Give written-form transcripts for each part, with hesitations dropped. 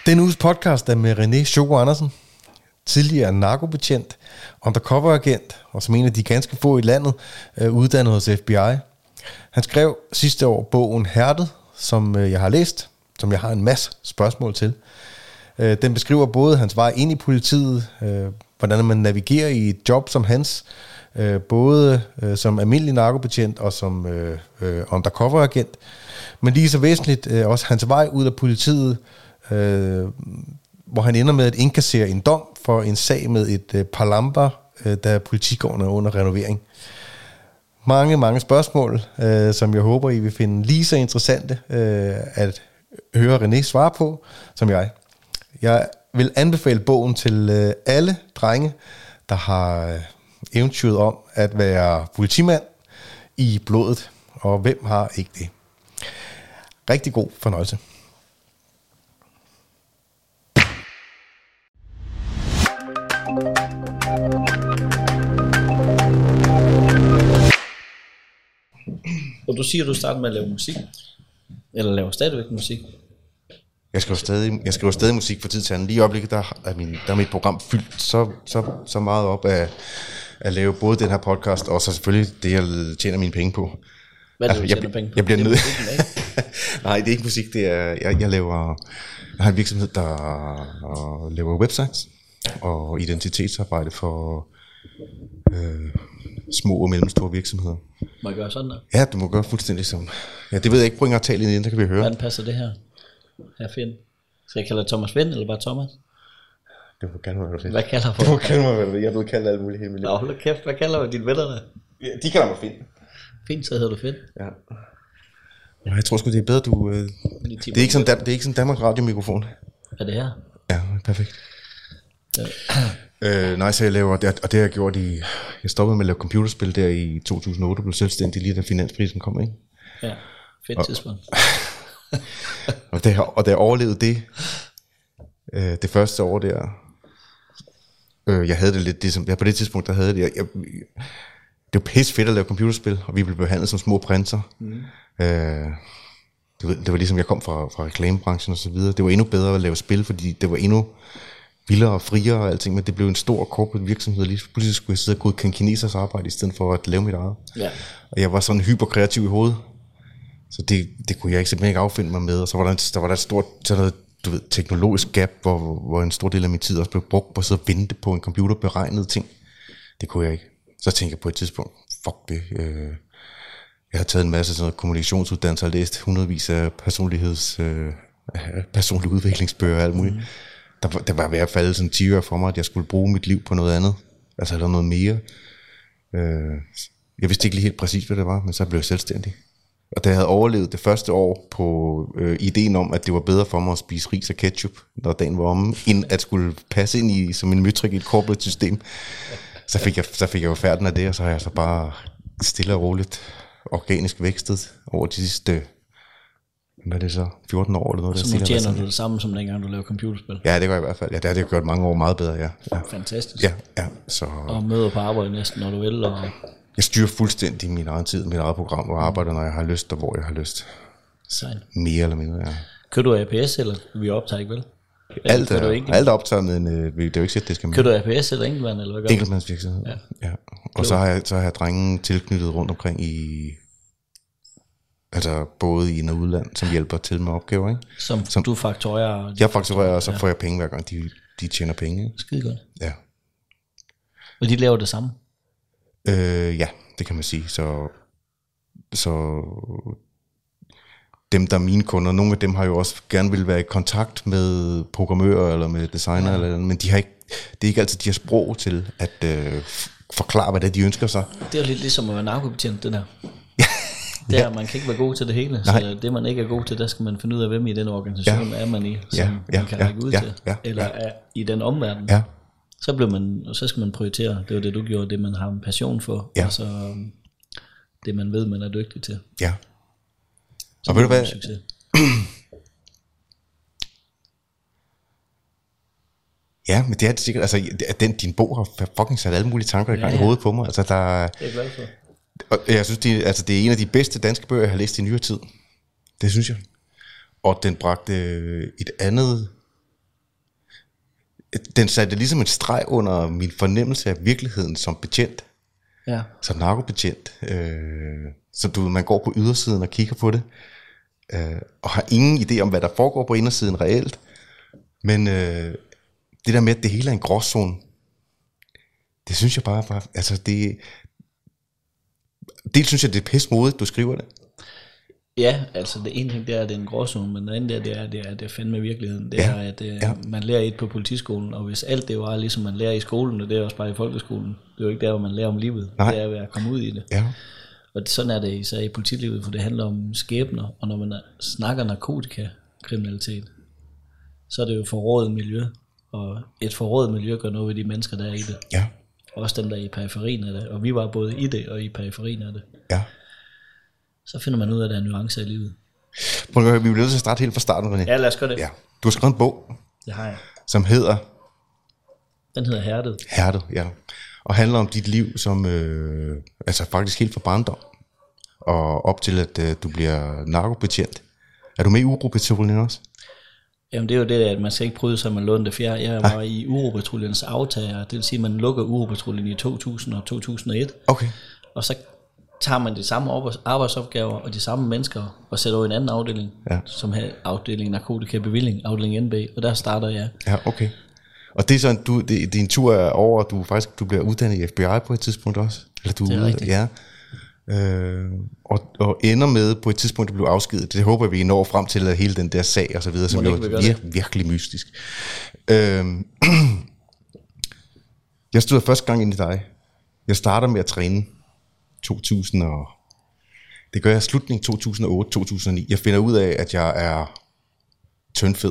Denne uges podcast er med René Choco Andersen, tidligere narkobetjent, undercover-agent og som en af de ganske få i landet, uddannet hos FBI. Han skrev sidste år bogen Hærdet, som jeg har læst, som jeg har en masse spørgsmål til. Den beskriver både hans vej ind i politiet, hvordan man navigerer i et job som hans, både som almindelig narkobetjent og som undercover-agent, men lige så væsentligt også hans vej ud af politiet, hvor han ender med at indkassere en dom for en sag med et par lamper, da politigården er under renovering. Mange spørgsmål, som jeg håber, I vil finde lige så interessante at høre René svare på, som jeg. Jeg vil anbefale bogen til alle drenge, der har eventyret om at være politimand i blodet, og hvem har ikke det? Rigtig god fornøjelse. Og du siger, at du starter med at lave musik? Eller laver stadigvæk musik? Jeg skriver stadig musik for tid til anden. Lige i øjeblikket, der er mit program fyldt så meget op af at lave både den her podcast, og så selvfølgelig det, jeg tjener mine penge på. Hvad er det, du tjener penge på? Jeg bliver nødt. Nej, det er ikke musik. Det er, jeg har en virksomhed, der laver websites og identitetsarbejde for små og mellemstore virksomheder. Må jeg gøre sådan der? Ja, du må gøre fuldstændig som. Ja, det ved jeg ikke. Prøv at tale ind i den, så kan vi høre. Hvordan passer det her? Her Finn. Skal jeg kalde dig Thomas Finn, eller bare Thomas? Det må kalde mig, hvad du vil. Hvad kalder du? Det må kalde mig, hvad du vil. Jeg vil kalde alt muligt hele mit liv. Nå, hold kæft. Hvad kalder du dine venner der? Ja, de kalder mig Finn. Finn, så hedder du Finn. Ja. Jeg tror sgu, det er bedre, du. Det er ikke sådan Danmarks Radio-mikrofon. Er det her? Ja, perfekt. Nej, så jeg laver, og det har jeg gjort jeg stoppede med at lave computerspil der i 2008, blev selvstændig lige da finanskrisen kom, ikke? Ja, fedt tidspunkt. og da jeg overlevede det første år der, jeg havde det lidt, det som, jeg på det tidspunkt, der havde det, det var pisse fedt at lave computerspil, og vi blev behandlet som små prinser. Det var ligesom, jeg kom fra reklamebranchen og så videre. Det var endnu bedre at lave spil, fordi det var endnu vildere og friere og alting, men det blev en stor corporate virksomhed, og lige pludselig skulle jeg sidde og godkende kinesers arbejde, i stedet for at lave mit eget. Ja. Og jeg var sådan hyperkreativ i hovedet, så det kunne jeg simpelthen ikke affinde mig med, og så var der et stort sådan noget, teknologisk gap, hvor en stor del af min tid også blev brugt på at sidde og vente på en computerberegnet ting. Det kunne jeg ikke. Så tænkte jeg på et tidspunkt, fuck det. Jeg har taget en masse sådan noget kommunikationsuddannelser og læst hundredvis af personlige udviklingsbøger og alt muligt. Der var i hvert fald sådan 10 år for mig, at jeg skulle bruge mit liv på noget andet. Altså eller noget mere. Jeg vidste ikke lige helt præcis, hvad det var, men så blev jeg selvstændig. Og da jeg havde overlevet det første år på ideen om, at det var bedre for mig at spise ris og ketchup, når dagen var omme, end at skulle passe ind i som en møtrik i et corporate system, så fik jeg jo færden af det, og så har jeg så bare stille og roligt organisk vækstet over de sidste, hvad er det så, 14 år eller noget. Så nu tjener du det samme som dengang du lavede computerspil? Ja, det gør jeg i hvert fald. Ja, det har det gjort mange år meget bedre, ja. Fantastisk. Ja, så. Og møder på arbejde næsten, når du vil. Og jeg styrer fuldstændig min egen tid, mit eget program, og arbejder, når jeg har lyst, og hvor jeg har lyst. Sejt. Mere eller mindre, ja. Kører du APS, eller vi optager ikke vel? Alt er optaget, men det er jo ikke set, det skal med. Kører du APS eller enkeltmand, eller hvad gør du? Enkeltmandsvirksomhed, ja. Og så har jeg drengen tilknyttet rundt omkring altså både i og udland, som hjælper til med opgaver, ikke? Som du fakturerer? Jeg fakturerer, og så får jeg penge hver gang, de tjener penge, ikke? Skide godt. Ja. Og de laver det samme? Ja, det kan man sige. Så dem, der er mine kunder, nogle af dem har jo også gerne vil være i kontakt med programmører eller med designer, eller, men det er ikke altid, de har sprog til at forklare, hvad det er, de ønsker sig. Det er jo lidt ligesom at være narkobetjent, det der. Det er, man kan ikke være god til det hele, så det man ikke er god til, der skal man finde ud af, hvem i den organisation er man i, som man kan række ud til, eller er i den omverden. Ja. Så skal man prioritere, det var det du gjorde, det man har en passion for, og så det man ved, man er dygtig til. Ja. Så og ved du hvad? Ja, men det er det sikkert, altså din bog har fucking sat alle mulige tanker i gang i hovedet på mig, altså der. Det er glad for. Og jeg synes, det er en af de bedste danske bøger, jeg har læst i nyere tid. Det synes jeg. Og den bragte et andet den satte ligesom en streg under min fornemmelse af virkeligheden som betjent. Ja. Som narkobetjent. Så man går på ydersiden og kigger på det. Og har ingen idé om, hvad der foregår på indersiden reelt. Men det der med, at det hele er en gråzone, det synes jeg bare altså det synes jeg, det er pismodigt, du skriver det. Ja, altså det ene ting, det er, at det er en gråzone, men det andet det er fandme virkeligheden. Det er, at man lærer et på politiskolen, og hvis alt det var ligesom man lærer i skolen, og det er også bare i folkeskolen, det er jo ikke der, hvor man lærer om livet. Nej. Det er ved at komme ud i det. Ja. Og sådan er det især i politilivet, for det handler om skæbner, og når man snakker narkotikakriminalitet, så er det jo forrådet miljø, og et forrådet miljø gør noget ved de mennesker, der er i det. Ja. Også dem, der er i periferien af det, og vi var både i det og i periferien af det. Ja. Så finder man ud af, at der er nuancer i livet. Prøv at høre, vi bliver nødt til at starte helt fra starten, René. Ja, lad os gøre det. Ja. Du har skrevet en bog. Det har jeg. Som hedder? Den hedder Hærdet. Hærdet, ja. Og handler om dit liv som, altså faktisk helt fra barndom, og op til, at du bliver narkobetjent. Er du med i Uropatruljen også? Jamen det er jo det, at man skal ikke bryde sig med lånte fjerde. Jeg var i Uropatruljens aftager, det vil sige, at man lukker Uropatruljen i 2000 og 2001. Okay. Og så tager man de samme arbejdsopgaver og de samme mennesker og sætter over en anden afdeling, som har afdeling narkotikabevilling, afdeling NB, og der starter jeg. Ja, okay. Og det er sådan, din tur er over, at du bliver uddannet i FBI på et tidspunkt også? Eller du, det er rigtigt. Ja. Og ender med på et tidspunkt, at du bliver afskediget. Det håber vi når frem til, at hele den der sag og så videre, som er virkelig mystisk. Jeg stod første gang ind i dig. Jeg starter med at træne 2000 og det gør jeg slutning 2008-2009. Jeg finder ud af, at jeg er tyndfed.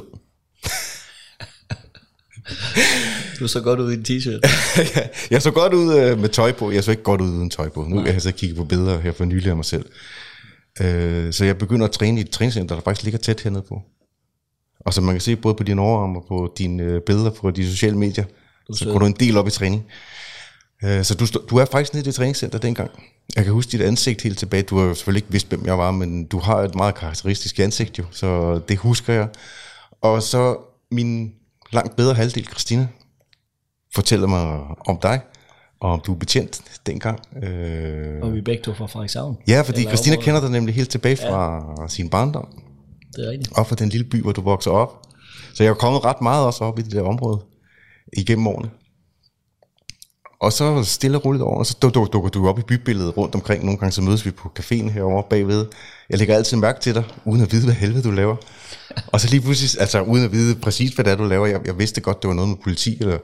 Du så godt ud i en t-shirt. Jeg så godt ud med tøj på. Jeg så ikke godt ud uden tøj på. Nu har jeg så kigget på billeder her for nylig af mig selv. Så jeg begynder at træne i et træningscenter, der faktisk ligger tæt hernede på. Og som man kan se både på dine overarm og på dine billeder på de sociale medier, så går du en del op i træning. Så du er faktisk nede i det træningscenter dengang. Jeg kan huske dit ansigt helt tilbage. Du har jo selvfølgelig ikke vidst, hvem jeg var, men du har et meget karakteristisk ansigt jo, så det husker jeg. Og så min langt bedre halvdel, Christina, fortæller mig om dig, og om du er betjent dengang. Og vi begge to fra Frederikshavn. Ja, fordi Christina kender dig nemlig helt tilbage fra sin barndom. Det er rigtigt. Og fra den lille by, hvor du vokser op. Så jeg er kommet ret meget også op i det der område igennem årene. Og så stille og roligt over, og så dukker du op i bybilledet rundt omkring. Nogle gange så mødes vi på caféen herovre bagved. Jeg lægger altid mærke til dig, uden at vide, hvad helvede du laver. Og så lige pludselig, altså uden at vide præcis, hvad det er, du laver. Jeg vidste godt, det var noget med politi. Eller,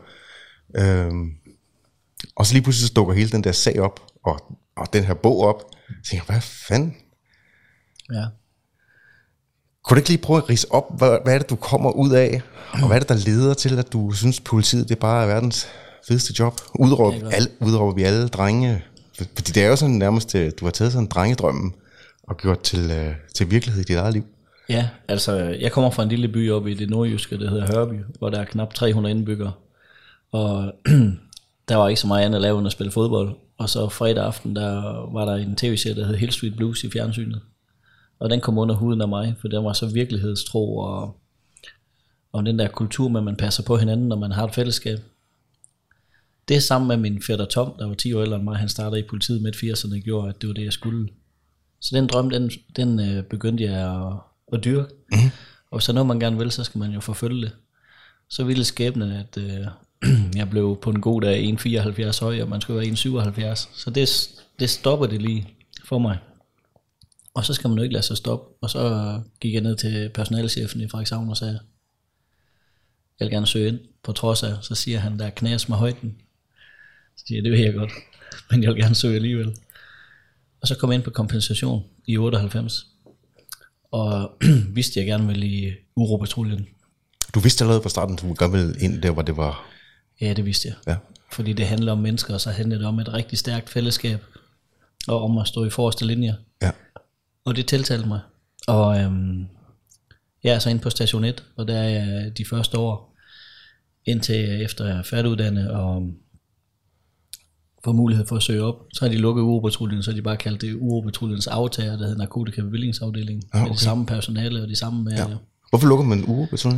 og så lige pludselig så dukker hele den der sag op, og den her bog op. Så tænker jeg, hvad fanden? Ja. Kunne du ikke lige prøve at ridse op, hvad er det, du kommer ud af? Og hvad er det, der leder til, at du synes, politiet det bare er verdens fedeste job? Udråber vi alle drenge? Fordi det er jo sådan nærmest, du har taget sådan en drengedrømmen og gjort til virkelighed i dit eget liv. Ja, altså jeg kommer fra en lille by oppe i det nordjyske, der hedder Hørby, hvor der er knap 300 indbyggere. Og der var ikke så meget andet at lave end at spille fodbold. Og så fredag aften, der var der en tv-serie, der hed Hill Street Blues i fjernsynet. Og den kom under huden af mig, for den var så virkelighedstro, og den der kultur med, at man passer på hinanden, når man har et fællesskab. Det sammen med min fætter Tom, der var 10 år ældre end mig, han startede i politiet midt 80'erne, gjorde, at det var det, jeg skulle. Så den drøm, den begyndte jeg at dyrke. Mm-hmm. Og så når man gerne vil, så skal man jo forfølge det. Så ville skæbnen, at jeg blev på en god dag 1,74 høj, og man skulle være 1,77. Så det stopper det lige for mig. Og så skal man jo ikke lade sig stoppe. Og så gik jeg ned til personalchefen i Frederikshavn og sagde, jeg vil gerne søge ind på trods af. Så siger han, der er knas med højden. Så siger jeg, det ved jeg godt, men jeg vil gerne søge alligevel. Og så kom jeg ind på kompensation i 98. Og vidste jeg gerne ville i Uropatruljen. Du vidste allerede fra starten, du gerne ville ind der, hvor det var? Ja, det vidste jeg. Ja. Fordi det handler om mennesker, og så handler det om et rigtig stærkt fællesskab. Og om at stå i forreste linjer. Ja. Og det tiltalte mig. Og jeg er så inde på station 1, og der er jeg de første år, indtil efter jeg er færdiguddannet og får mulighed for at søge op. Så har de lukket Uropatruljen, så har de bare kaldt det Uropatruljens aftager, der hedder narkotikabevillingsafdelingen. Okay. Med det samme personale og de samme... Ja. Hvorfor lukker man Uropatruljen?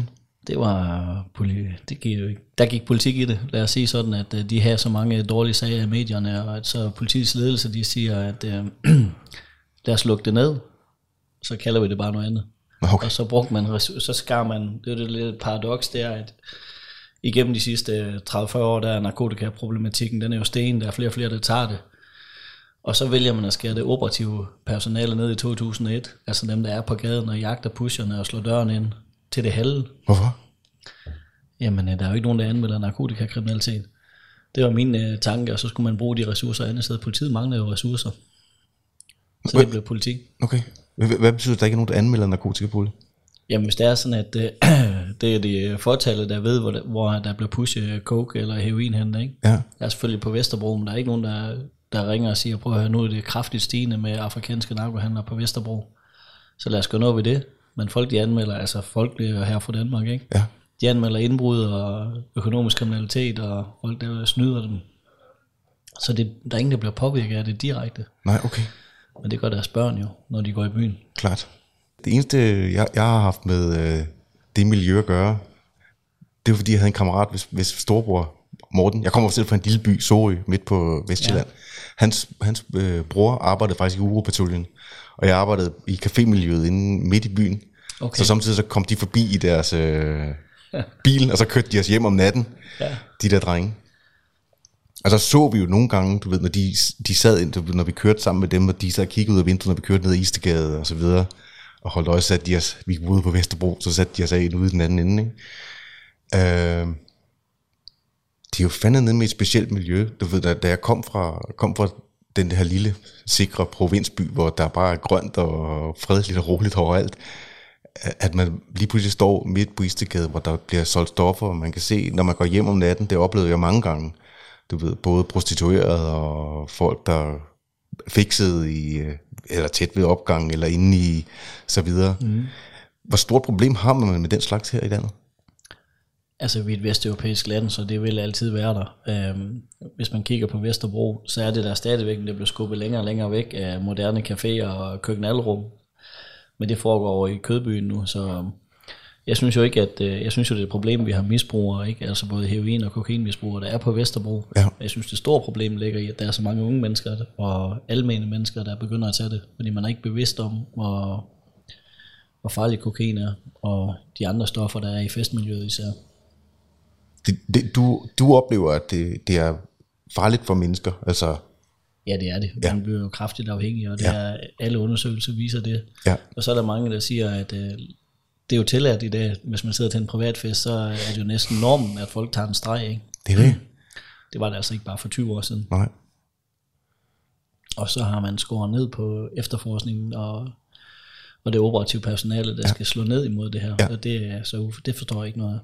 Det var der gik politik i det. Lad os sige sådan, at de har så mange dårlige sager i medierne, og at så politiets ledelse, de siger, at lad os lukke det ned, så kalder vi det bare noget andet. Okay. Og så brugte man, så skar man, det er det lidt paradoks, det er, at igennem de sidste 30-40 år, der er narkotikaproblematikken, den er jo sten, der er flere og flere, der tager det. Og så vælger man at skære det operative personale ned i 2001, altså dem, der er på gaden og jagter pusherne og slår døren ind til det halve. Hvorfor? Jamen, der er jo ikke nogen, der anmelder narkotikakriminalitet. Det var min tanke, og så skulle man bruge de ressourcer andet sted. Politiet mangler jo ressourcer. Så det blev politik. Okay. Hvad betyder, at der ikke er nogen, der anmelder narkotikapoli? Jamen, hvis det er sådan, at det er de fortalte, der ved, hvor der bliver pushet coke eller heroin hen, ikke? Ja. Der er selvfølgelig på Vesterbro, men der er ikke nogen, der ringer og siger, prøv at høre, nu er det kraftigt stigende med afrikanske narkohandlere på Vesterbro. Så lad os gøre noget ved det. Men folk, de anmelder, altså folk bliver her fra Danmark, ikke? Ja. De anmelder indbrud og økonomisk kriminalitet, og folk, der snyder dem. Så der er ingen, der bliver påvirket af det direkte. Nej, okay. Men det gør deres børn jo, når de går i byen. Klart. Det eneste, jeg har haft med det miljø at gøre, det var fordi, jeg havde en kammerat, hvis storebror Morten, jeg kommer selv fra en lille by, Sorø, midt på Vestjylland. Ja. Hans bror arbejdede faktisk i Uropatruljen, og jeg arbejdede i cafémiljøet inde midt i byen. Okay. Så samtidig så kom de forbi i deres bil, og så kørte de os hjem om natten, de der drenge. Og så vi jo nogle gange, du ved, når de sad ind, når vi kørte sammen med dem, og de sad og kiggede ud af vinduet, når vi kørte ned ad Istegade og så videre, og holdt øje, satte de os, vi boede på Vesterbro, så satte de os af ude i den anden ende, ikke? De er jo fandme nede med et specielt miljø. Du ved, da jeg kom fra den her lille, sikre provinsby, hvor der bare er grønt og fredeligt og roligt overalt, at man lige pludselig står midt på Istegade, hvor der bliver solgt stoffer, og man kan se, når man går hjem om natten, det oplevede jeg mange gange, du ved, både prostituerede og folk, der fiksede i, eller tæt ved opgangen, eller inde i, så videre. Mm. Hvor stort problem har man med den slags her i landet? Altså, vi er et vesteuropæisk land, så det vil altid være der. Hvis man kigger på Vesterbro, så er det der stadigvæk, det bliver skubbet længere og længere væk af moderne caféer og køkkenalrum. Men det foregår over i Kødbyen nu, så jeg synes jo ikke, at jeg synes jo, det er et problem, vi har misbrugere, ikke? Altså både heroin- og kokainmisbrugere, der er på Vesterbro. Ja. Jeg synes, det store problem ligger i, at der er så mange unge mennesker og almene mennesker, der begynder at tage det, fordi man er ikke bevidst om, hvor farlig kokain er, og de andre stoffer, der er i festmiljøet især. Du oplever, at det er farligt for mennesker, altså? Ja, det er det. Man bliver jo kraftigt afhængig, og det er, alle undersøgelser viser det. Ja. Og så er der mange, der siger, at det er jo tilladt i dag, hvis man sidder til en privatfest, så er det jo næsten normen, at folk tager en streg, ikke? Det er det. Det var det altså ikke bare for 20 år siden. Nej. Og så har man skåret ned på efterforskningen, og det operative personale, der skal slå ned imod det her. Ja. Og det forstår jeg ikke noget af.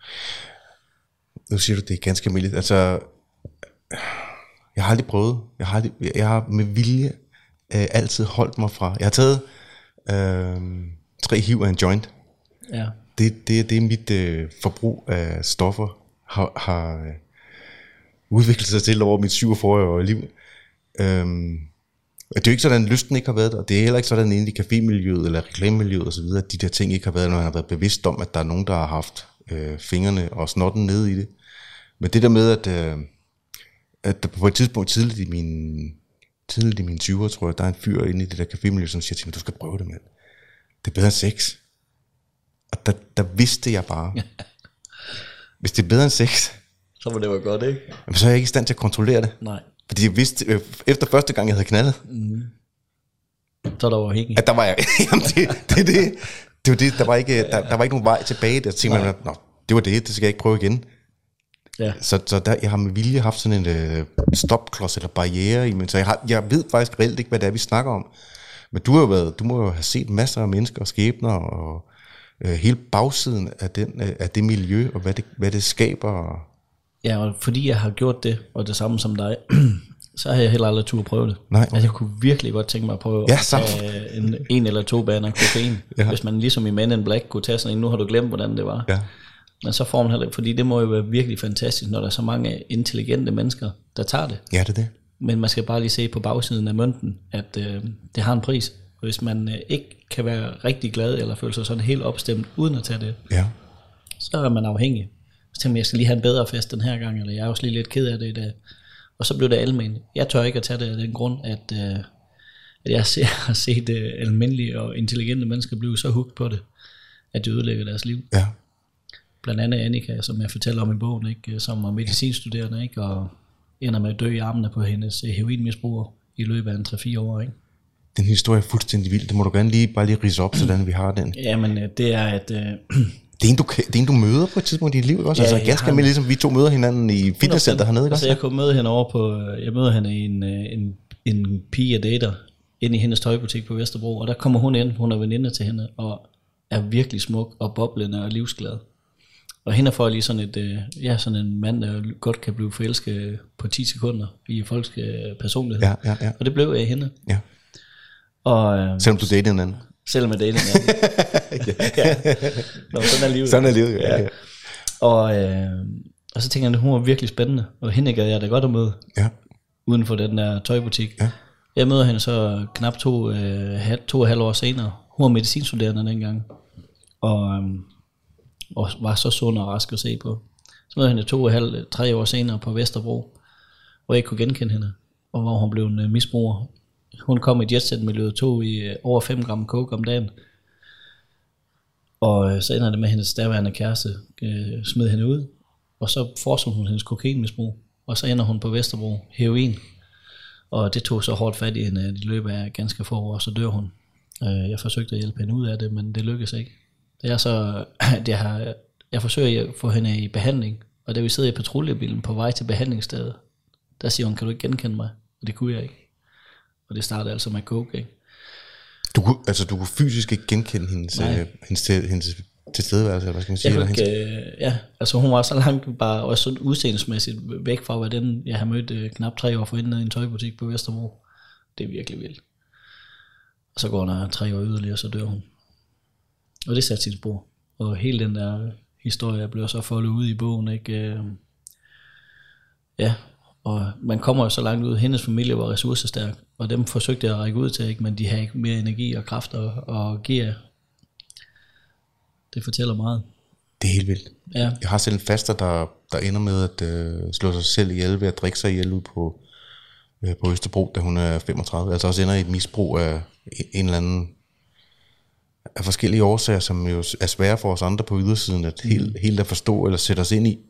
Nu siger du, det er ganske almindeligt. Altså, jeg har aldrig prøvet. Jeg har med vilje altid holdt mig fra. Jeg har taget 3 hiv af en joint. Ja. Det er mit forbrug af stoffer har udviklet sig til over mit 47-årige liv. Det er jo ikke sådan, at lysten ikke har været der. Det er heller ikke sådan, inde i cafémiljøet eller reklamemiljøet osv., at de der ting ikke har været, når man har været bevidst om, at der er nogen, der har haft fingrene og snotten nede i det. Men det der med, at der på et tidspunkt tidligt i mine 20'er, tror jeg, der er en fyr inde i det der cafémiljø, som siger til mig, du skal prøve det, mand. Det er bedre end sex. Og der vidste jeg bare, hvis det er bedre end sex, så må det være godt, ikke? Jamen, så er jeg ikke i stand til at kontrollere det. Nej. Fordi jeg vidste, efter første gang jeg havde knaldet, så der var afhængig. At der var jeg, jamen det var det, der var ikke nogen vej tilbage. Der tænkte man, det var det skal jeg ikke prøve igen. Ja. Så der, jeg har med vilje haft sådan en stopklods eller barriere i mig. Så jeg ved faktisk reelt ikke, hvad det er, vi snakker om. Men du må jo have set masser af mennesker og skæbner og hele bagsiden af det miljø og hvad det skaber. Ja, og fordi jeg har gjort det og det samme som dig, så har jeg heller aldrig turde prøve det. Nej, okay. Altså, jeg kunne virkelig godt tænke mig at prøve at tage en eller 2 baner kokain. Ja. Hvis man ligesom i Men in Black kunne tage sådan en, nu har du glemt, hvordan det var. Ja. Men så får man heller ikke, fordi det må jo være virkelig fantastisk, når der er så mange intelligente mennesker, der tager det. Ja, det er det. Men man skal bare lige se på bagsiden af mønten, at det har en pris. Hvis man ikke kan være rigtig glad, eller føle sig sådan helt opstemt, uden at tage det, Så er man afhængig. Så tænker jeg skal lige have en bedre fest den her gang, eller jeg er også lige lidt ked af det i dag. Og så blev det almen. Jeg tør ikke at tage det af den grund, at jeg har set almindelige og intelligente mennesker blive så hooked på det, at de ødelægger deres liv. Ja. Blandt andet Annika, som jeg fortæller om i bogen, ikke, som var medicinstuderende, ikke, og ender med at dø i armene på hendes heroinmisbruger i løbet af 3-4 år. Ikke? Den historie er fuldstændig vild. Det må du gerne bare lige ridse op, sådan vi har den. Jamen, det er at... Det er en, du møder på et tidspunkt i dit liv, ikke også? Ja, altså ganske almindeligt, ligesom vi to møder hinanden i fitnesscenter hernede, ikke også? Altså jeg kunne møde hende over på... Jeg møder hende i en pige, jeg dater, ind i hendes tøjbutik på Vesterbro, og der kommer hun ind, hun er veninde til hende, og er virkelig smuk og boblende og livsglad. Og hende får lige sådan sådan en mand, der godt kan blive forelsket på 10 sekunder i folks personlighed. Ja. Og det blev jeg i hende. Ja. Og, selvom du datede en anden. Selvom jeg datede en anden. Ja. Nå, sådan er livet. Sådan er livet, ja. Og så tænker jeg, at hun var virkelig spændende, og hende gad jeg da godt at møde. Ja. Uden for den der tøjbutik. Ja. Jeg møder hende så knap 2,5 år senere. Hun var medicinstuderende dengang. Og var så sund og rask at se på. Så mødte hende 2,5-3 år senere på Vesterbro, hvor jeg ikke kunne genkende hende, og hvor hun blev en misbruger. Hun kom i jetset-miljøet, tog i over 5 gram coke om dagen, og så ender det med, hendes daværende kæreste smed hende ud, og så fortsætter hun hendes kokainmisbrug, og så ender hun på Vesterbro, heroin, og det tog så hårdt fat i hende i løbet af ganske få år, så dør hun. Jeg forsøgte at hjælpe hende ud af det, men det lykkedes ikke. Det er så, at jeg forsøger at få hende i behandling, og da vi sidder i patruljebilen på vej til behandlingsstedet, der siger hun, kan du ikke genkende mig? Og det kunne jeg ikke. Og det startede altså med coke, ikke? Du kunne fysisk ikke genkende hendes tilstedeværelse, eller hvad skal man sige? Ja, altså hun var så langt bare, også sådan udseendemæssigt væk fra, hvad den jeg har mødt knap 3 år forinden i en tøjbutik på Vesterbro. Det er virkelig vildt. Og så går der 3 år yderligere, så dør hun. Og det satte sin spor. Og hele den der historie blev så foldet ud i bogen, ikke? Ja, og man kommer jo så langt ud. Hendes familie var ressourcestærk, og dem forsøgte jeg at række ud til, ikke? Men de har ikke mere energi og kræfter og gear. Det fortæller meget. Det er helt vildt. Ja. Jeg har selv en faster, der ender med at slå sig selv ihjel ved at drikke sig ihjel ud på Østerbro, da hun er 35. Altså også ender i et misbrug af en eller anden, af forskellige årsager, som jo er svære for os andre på ydersiden at helt at forstå eller sætte os ind i.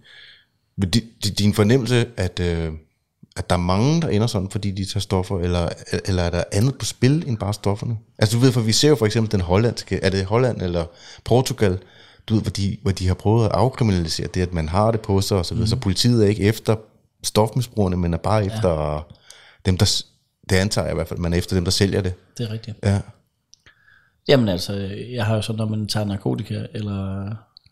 Din fornemmelse, at der er mange, der ender sådan, fordi de tager stoffer, eller er der andet på spil end bare stofferne? Altså du ved, for vi ser jo for eksempel den hollandske, er det Holland eller Portugal, du ved, hvor de har prøvet at afkriminalisere det, at man har det på sig og så videre, så politiet er ikke efter stofmisbrugerne, men er bare efter dem, der, det antager jeg i hvert fald, man er efter dem, der sælger det. Det er rigtigt. Ja. Jamen altså, jeg har jo sådan, når man tager narkotika, eller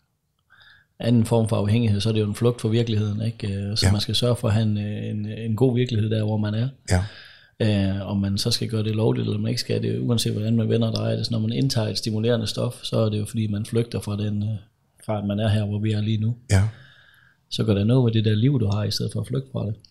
anden form for afhængighed, så er det jo en flugt fra virkeligheden, ikke? Så man skal sørge for at have en god virkelighed der, hvor man er. Ja. Om man så skal gøre det lovligt, eller man ikke skal det, uanset hvordan man vender og drejer det. Så når man indtager et stimulerende stof, så er det jo fordi, man flygter fra at man er her, hvor vi er lige nu. Ja. Så går der noget med det der liv, du har, i stedet for at flygte fra det.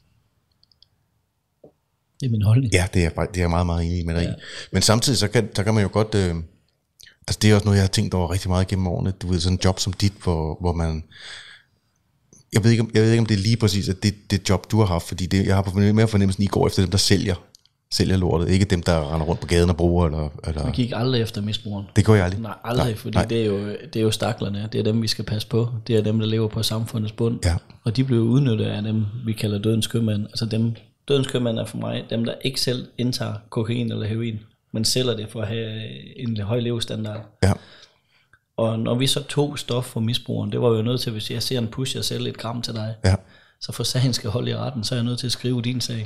Det er min holdning. Ja, det er jeg meget, meget enig med dig i. Men samtidig, så kan man jo godt... altså det er også noget, jeg har tænkt over rigtig meget gennem årene. Du ved, sådan en job som dit, hvor man... Jeg ved ikke, om det er lige præcis at det job, du har haft, fordi jeg har mere fornemmelsen, I går efter dem, der sælger lortet, ikke dem, der render rundt på gaden og bruger, eller... Man gik aldrig efter misbrugeren. Det går jeg aldrig. Nej, aldrig, fordi det er jo staklerne, det er dem, vi skal passe på. Det er dem, der lever på samfundets bund. Ja. Og de blev udnyttet af dem, vi kalder dødens købmænd. Altså dødens købmænd er for mig dem, der ikke selv indtager kokain eller heroin, men sælger det for at have en høj levestandard. Ja. Og når vi så tog stof for misbrugeren, det var jo nødt til, hvis jeg ser en push, jeg sælger 1 gram til dig, så for sagen skal holde i retten, så er jeg nødt til at skrive din sag.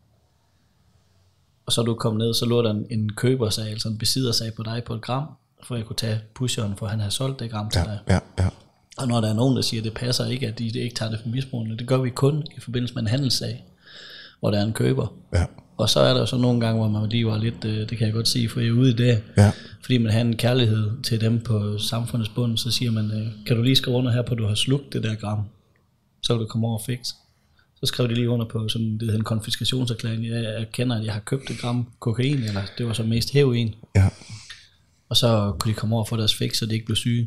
Og så er du kommet ned, så lå der en købersag, altså en besiddersag på dig på 1 gram, for jeg kunne tage pusheren, for han havde solgt det gram til dig. Ja. Og når der er nogen, der siger, at det passer ikke, at de ikke tager det for misbrugerne, det gør vi kun i forbindelse med en handelssag, hvor der er en køber. Ja. Og så er der jo så nogle gange, hvor man lige var lidt, det kan jeg godt sige, for jeg er ude i det, fordi man har en kærlighed til dem på samfundets bund, så siger man, kan du lige skrive under her på, at du har slugt det der gram, så kan du komme over og fikse. Så skrev de lige under på sådan, det hedder en konfiskationserklæring, jeg erkender, at jeg har købt 1 gram kokain, eller det var så mest heroin. Ja. Og så kunne de komme over og få deres fix, så de ikke blev syge.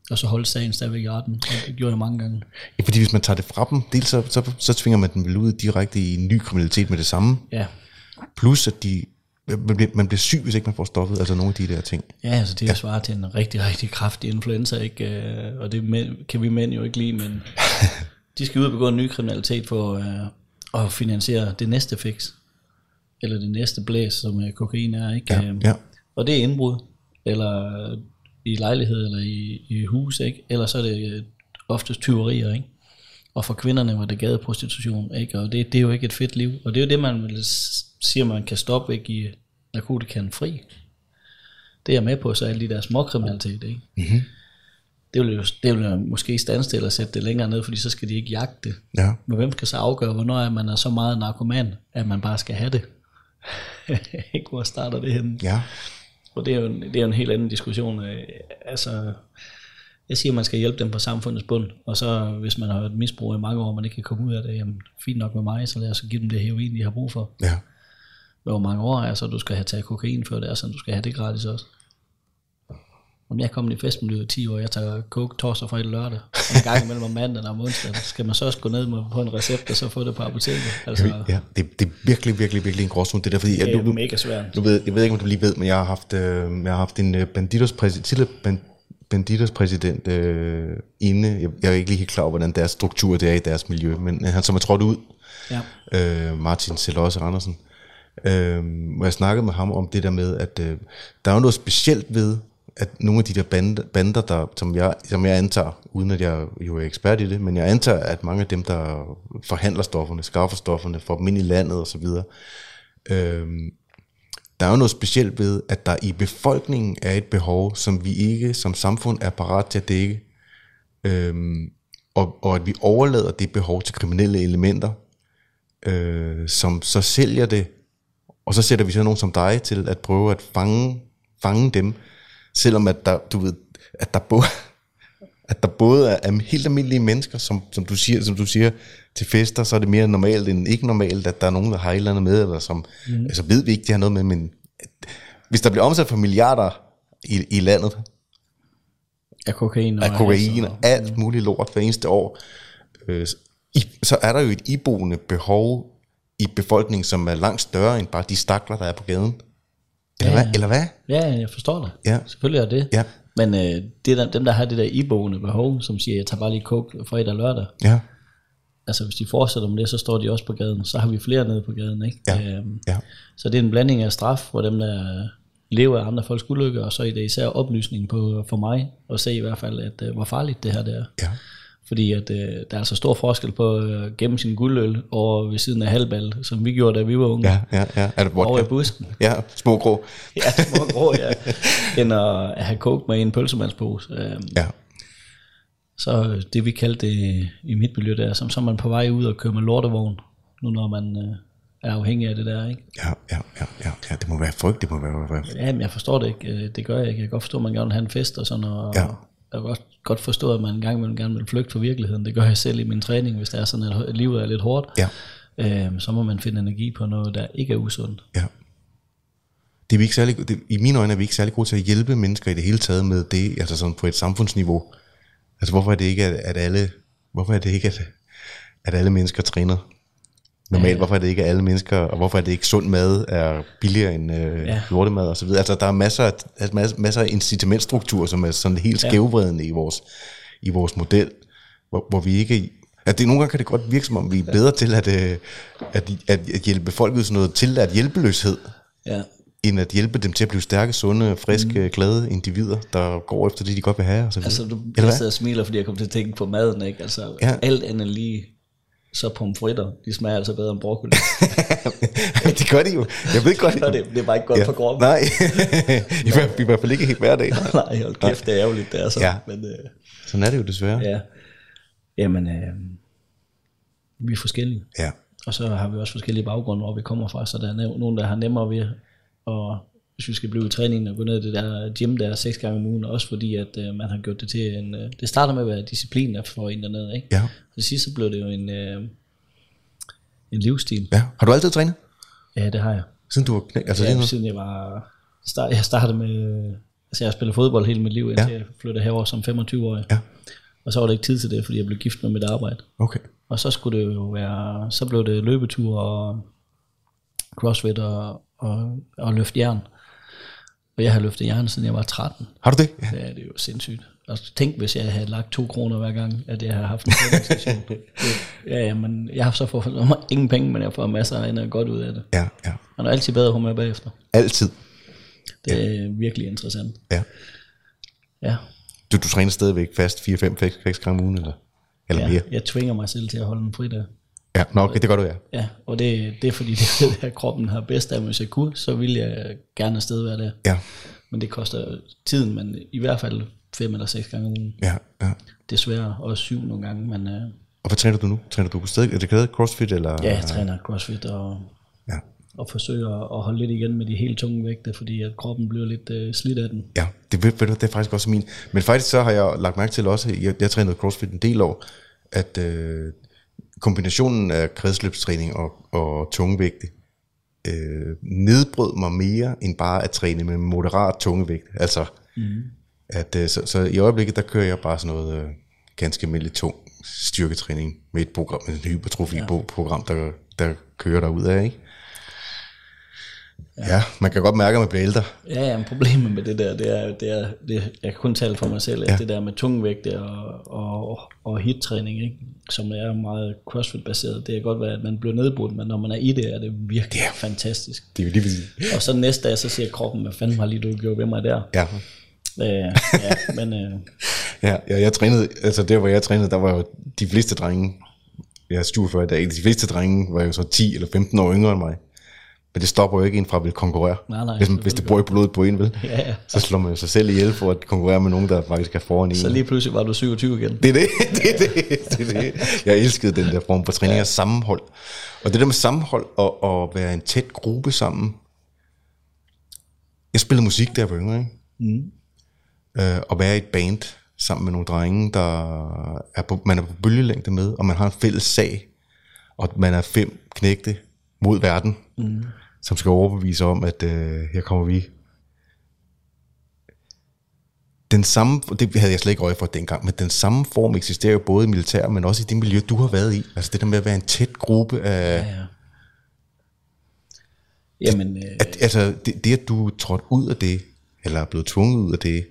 Og så holde sagen stadigvæk i retten. Det gjorde jeg mange gange. Ja, fordi hvis man tager det fra dem, dels så tvinger man dem vel ud direkte i en ny kriminalitet med det samme. Ja. Plus at man bliver syg, hvis ikke man får stoppet, altså nogle af de der ting. Ja, altså det svarer til en rigtig, rigtig kraftig influenza, ikke? Og det kan vi mænd jo ikke lide, men de skal ud og begå en ny kriminalitet for at finansiere det næste fix. Eller det næste blæs, som kokain er, ikke? Ja. Og det er indbrud, eller i lejlighed, eller i hus, ikke? Eller så er det oftest tyverier, ikke? Og for kvinderne var det gadeprostitution, ikke? Og det er jo ikke et fedt liv. Og det er jo det, man siger, man kan stoppe, ikke? I narkotikaen fri. Det er jeg med på, så alle de der småkriminalitet, ikke? Mm-hmm. Det vil jo måske standstille at sætte det længere ned, fordi så skal de ikke jagte det. Ja. Men hvem skal så afgøre, hvornår man er så meget narkoman, at man bare skal have det? Ikke, hvor starter det henne? Ja. Og det er jo en helt anden diskussion. Altså, jeg siger, at man skal hjælpe dem på samfundets bund, og så hvis man har et misbrug i mange år, og man ikke kan komme ud af det, jamen fint nok med mig, så lad os give dem det heroin, de har brug for. Ja. Hvor mange år er så, du skal have taget kokain før det er sådan, du skal have det gratis også. Om jeg er kommet i festmiljøet i 10 år, jeg tager coke torsdag, fredag, lørdag, og en gang imellem om mandag og onsdag, skal man så også gå ned på en recept, og så få det på apoteket. Altså, ja, det er virkelig, virkelig, virkelig en gråzone. Det er der, fordi, det er mega svært. Jeg ved ikke, om du lige ved, men jeg har haft en Bandidos præsident inde. Jeg er ikke lige helt klar over, hvordan deres struktur det er i deres miljø, men han som er trådt ud, Martin Selose Andersen, hvor jeg snakkede med ham om det der med, at der er jo noget specielt ved, at nogle af de der bander, der, som jeg antager, uden at jeg jo er ekspert i det, men jeg antager, at mange af dem, der forhandler stofferne, skaffer stofferne, får dem ind i landet osv., der er jo noget specielt ved, at der i befolkningen er et behov, som vi ikke som samfund er parat til at dække, og at vi overlader det behov til kriminelle elementer, som så sælger det, og så sætter vi så nogen som dig til at prøve at fange dem, selvom at der, du ved, at der både er helt almindelige mennesker, som du siger til fester, så er det mere normalt end ikke normalt, at der er nogen, der har et eller andet med, eller som, altså ved vi ikke, de har noget med, men hvis der bliver omsat for milliarder i landet, af kokain og alt muligt lort hver eneste år, så er der jo et iboende behov i befolkningen, som er langt større end bare de stakler, der er på gaden. Eller hvad? Ja, jeg forstår det. Ja. Selvfølgelig er det. Ja. Men dem, der har det der iboende behov, som siger, jeg tager bare lige coke fredag og lørdag. Ja. Altså hvis de fortsætter med det, så står de også på gaden. Så har vi flere nede på gaden, ikke? Ja. Så det er en blanding af straf, for dem der lever af andre folks ulykker, og så er det især oplysning for mig, og se i hvert fald, at hvor farligt det her det er. Ja. Fordi at, der er altså stor forskel på at gemme sin guldøl over ved siden af halvbal, som vi gjorde, da vi var unge. Ja. Er det over i busken. Ja, små grå. Ja, små grå, ja. End at have coke med i en pølsemandspose. Ja. Så det vi kaldte det i mit miljø der, så er man på vej ud og køre med lortevogn, nu når man er afhængig af det der, ikke? Ja, det må være frygt, det må være. Ja, men jeg forstår det ikke, det gør jeg ikke. Jeg kan godt forstå, at man gerne vil have en fest og sådan noget. Ja. Jeg kan godt forstå, at man en gang imellem gerne vil flygte fra virkeligheden. Det gør jeg selv i min træning, hvis det er sådan, at livet er lidt hårdt. Ja. Så må man finde energi på noget, der ikke er usundt. Ja. Det er vi ikke særlig, i mine øjne er vi ikke særlig gode til at hjælpe mennesker i det hele taget med det, altså sådan på et samfundsniveau. Altså hvorfor er det ikke, at alle mennesker træner normalt? Hvorfor er det ikke, at alle mennesker, og hvorfor er det ikke sund mad er billigere end lortemad og så videre? Altså der er masser af incitamentstruktur, som er sådan helt skævvredende i vores model, hvor vi ikke, at det nogle gange kan det godt virke som om vi er bedre til at hjælpe folk ud sådan noget tillært hjælpeløshed. Ja. End at hjælpe dem til at blive stærke, sunde, friske, glade individer, der går efter det, de godt vil have. Og så videre. Altså, du sidder og smiler, fordi jeg kom til at tænke på maden, ikke? Altså, alt andet lige, så pomfritter, de smager altså bedre end broccoli. Det gør de jo. Jeg ved godt. Det er bare ikke godt for kroppen. Nej, i hvert fald ikke helt hver dag. Nej, hold kæft, det er ærgerligt, det er så. Ja. Men, sådan er det jo desværre. Ja. Jamen, vi er forskellige. Ja. Og så har vi også forskellige baggrunde, hvor vi kommer fra, så der er nogen, der har nemmere ved, og hvis vi skal blive i træningen og gå ned i det der gym der 6 gange om ugen, også fordi at man har gjort det til en, det starter med at være disciplin at få en dernede, ikke? Ja. Til sidst så blev det jo en livsstil. Ja. Har du altid trænet? Ja, det har jeg. Siden du var siden jeg var, jeg startede med Altså jeg har spillet fodbold hele mit liv, indtil jeg flyttede herover som 25-årig. Ja. Og så var der ikke tid til det, fordi jeg blev gift med mit arbejde. Okay. Og så skulle det jo være, så blev det løbetur og crossfit og løfte jern. Og jeg har løftet jern, siden jeg var 13. Har du det? Ja. Det er jo sindssygt. Altså, tænk, hvis jeg havde lagt 2 kroner hver gang, at jeg havde haft en træningsstation. Ja, men jeg har så fået ingen penge, men jeg får masser af godt ud af det. Ja. Man er altid bedre humør bagefter. Altid. Det er virkelig interessant. Ja. Du træner stadigvæk fast 4-5-6 gange om ugen, eller mere? Jeg tvinger mig selv til at holde en fridag. Ja, okay, det gør du, ja. Ja, og det er fordi, det er det, kroppen har bedst af. Hvis jeg kunne, så ville jeg gerne afsted være der. Ja. Men det koster tiden, men i hvert fald 5 eller 6 gange om ugen. Ja. Desværre også 7 nogle gange, men... Og hvad træner du nu? Træner du stadig? Er det kaldet CrossFit, eller...? Ja, jeg træner CrossFit og forsøger at holde lidt igen med de helt tunge vægte, fordi at kroppen bliver lidt slidt af den. Ja, det er faktisk også min. Men faktisk så har jeg lagt mærke til også, jeg trænede CrossFit en del år, at kombinationen af kredsløbstræning og tungevægte nedbrød mig mere end bare at træne med moderat tungevægt. Altså, at så i øjeblikket, der kører jeg bare sådan noget ganske almindeligt tung styrketræning med et program, med et hypertrofi-program, der kører derudad, ikke? Ja, man kan godt mærke, at man bliver ældre. Ja, men problemet med det der, det er jeg kan kun tale for mig selv, at det der med tungvægte og hit-træning, ikke, som er meget CrossFit-baseret, det kan godt være, at man bliver nedbrudt, men når man er i det, er det virkelig fantastisk. Det er lige præcis. Og så næste dag, så siger kroppen, hvad fanden var lige du gjorde ved mig der? Ja. Jeg trænede, altså der hvor jeg trænede, der var jo de fleste drenge, jeg er 47 i dag, de fleste drenge var jo så 10 eller 15 år yngre end mig. Men det stopper jo ikke en fra at ville konkurrere. Nej, hvis det bor i blodet på en, vel? Ja. Så slår man jo sig selv ihjel for at konkurrere med nogen, der faktisk er foran en. Så lige pludselig var du 27 igen. Det er det. Jeg elskede den der form for træning af sammenhold. Og det der med sammenhold og være en tæt gruppe sammen. Jeg spillede musik, der var yngre, ikke? Og være i et band sammen med nogle drenge, man er på bølgelængde med, og man har en fælles sag, og man er 5 knægte mod verden, som skal overbevise om, at her kommer vi. Den samme, det havde jeg slet ikke øje for dengang, men den samme form eksisterer jo både i militær, men også i det miljø, du har været i. Altså det der med at være en tæt gruppe af... Ja. Jamen, altså det, at du trådte ud af det, eller er blevet tvunget ud af det,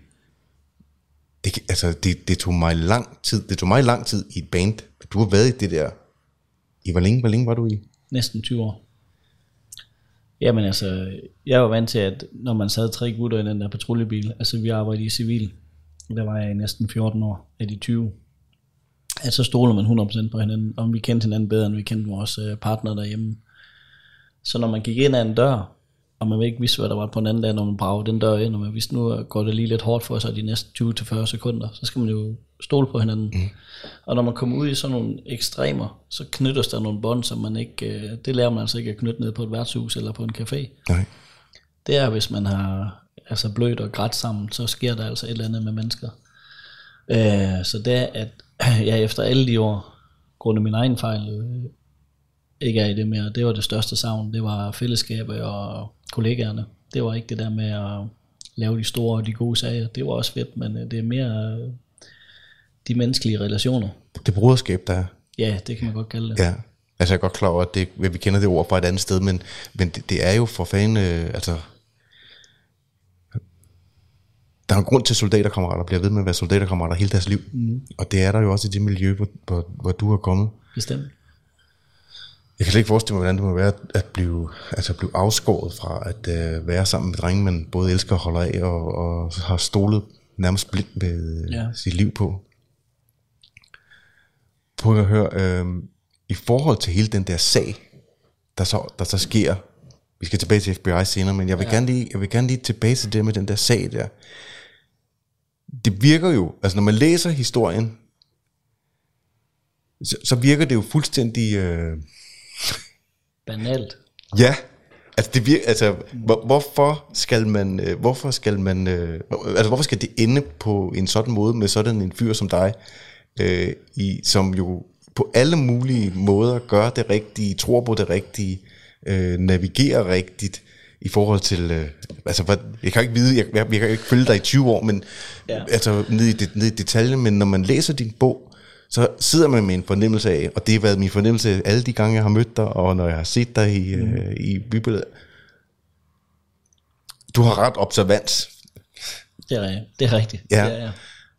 det tog mig lang tid. Det tog mig lang tid i et band. Du har været i det der. Hvor længe var du i? Næsten 20 år. Jamen altså, jeg var vant til, at når man sad 3 gutter i den der patruljebil, altså vi arbejdede i civil, der var jeg i næsten 14 år af de 20, at så stoler man 100% på hinanden, og vi kendte hinanden bedre, end vi kendte vores partner derhjemme. Så når man gik ind ad en dør, og man ikke vidste, hvad der var på den anden dag, når man bragte den dør ind, og man vidste, nu går det lige lidt hårdt for sig de næste 20-40 sekunder, så skal man jo stole på hinanden. Og når man kommer ud i sådan nogle ekstremer, så knyttes der nogle bånd, som man ikke, det lærer man altså ikke at knytte ned på et værtshus eller på en café. Nej. Det er, hvis man har altså blødt og grædt sammen, så sker der altså et eller andet med mennesker. Så det er, at jeg efter alle de år, grundet min egen fejl, ikke er i det mere. Det var det største savn. Det var fællesskabet og kollegaerne. Det var ikke det der med at lave de store og de gode sager. Det var også fedt, men det er mere de menneskelige relationer. Det broderskab, der er. Ja, det kan man godt kalde det. Ja, altså jeg er godt klar over, at vi kender det ord fra et andet sted, men det er jo for fanden, altså... Der er en grund til, at soldaterkammerater bliver ved med at være soldaterkammerater hele deres liv. Og det er der jo også i det miljø, hvor du er kommet. Bestemt. Jeg kan slet ikke forestille mig, hvordan det må være at blive afskåret fra at være sammen med drenge, man både elsker og holder af, og har stolet nærmest blindt med sit liv på. Prøv at høre, i forhold til hele den der sag, der så sker, vi skal tilbage til FBI senere, men jeg vil gerne lige tilbage til det med den der sag der. Det virker jo, altså når man læser historien, så virker det jo fuldstændig... banalt. Ja, altså det virker, altså hvorfor skal det ende på en sådan måde med sådan en fyr som dig, som jo på alle mulige måder gør det rigtige, tror på det rigtige, navigerer rigtigt i forhold til, jeg kan ikke vide, jeg kan ikke følge dig i 20 år, men altså ned i detaljen, men når man læser din bog, så sidder man med en fornemmelse af, og det har været min fornemmelse alle de gange, jeg har mødt dig, og når jeg har set dig i bybilledet. Du har ret observans. Det er rigtigt. Ja.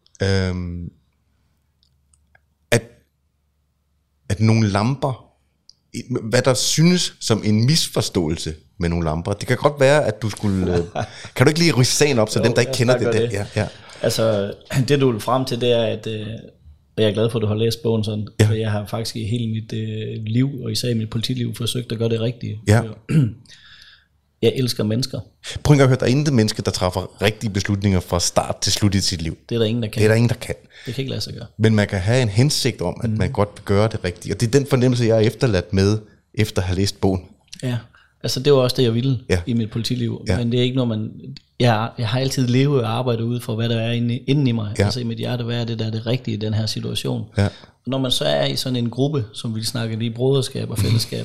At nogle lamper, hvad der synes som en misforståelse med nogle lamper. Det kan godt være, at du skulle... kan du ikke lige ryste sagen op, så dem, der ikke kender det? Ja. Altså, det du vil frem til, det er, at jeg er glad for, at du har læst bogen sådan, for jeg har faktisk i hele mit liv, og især i mit politiliv, forsøgt at gøre det rigtige. Ja. Jeg elsker mennesker. Prøv at høre, der er intet menneske, der træffer rigtige beslutninger fra start til slut i sit liv. Det er der ingen, der kan. Det kan ikke lade sig gøre. Men man kan have en hensigt om, at man godt vil gøre det rigtige. Og det er den fornemmelse, jeg er efterladt med, efter at have læst bogen. Ja, altså det var også det, jeg ville i mit politiliv. Ja. Men det er ikke noget, man... Jeg har altid levet og arbejdet ud for, hvad der er inden i mig. Ja. Altså i mit hjerte, hvad er det, der er det rigtige i den her situation. Ja. Når man så er i sådan en gruppe, som vi snakker lige broderskab og fællesskab,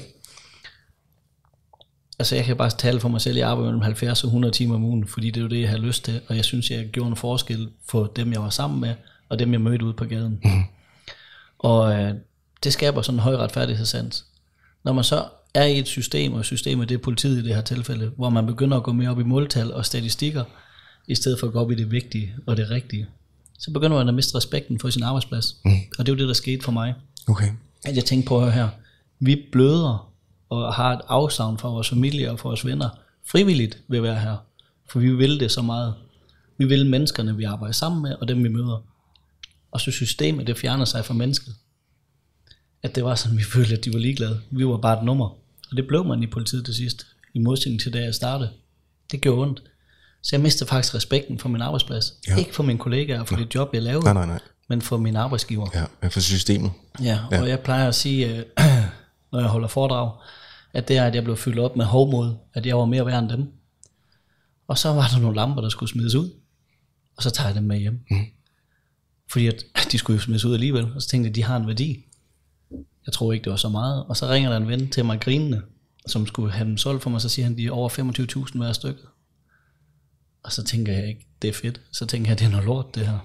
altså jeg kan bare tale for mig selv, jeg arbejder mellem 70 og 100 timer om ugen, fordi det er jo det, jeg har lyst til, og jeg synes, jeg gjorde en forskel for dem, jeg var sammen med, og dem, jeg mødte ude på gaden. Og det skaber sådan en høj retfærdighedssans. Når man så er i et system, og systemet det er politiet i det her tilfælde, hvor man begynder at gå mere op i måltal og statistikker, i stedet for at gå op i det vigtige og det rigtige, så begynder man at miste respekten for sin arbejdsplads. Og det er jo det, der skete for mig. Okay. At jeg tænkte på at høre her, vi bløder og har et afsavn for vores familie og for vores venner, frivilligt vil være her, for vi vil det så meget. Vi vil menneskerne, vi arbejder sammen med, og dem vi møder. Og så systemet, det fjerner sig fra mennesket. At det var sådan, vi følte, at de var ligeglade. Vi var bare et nummer. Og det blev man i politiet til sidst, i modsætning til da jeg startede. Det gjorde ondt. Så jeg mistede faktisk respekten for min arbejdsplads. Ja. Ikke for mine kollegaer og for det job, jeg lavede, nej. men for min arbejdsgiver. Ja, men for systemet. Ja, og jeg plejer at sige, når jeg holder foredrag, at det er, at jeg blev fyldt op med hovmod, at jeg var mere værd end dem. Og så var der nogle lamper, der skulle smides ud, og så tager jeg dem med hjem. Fordi at de skulle jo smides ud alligevel, og så tænkte jeg, at de har en værdi. Jeg tror ikke, det var så meget. Og så ringer der en ven til mig grinende, som skulle have dem solgt for mig, så siger han, at de er over 25.000 hver stykke. Og så tænker jeg ikke, det er fedt. Så tænker jeg, det er noget lort, det her.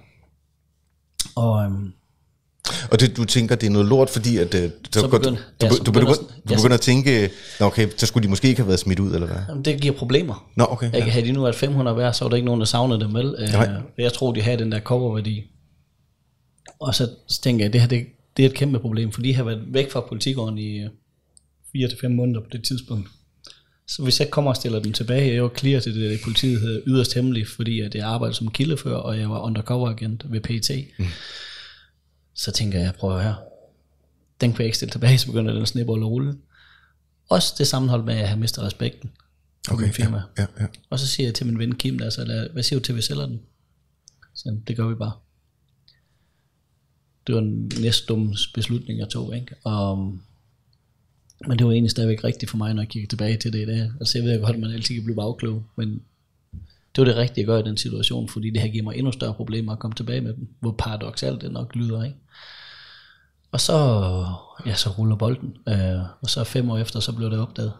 Og det, du tænker, det er noget lort, fordi at du begynder at tænke, okay, så skulle de måske ikke have været smidt ud, eller hvad? Jamen, det giver problemer. Nå, okay. Jeg kan have de nu at 500 hver, så var der ikke nogen, der savnede dem vel. Jeg tror, de havde den der coverværdi. Og så tænker jeg, det her det er et kæmpe problem, for de har været væk fra politigården i 4-5 måneder på det tidspunkt. Så hvis jeg kommer og stiller dem tilbage, jeg var clear til det, politiet havde yderst hemmeligt, fordi at jeg arbejdede som kildefører, og jeg var undercover-agent ved PET. Så tænker jeg, prøv her. Den kan jeg ikke stille tilbage, så begynder den snebold at rulle. Også det sammenhold med, at jeg har mistet respekten for min firma. Ja. Og så siger jeg til min ven Kim, hvad siger du til, vi sælger den? Så det gør vi bare. Det var en næstdumme beslutning, jeg tog, ikke? Men det var egentlig stadigvæk rigtigt for mig, når jeg kigger tilbage til det i dag. Altså jeg ved godt, at man altid kan blive bagklog, men det var det rigtige at gøre i den situation, fordi det her giver mig endnu større problemer at komme tilbage med dem, hvor paradoksalt det nok lyder, ikke? Og så ruller bolden, og så 5 år efter, så blev det opdaget.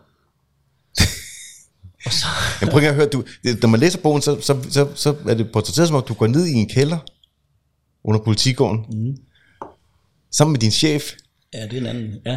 Og så jeg prøver at høre, når man læser bogen, så er det portrætteret som om, du går ned i en kælder under politigården, sammen med din chef. Ja, det er en anden, ja.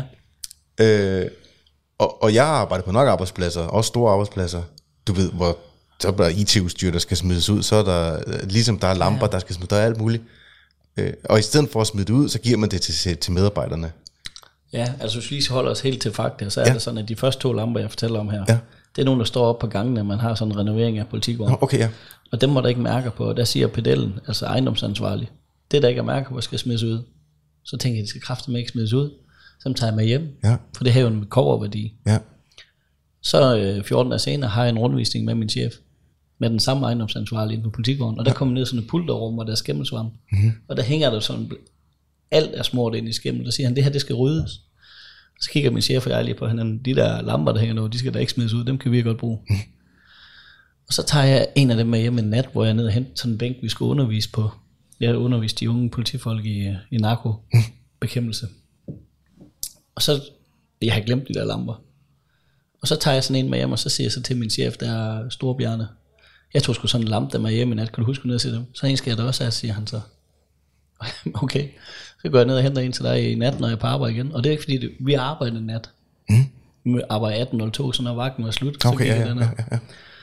Og jeg arbejder på nok arbejdspladser, også store arbejdspladser, du ved, hvor så er der IT-udstyr, der skal smides ud, så er der, ligesom der er lamper, der skal smides, der er alt muligt. Og i stedet for at smide det ud, så giver man det til medarbejderne. Ja, altså hvis vi lige holder os helt til fakta, så er det sådan, at de første 2 lamper, jeg fortæller om her, det er nogen, der står op på gangene, man har sådan en renovering af politigården. Okay, ja. Og dem må der ikke mærker på, der siger pedellen, altså ejendomsansvarlig, det der ikke er mærker på, skal smides ud. Så tænker jeg, det skal kraftedeme ikke smides ud. Så tager jeg med hjem, for det har jo en coverværdi. Ja. Så 14 dage senere har jeg en rundvisning med min chef, med den samme ejendomsansvarlige inde på politigården, og der kommer ned sådan et pulterrum, hvor der er skimmelsvamp, og der hænger der sådan, alt er smurt ind i skimmel, der siger han, det her, det skal ryddes. Så kigger min chef og jeg lige på hinanden, de der lamper, der hænger der, de skal da ikke smides ud, dem kan vi godt bruge. Og så tager jeg en af dem med hjem en nat, hvor jeg er nede og henter sådan en bænk, vi skulle undervise på. Jeg har undervist de unge politifolk i narkobekæmpelse. Og så, jeg har glemt de der lamper. Og så tager jeg sådan en med hjem, og så siger jeg så til min chef, der er Storbjørne, jeg tror sgu sådan en lampe, der med hjem i nat, kan du huske ned og se dem? Så en skal jeg da også have, siger han så. Okay, så går jeg ned og henter en til dig i nat, når jeg er på arbejde igen. Og det er ikke fordi, vi arbejder en nat. Vi arbejder 18.02, så når vagten var slut, okay, så gik jeg ja.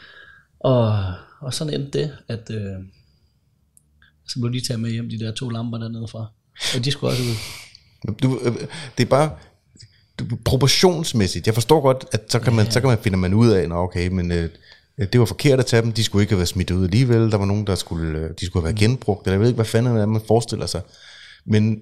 Og sådan endte det, at så blev de taget med hjem, de der 2 lamper dernede fra. Og de skulle også ud. Det er bare proportionsmæssigt. Jeg forstår godt, at så kan man finde man ud af, okay, men det var forkert at tage dem. De skulle ikke have været smidt ud alligevel. Der var nogen, de skulle have været genbrugt. Eller jeg ved ikke, hvad fanden man forestiller sig. Men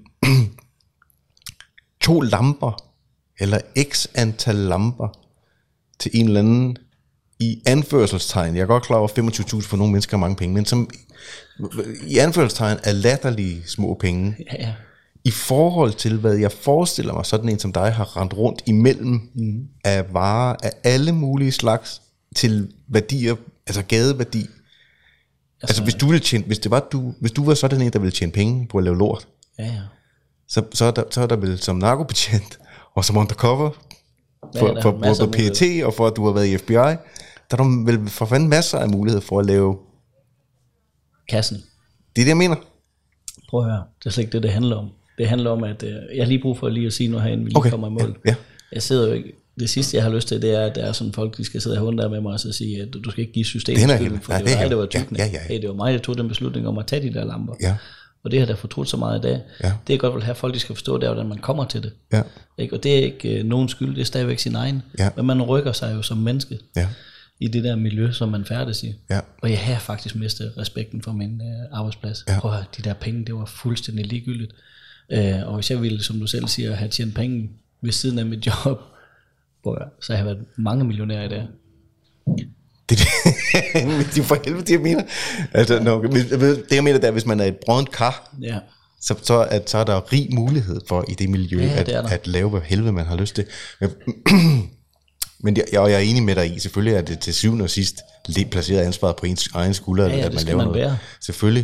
2 lamper, eller x antal lamper, til en eller anden, i anførselstegn, jeg er godt klar over, 25.000 for nogle mennesker er mange penge, men som i anførselstegn er latterlige små penge. Ja. I forhold til, hvad jeg forestiller mig, sådan en som dig har rendt rundt imellem af varer af alle mulige slags til værdier, altså gadeværdi. Altså hvis du ville tjene, hvis du var sådan en, der ville tjene penge på at lave lort, så er der vel som narkobetjent og som undercover for både PET og for at du har været i FBI, der er der vel for fanden masser af muligheder for at lave kassen. Det er det, jeg mener. Prøv at høre, det er slet ikke det handler om. Det handler om, at jeg har lige brug for lige at sige noget herinde, vi lige kommer i mål. Ja. Jeg sidder jo ikke, det sidste jeg har lyst til, det er, at der er sådan folk, de skal sidde og hunde der med mig og så sige, at du skal ikke give systemet skylden, for det var mig, der var tykkende. Hey, det var mig, der tog den beslutning om at tage de der lamper. Ja. Og det har der fortrudt så meget i dag. Ja. Det jeg godt vil have folk, de skal forstå, det er, hvordan man kommer til det. Ja. Ikke? Og det er ikke nogen skyld, det er stadigvæk sin egen. Ja. Men man rykker sig jo som menneske i det der miljø, som man færdes i. Ja. Og jeg har faktisk mistet respekten for min arbejdsplads. Ja. Prøv at høre, de der penge, det var fuldstændig ligegyldigt. Og hvis jeg ville, som du selv siger, have tjent penge ved siden af mit job, så har jeg været mange millionærer i dag. Det er for helvede, det jeg mener. Altså, det jeg mener, det er, hvis man er et brunt kar, så er der rig mulighed for i det miljø, at lave hvad helvede man har lyst til. Men jeg er enig med dig i, selvfølgelig er det til syvende og sidst placeret ansvaret på ens egen skulder, at man laver noget. Være. Selvfølgelig.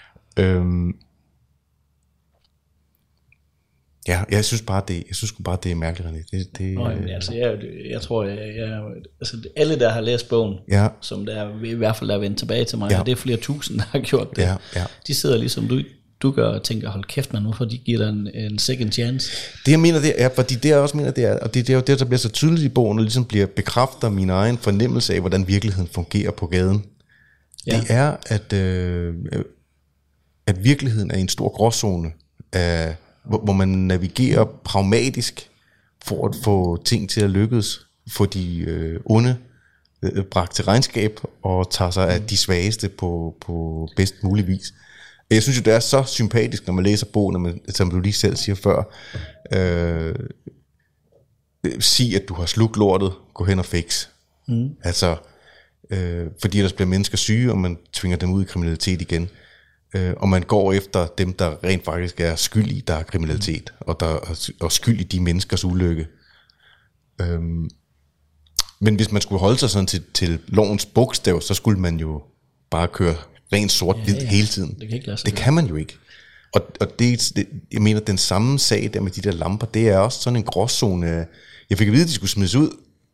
Ja, jeg synes bare det er mærkeligt, René. Altså, jeg tror, altså alle der har læst bogen, som der i hvert fald er vendt tilbage til mig, og det er flere tusind, der har gjort det. De sidder ligesom du gør og tænker, hold kæft man, hvorfor de giver dig en second chance. Det jeg mener, det er, fordi det jeg også mener, det er, og det er jo det, der bliver så tydeligt i bogen, og ligesom bliver bekræfter min egen fornemmelse af, hvordan virkeligheden fungerer på gaden. Det er, at virkeligheden er en stor gråzone af hvor man navigerer pragmatisk for at få ting til at lykkes, få de onde bragt til regnskab og tager sig af de svageste på bedst mulig vis. Jeg synes jo, det er så sympatisk, når man læser bogen, som du lige selv siger før, sig at du har slugt lortet, gå hen og fix. Altså, fordi ellers bliver mennesker syge, og man tvinger dem ud i kriminalitet igen. Og man går efter dem, der rent faktisk er skyld i, der er kriminalitet, og der er skyld i de menneskers ulykke. Men hvis man skulle holde sig sådan til lovens bogstav, så skulle man jo bare køre rent sort-hvid hele tiden. Det kan man jo ikke. Og det, jeg mener, den samme sag der med de der lamper, det er også sådan en gråzone. Jeg fik at vide, at de skulle smides ud.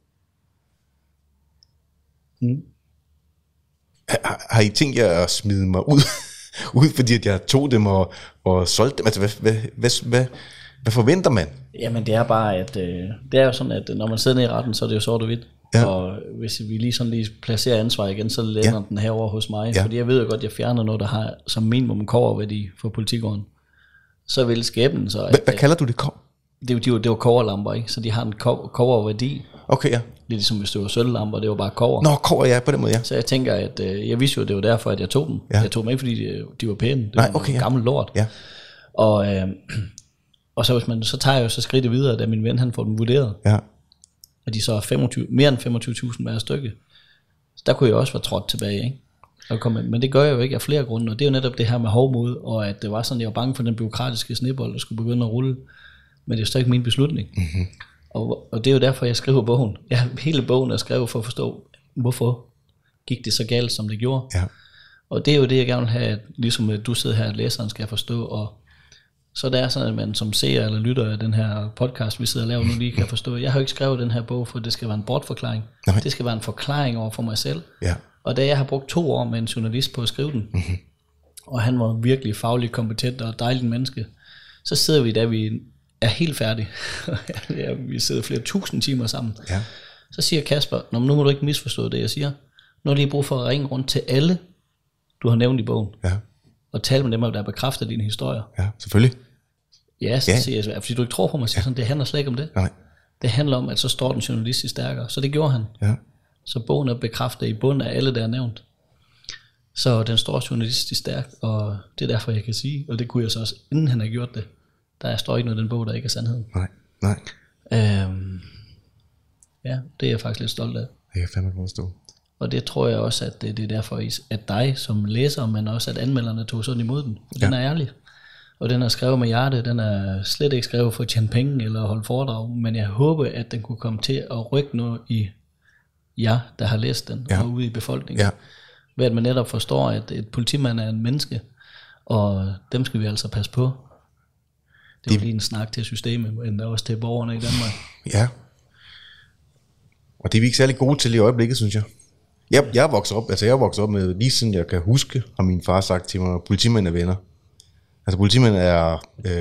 Har I tænkt jer at smide mig ud? Ud fordi at jeg tog dem og solgte dem. Altså hvad forventer man? Jamen det er bare at det er jo sådan, at når man sidder nede i retten, så er det jo sort og hvidt. Og hvis vi lige placerer ansvar igen, så lander den herover hos mig. Fordi jeg ved jo godt, at jeg fjerner noget, der har som minimum kobberværdi for politigården. Så vil skæbnen så hvad kalder du det? Det var kobberlamper, ikke? Så de har en kobberværdi. Okay, ja. Lidt som hvis det var sølvlamper, det var bare kobber. Nå, kobber, ja, på den måde, ja. Så jeg tænker, at jeg vidste jo, at det var derfor, at jeg tog dem. Jeg tog dem ikke, fordi de var pæne. Det var gammel lort. Ja. Og så hvis man så tager jeg jo så skridtet videre, da min ven han får dem vurderet. Ja. Og de så er mere end 25.000 hver stykke. Så der kunne jeg også være trådt tilbage, ikke? Men det gør jeg jo ikke af flere grunde, og det er jo netop det her med hovmod, og at det var sådan, jeg var bange for den bureaukratiske snebold, der skulle begynde at rulle. Men det er jo ikke min beslutning. Mm-hmm. Og det er jo derfor, jeg skriver bogen. Hele bogen er skrevet for at forstå, hvorfor gik det så galt, som det gjorde. Ja. Og det er jo det, jeg gerne vil have, at ligesom du sidder her, at læseren skal forstå. Og Så det er sådan, at man som seer eller lytter af den her podcast, vi sidder og laver nu, lige kan forstå. Jeg har jo ikke skrevet den her bog, for det skal være en bortforklaring. Nej. Det skal være en forklaring over for mig selv. Ja. Og da jeg har brugt 2 år med en journalist på at skrive den, og han var virkelig fagligt kompetent og dejligt menneske, så sidder vi, da vi er helt færdige. Vi sidder flere tusind timer sammen. Ja. Så siger Kasper, nu må du ikke misforstå det, jeg siger. Nu har lige brug for at ringe rundt til alle, du har nævnt i bogen. Ja. Og tale med dem, der bekræfter dine historier. Ja, selvfølgelig. Ja, så siger jeg, fordi du ikke tror på mig, så sådan, det handler slet ikke om det. Nej. Det handler om, at så står den journalistisk stærkere. Så det gjorde han. Ja. Så bogen er bekræftet i bunden af alle, der er nævnt. Så den står journalistisk stærk, og det er derfor, jeg kan sige, og det kunne jeg så også, inden han har gjort det, der står ikke noget i den bog, der ikke er sandheden. Nej. Ja, det er jeg faktisk lidt stolt af. Jeg kan fandme godt forstå. Og det tror jeg også, at det er derfor, at dig som læser, men også at anmelderne tog sådan imod den. Den er ærlig. Og den er skrevet med hjerte, den er slet ikke skrevet for at tjene penge eller holde foredrag, men jeg håber, at den kunne komme til at rykke noget i jer, der har læst den, og ude i befolkningen. Ja. Ved at man netop forstår, at et politimand er en menneske, og dem skal vi altså passe på. Det er jo lige en snak til systemet, men også til borgerne i Danmark. Ja. Og det er vi ikke særlig gode til i øjeblikket, synes jeg. Jeg er vokset op med, lige siden jeg kan huske, har min far sagt til mig, at politimænd er venner. Altså politimænd er,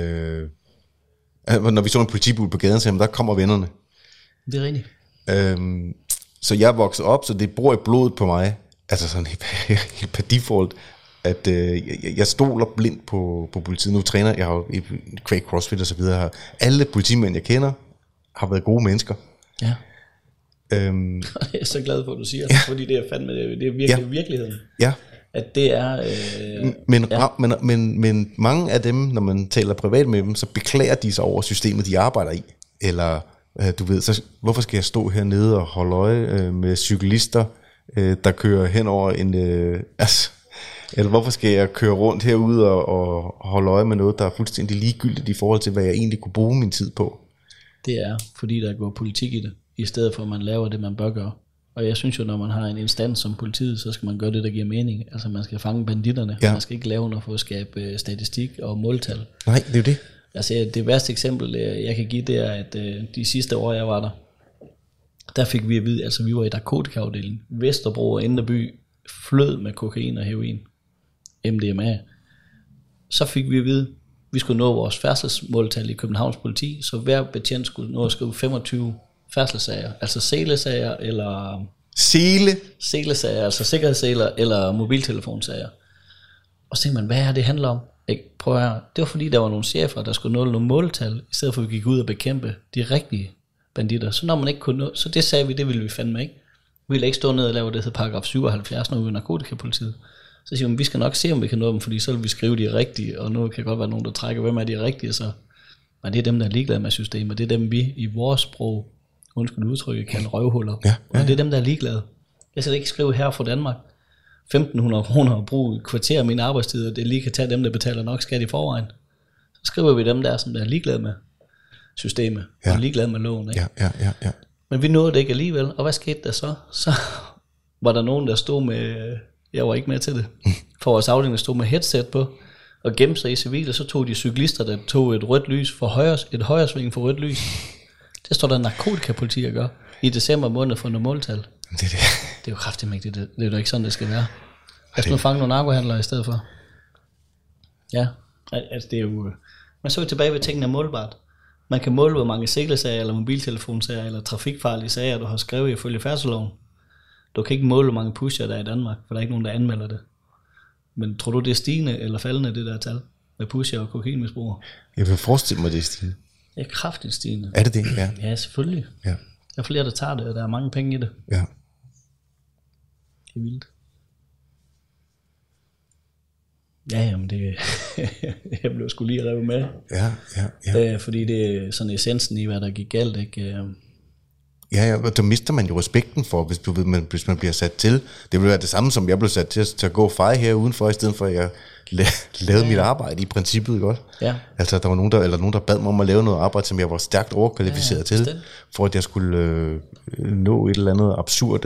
når vi så en politibud på gaden, så der kommer vennerne. Det er rigtigt. Så jeg er vokset op, så det bor i blodet på mig, altså sådan helt per default, at jeg stoler blindt på politiet. Nu træner jeg jo i kvæg CrossFit og så videre. Alle politimænd, jeg kender, har været gode mennesker. Ja. Jeg er så glad for, at du siger det, fordi det er fandme, det er virkelig virkeligheden. Ja. At det er... Men mange af dem, når man taler privat med dem, så beklager de sig over systemet, de arbejder i. Eller, du ved, så hvorfor skal jeg stå hernede og holde øje med cyklister, der kører hen over en... eller hvorfor skal jeg køre rundt herude og holde øje med noget, der er fuldstændig ligegyldigt i forhold til, hvad jeg egentlig kunne bruge min tid på? Det er, fordi der går politik i det, i stedet for at man laver det, man bør gøre. Og jeg synes jo, når man har en instans som politiet, så skal man gøre det, der giver mening. Altså man skal fange banditterne. Man skal ikke lave noget for at skabe statistik og måltal. Nej, det er jo det. Altså det værste eksempel, jeg kan give, det er, at de sidste år, jeg var der fik vi at vide, altså vi var i narkotikaafdelingen. Vesterbro og Indre By flød med kokain og heroin. MDMA. Så fik vi at vide, vi skulle nå vores færdselsmåltal i Københavns politi, så hver betjent skulle nå at skrive 25 færdselssager, altså selesager eller selesager, altså sikkerhedsseler eller mobiltelefonsager. Og så tænkte man, hvad er det handler om? Prøv at høre. Det var fordi der var nogle chefer, der skulle nå nogle måltal, i stedet for at vi gik ud og bekæmpe de rigtige banditter. Så når man ikke kunne nå, så det sagde vi, det ville vi fandme ikke. Vi ville ikke stå ned og lave det, der paragraf 77, når vi var narkotikapolitiet. Så siger vi, vi skal nok se, om vi kan nå dem, fordi så vil vi skrive de rigtige, og nu kan godt være nogen, der trækker, hvem er de rigtige, så men det er dem, der er ligeglade med systemet. Det er dem, vi i vores sprog, undskyld udtrykket, kalder røvhuller. Ja. Og det er dem, der er ligeglade. Jeg skal ikke skrive her fra Danmark 1.500 kroner og bruge et kvarter af min arbejdstid, og det lige kan tage dem, der betaler nok skat i forvejen. Så skriver vi dem der, som der er ligeglade med systemet, og ligeglade med loven. Ikke? Ja. Men vi nåede det ikke alligevel, og hvad skete der så? Så var der nogen, der stod med, jeg var ikke med til det, for vores afdeling, der stod med headset på, og gemte sig i civil, og så tog de cyklister, der tog et rødt lys for et højresving for rødt lys. Det står der narkotikapoliti at gøre i december måned for noget måltal. Det er jo kraftigt mægtigt. Det er jo ikke sådan, det skal være. Lad os nu fange nogle narkohandlere i stedet for. Ja, altså det er jo... Man så tilbage ved tingene er målbart. Man kan måle, hvor mange sikkerhedssager, eller mobiltelefonsager, eller trafikfarlige sager, du har skrevet ifølge færdselsloven. Du kan ikke måle, hvor mange pusher der er i Danmark, for der er ikke nogen, der anmelder det. Men tror du, det er stigende eller faldende, det der tal? Med pusher og kokainmisbrugere? Jeg vil forestille mig, det er stigende. Det er kraftigt stigende. Er det det? Ja. Ja, selvfølgelig. Ja. Der er flere, der tager det, og der er mange penge i det. Ja. Det er vildt. Ja, jamen det... jeg blev sgu lige revet med. Ja. Fordi det er sådan essensen i, hvad der gik galt, ikke? Ja, og der mister man jo respekten for, hvis man bliver sat til. Det vil være det samme, som jeg blev sat til at gå og feje her udenfor, i stedet for at jeg lavede mit arbejde i princippet, godt? Ja. Altså, der var nogen, der bad mig om at lave noget arbejde, som jeg var stærkt overkvalificeret til, for at jeg skulle nå et eller andet absurd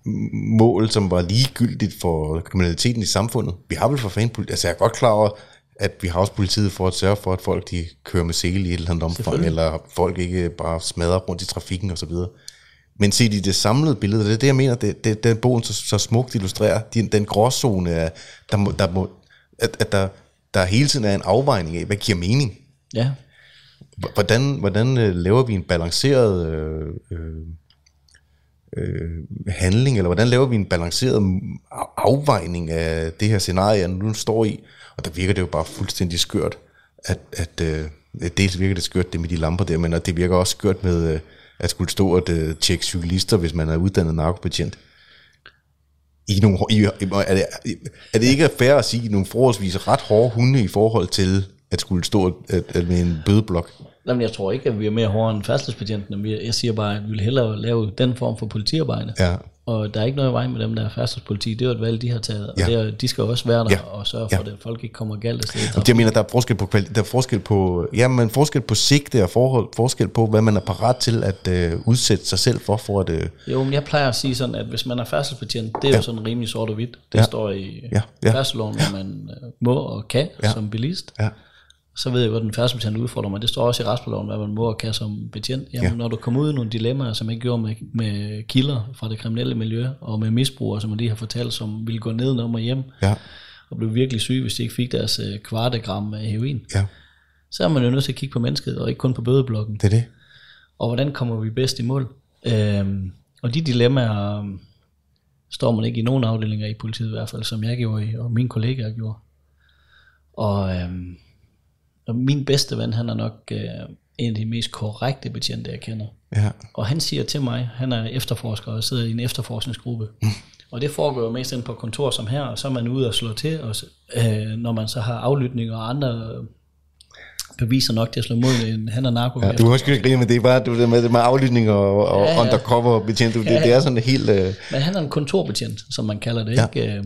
mål, som var ligegyldigt for kriminaliteten i samfundet. Vi har vel for fanden, altså jeg er godt klar over, at vi har også politiet for at sørge for, at folk de kører med sele i et eller andet omfang, eller folk ikke bare smadrer rundt i trafikken og så videre. Men set i det samlede billede, det er det, jeg mener, den bogen så smukt illustrerer, den gråzone, at der hele tiden er en afvejning af, hvad giver mening. Ja. Hvordan laver vi en balanceret handling, eller hvordan laver vi en balanceret afvejning af det her scenarie, jeg nu står i, og der virker det jo bare fuldstændig skørt, at dels virker det skørt, det med de lamper der, men det virker også skørt med at skulle stå og tjekke cyklister, hvis man er uddannet narkobetjent. Er det ikke fair at sige nogle forholdsvis ret hårde hunde i forhold til at skulle stå med en bødeblok? Jamen, jeg tror ikke, at vi er mere hårde end færdselsbetjentene. Jeg siger bare, at vi vil hellere lave den form for politiarbejde. Ja. Og der er ikke noget i vej med dem, der er færdselspoliti. Det er jo et valg, de har taget. Og de skal også være der og sørge for, at folk ikke kommer galt af stedet. Jeg mener, der er forskel på sigte og forskel på, hvad man er parat til at udsætte sig selv for at... Jo, men jeg plejer at sige sådan, at hvis man er færdselsbetjent, det er jo sådan rimelig sort og hvidt. Det står i færdselsloven, hvad man må og kan som bilist. Ja. Så ved jeg godt, den færdselsbetjent udfordrer mig. Det står også i retsloven, hvad man må og kan som betjent. Jamen, når du kommer ud i nogle dilemmaer, som jeg gjorde med kilder fra det kriminelle miljø, og med misbrugere, som jeg lige har fortalt, som ville gå ned og hjem, og blev virkelig syge, hvis de ikke fik deres kvartegram heroin, så er man jo nødt til at kigge på mennesket, og ikke kun på bødeblokken. Det er det. Og hvordan kommer vi bedst i mål? Og de dilemmaer står man ikke i nogen afdelinger i politiet i hvert fald, som jeg gjorde i, og mine kollegaer gjorde. Og min bedste ven, han er nok en af de mest korrekte betjente, jeg kender. Ja. Og han siger til mig, han er efterforsker og sidder i en efterforskningsgruppe. Og det foregår mest inde på kontor som her, og så er man ude og slå til, og når man så har aflytninger og andre beviser nok til at slå mod han er narko. Ja, du har også grine med det, bare det med aflytninger og undercover betjent. Det er sådan helt... Men han er en kontorbetjent, som man kalder det, ikke?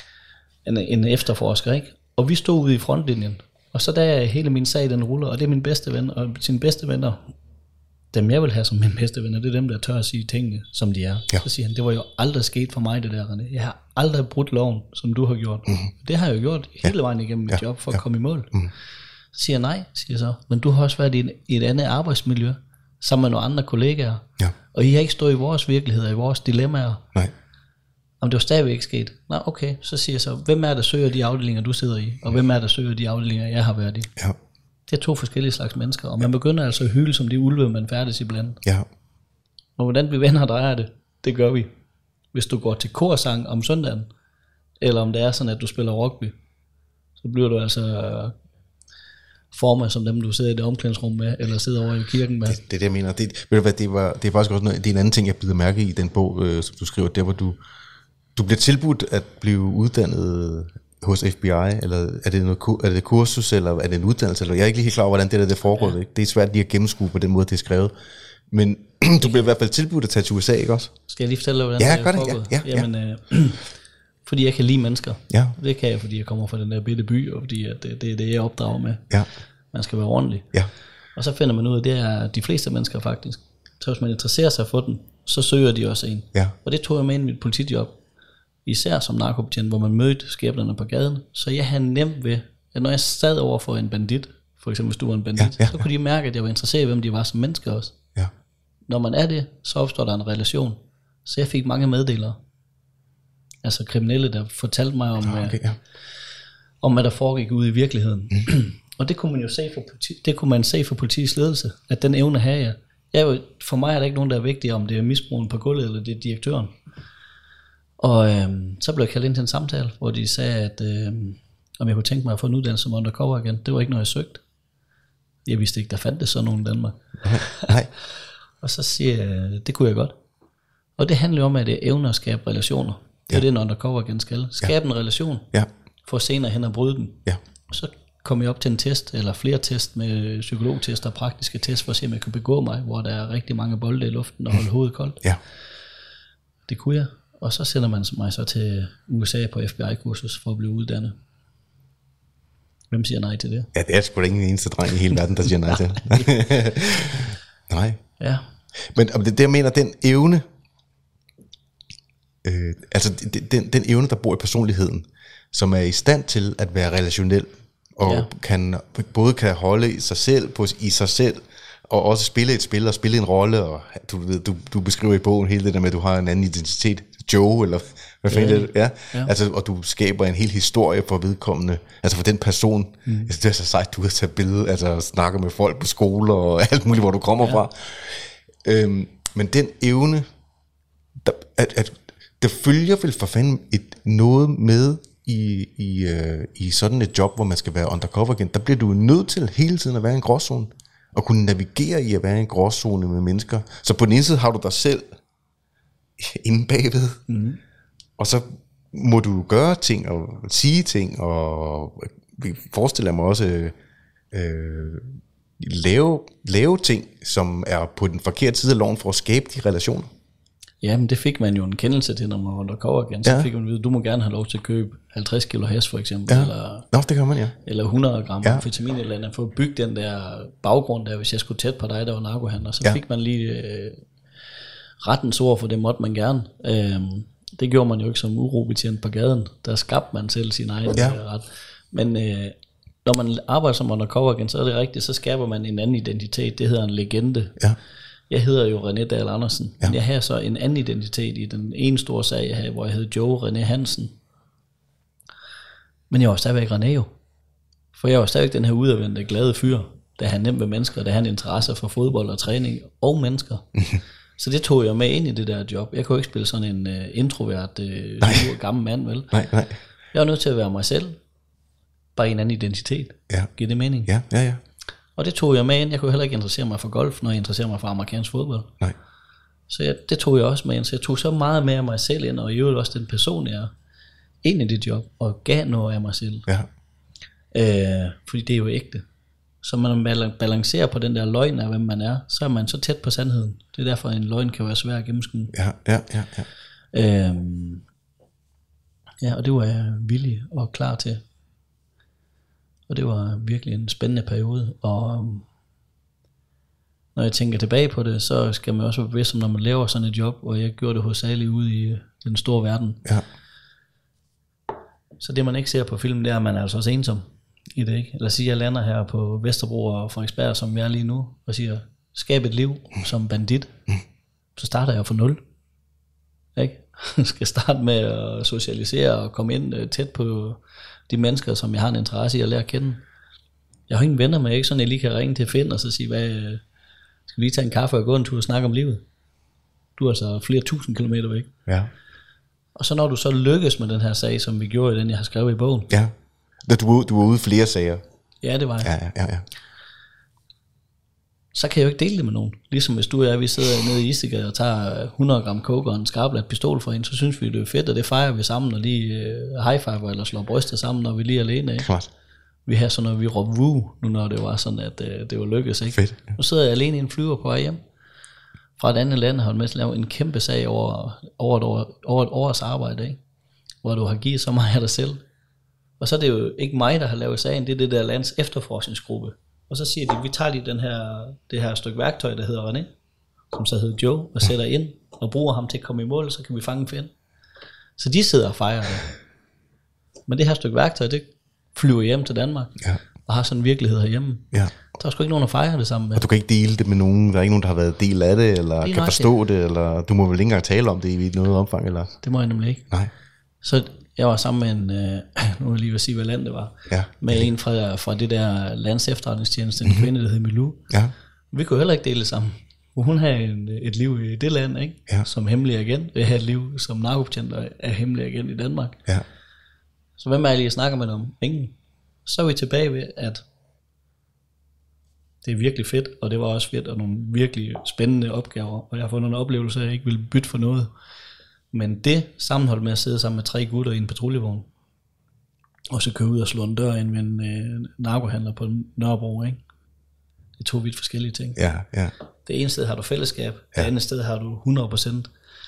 En efterforsker, ikke? Og vi stod ude i frontlinjen. Og så der er hele min sag, den ruller, og det er min bedste ven, og sine bedste venner, dem jeg vil have som mine bedste venner, det er dem, der tør at sige tingene, som de er. Ja. Så siger han, det var jo aldrig sket for mig, det der, René. Jeg har aldrig brudt loven, som du har gjort. Det har jeg jo gjort hele vejen igennem mit job, for at komme i mål. Så siger jeg, nej, siger jeg så, men du har også været i et andet arbejdsmiljø, sammen med nogle andre kollegaer, og I har ikke stået i vores virkeligheder, i vores dilemmaer. Nej. Om det var stadigvæk ikke sket. Nå, okay, så siger jeg så, hvem er der søger de afdelinger, du sidder i, og hvem er der søger de afdelinger, jeg har været i? Ja. Det er 2 forskellige slags mennesker, og man begynder altså at hyle som de ulve, man færdes i blandt. Ja. Og hvordan vi venner drejer det gør vi. Hvis du går til korsang om søndagen, eller om det er sådan, at du spiller rugby, så bliver du altså formet som dem, du sidder i det omklædningsrum med, eller sidder over i kirken med. Det er det, jeg mener. Det er faktisk også noget, det er en anden ting, jeg bider mærke i den bog, som du skriver, der hvor du bliver tilbudt at blive uddannet hos FBI, eller er det et kursus, eller er det en uddannelse, eller jeg er ikke lige helt klar over, hvordan det foregår. Ikke? Det er svært lige at gennemskue på den måde, det er skrevet. Men du bliver i hvert fald tilbudt at tage til USA, ikke også? Skal jeg lige fortælle dig, hvordan det foregår? Jamen, fordi jeg kan lide mennesker. Ja. Det kan jeg, fordi jeg kommer fra den der bitte by, og fordi at det er det, jeg opdrager med. Ja. Man skal være ordentlig. Ja. Og så finder man ud af, det er de fleste mennesker faktisk. Så hvis man interesserer sig for den, så søger de også en. Ja. Og det tog jeg med ind i mit politijob. Især som narkobetjent, hvor man mødte skæbnerne på gaden. Så jeg havde nemt ved, at når jeg sad over for en bandit, for eksempel hvis du var en bandit, så kunne de mærke, at jeg var interesseret i, hvem de var som mennesker også. Ja. Når man er det, så opstår der en relation. Så jeg fik mange meddelere. Altså kriminelle, der fortalte mig om hvad der foregik ude i virkeligheden. Og det kunne man jo se for politiets ledelse, at den evne havde jeg. For mig er der ikke nogen, der er vigtige, om det er misbrugen på gulvet, eller det er direktøren. Og så blev jeg kaldt ind til en samtale, hvor de sagde, at om jeg kunne tænke mig at få en uddannelse som undercover igen. Det var ikke noget, jeg søgte. Jeg vidste ikke, der fandt det sådan nogen i Danmark. Nej. Og så siger jeg, det kunne jeg godt. Og det handler om, at det er evne at skabe relationer. Det er det, en undercover igen skal. Skabe en relation, for senere hen at bryde den. Ja. Og så kom jeg op til en test, eller flere test med psykologtest og praktiske test, for at se, om jeg kan begå mig, hvor der er rigtig mange bolde i luften og holde hovedet koldt. Ja. Det kunne jeg. Og så sender man mig så til USA på FBI-kursus for at blive uddannet. Hvem siger nej til det? Ja, det er sgu da ingen eneste dreng i hele verden, der siger nej til. Nej. Ja. Men det jeg mener, den evne, altså den evne, der bor i personligheden, som er i stand til at være relationel, og både kan holde i sig selv, og også spille et spil og spille en rolle, og du beskriver i bogen hele det der med, at du har en anden identitet, Joe, eller hvad fanden det er. Ja. Altså, og du skaber en hel historie for vedkommende, altså for den person. Altså, det er så sejt, du har taget billeder, altså snakker med folk på skoler og alt muligt, hvor du kommer fra. Men den evne, der følger vel for fanden noget med i sådan et job, hvor man skal være undercover igen. Der bliver du nødt til hele tiden at være i en gråzone, og kunne navigere i at være i en gråzone med mennesker. Så på den ene side har du dig selv inde bagved, og så må du gøre ting og sige ting, og forestiller mig også lave ting, som er på den forkerte side af loven for at skabe de relationer. Ja, men det fik man jo en kendelse til, når man var undercover igen. Så fik man at vide, du må gerne have lov til at købe 50 kilo hash for eksempel, eller, det kan man, eller 100 gram amfetamin eller andet, for at bygge den der baggrund der, hvis jeg skulle tæt på dig, der var narkohandler. Så fik man lige rettens ord, for det måtte man gerne. Det gjorde man jo ikke som urobetjent på gaden. Der skabte man selv sin egen ret. Men når man arbejder som undercover igen, så er det rigtigt, så skaber man en anden identitet. Det hedder en legende. Ja. Jeg hedder jo René Dahl Andersen, men jeg har så en anden identitet i den ene store sag, jeg havde, hvor jeg hed Joe René Hansen. Men jeg var stadigvæk René jo. For jeg var stadigvæk den her udadvendte, glade fyr, der havde nemt med mennesker, der havde en interesse for fodbold og træning og mennesker. Så det tog jeg med ind i det der job. Jeg kunne ikke spille sådan en introvert, gammel mand, vel? Nej. Jeg var nødt til at være mig selv, bare i en anden identitet. Ja. Giver det mening? Ja. Og det tog jeg med ind. Jeg kunne heller ikke interessere mig for golf, når jeg interesserer mig for amerikansk fodbold. Nej. Så det tog jeg også med ind. Så jeg tog så meget med af mig selv ind, og i øvrigt også den person, jeg er, ind i det job, og gav noget af mig selv. Ja. Fordi det er jo ægte. Så man balancerer på den der løgn af, hvem man er, så er man så tæt på sandheden. Det er derfor, en løgn kan være svær at gennemskue. Ja, og det var jeg villig og klar til. Og det var virkelig en spændende periode, og når jeg tænker tilbage på det, så skal man også være bevidst om, når man laver sådan et job, og jeg gjorde det hovedsageligt ude i den store verden. Ja. Så det man ikke ser på filmen, det er, at man er altså også ensom i det, ikke? Lad os sige, at jeg lander her på Vesterbro og Frederiksberg, som vi er lige nu, og siger, skab et liv som bandit, så starter jeg fra 0. Ikke? Skal starte med at socialisere og komme ind tæt på de mennesker, som jeg har en interesse i at lære at kende. Jeg har ingen venner med, ikke sådan, jeg lige kan ringe til Finn og så sige, skal vi lige tage en kaffe og gå en tur og snakke om livet? Du er altså flere tusind kilometer væk. Ja. Og så når du så lykkes med den her sag, som vi gjorde i den, jeg har skrevet i bogen. Ja, du var ude i flere sager. Ja, det var jeg. Ja. Så kan jeg jo ikke dele det med nogen. Ligesom hvis du og jeg, vi sidder nede i Istegade og tager 100 gram coke og en skarplat pistol for en, så synes vi, det er fedt, og det fejrer vi sammen, og lige high-fiver eller slår brystet sammen, når vi lige er alene. Ikke? Klart. Vi har sådan noget, vi råber woo, nu når det var sådan, at det var lykkes. Ikke? Fedt. Nu sidder jeg alene i en flyver på vej hjem. Fra et andet land har du med at lave en kæmpe sag over et års arbejde, ikke? Hvor du har givet så meget af dig selv. Og så er det jo ikke mig, der har lavet sagen, det er det der lands efterforskningsgruppe. Og så siger de, vi tager lige det her stykke værktøj, der hedder René, som så hedder Joe, og sætter ind, og bruger ham til at komme i mål, så kan vi fange Finn. Så de sidder og fejrer det. Men det her stykke værktøj, det flyver hjem til Danmark, og har sådan en virkelighed herhjemme. Ja. Der er sgu ikke nogen at fejre det sammen med. Og du kan ikke dele det med nogen, der er ikke nogen, der har været del af det, eller kan forstå det, eller du må vel ikke engang tale om det i noget omfang, eller? Det må jeg nemlig ikke. Nej. Så jeg var sammen med en, nu vil jeg lige sige, hvad land det var, med en fra det der lands efterretningstjeneste, en kvinde, der hed Milou. Ja. Vi kunne heller ikke dele det sammen. Hun havde et liv i det land, ikke? Ja. Som hemmelig agent. Jeg havde et liv som narkobetjent og er hemmelig agent i Danmark. Ja. Så hvem er jeg lige at snakke med om? Ingen. Så er vi tilbage ved, at det er virkelig fedt, og det var også fedt, og nogle virkelig spændende opgaver, og jeg har fået nogle oplevelser, jeg ikke ville bytte for noget. Men det sammenholdt med at sidde sammen med 3 gutter i en patruljevogn, og så køre ud og slå en dør ind med en narkohandler på Nørrebro, ikke? Det er 2 vidt forskellige ting. Ja. Det ene sted har du fællesskab, det andet sted har du 100%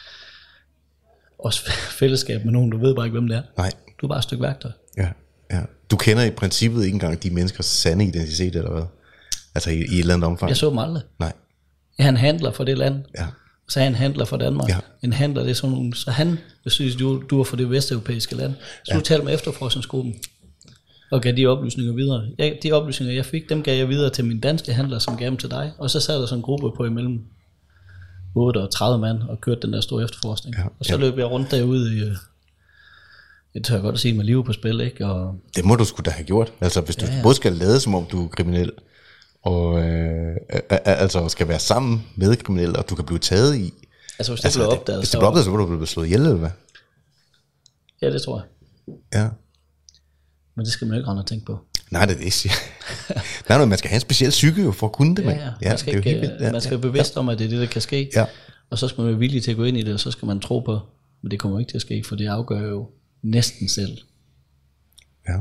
også fællesskab med nogen, du ved bare ikke, hvem det er. Nej. Du er bare et stykke værktøj. Ja. Du kender i princippet ikke engang de menneskers sande identitet, eller hvad? Altså i et eller andet omfang. Jeg så dem aldrig. Nej. Jeg er en handler for det land. Ja. Så er han en handler for Danmark. Ja. En handler, det er sådan nogle, så han, hvis du er fra det vesteuropæiske land, så du taler med efterforskningsgruppen. Og gav de oplysninger videre. De oplysninger, jeg fik, dem gav jeg videre til min danske handler, som gav dem til dig. Og så sad der sådan en gruppe på imellem 8 og 30 mand og kørte den der store efterforskning. Ja, og så løb jeg rundt derude i... Det tør jeg godt at sige med livet på spil, ikke? Og det må du sgu da have gjort. Altså hvis du både skal lade som om du er kriminel, og altså skal være sammen med kriminelle, og du kan blive taget i. Altså hvis det blev opdaget, hvis det blev opdaget, så var du blevet slået ihjel, eller hvad? Ja, det tror jeg. Ja. Men det skal man jo ikke rende og tænke på. Nej, det er det. Nej, man skal have en speciel psyke jo for at kunne det. Man skal være bevidst om, at det er det, der kan ske. Ja. Og så skal man være villig til at gå ind i det, og så skal man tro på, men det kommer ikke til at ske, for det afgør jo næsten selv. Ja.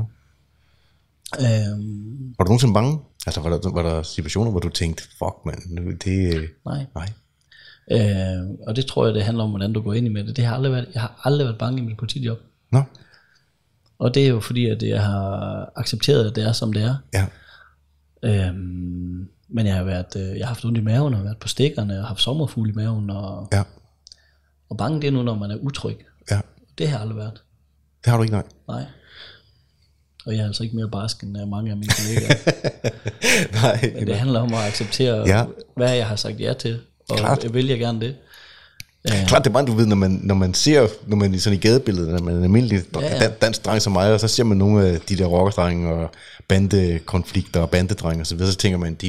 Var du nogensinde bange? Altså var der situationer, hvor du tænkte, fuck man, det... Nej. Og det tror jeg, det handler om, hvordan du går ind i med det. Jeg har aldrig været bange i mit politijob. Nå. Og det er jo fordi, at jeg har accepteret, at det er, som det er. Ja. Men jeg har haft ondt i maven, og været på stikkerne, og haft sommerfugle i maven. Og bange det er nu, når man er utryg. Ja. Det har jeg aldrig været. Det har du ikke, nej. Nej. Og jeg er altså ikke mere barsk end mange af mine kollegaer. Nej. Men det handler om at acceptere, hvad jeg har sagt ja til. Og jeg vil gerne det. Klart, det er bare, du ved, når man ser, når man sådan i gadebilledet, når man er en almindelig dansk dreng som mig, og så ser man nogle af de der rockerdrenge og bandekonflikter og bandedrenge og så videre, så tænker man,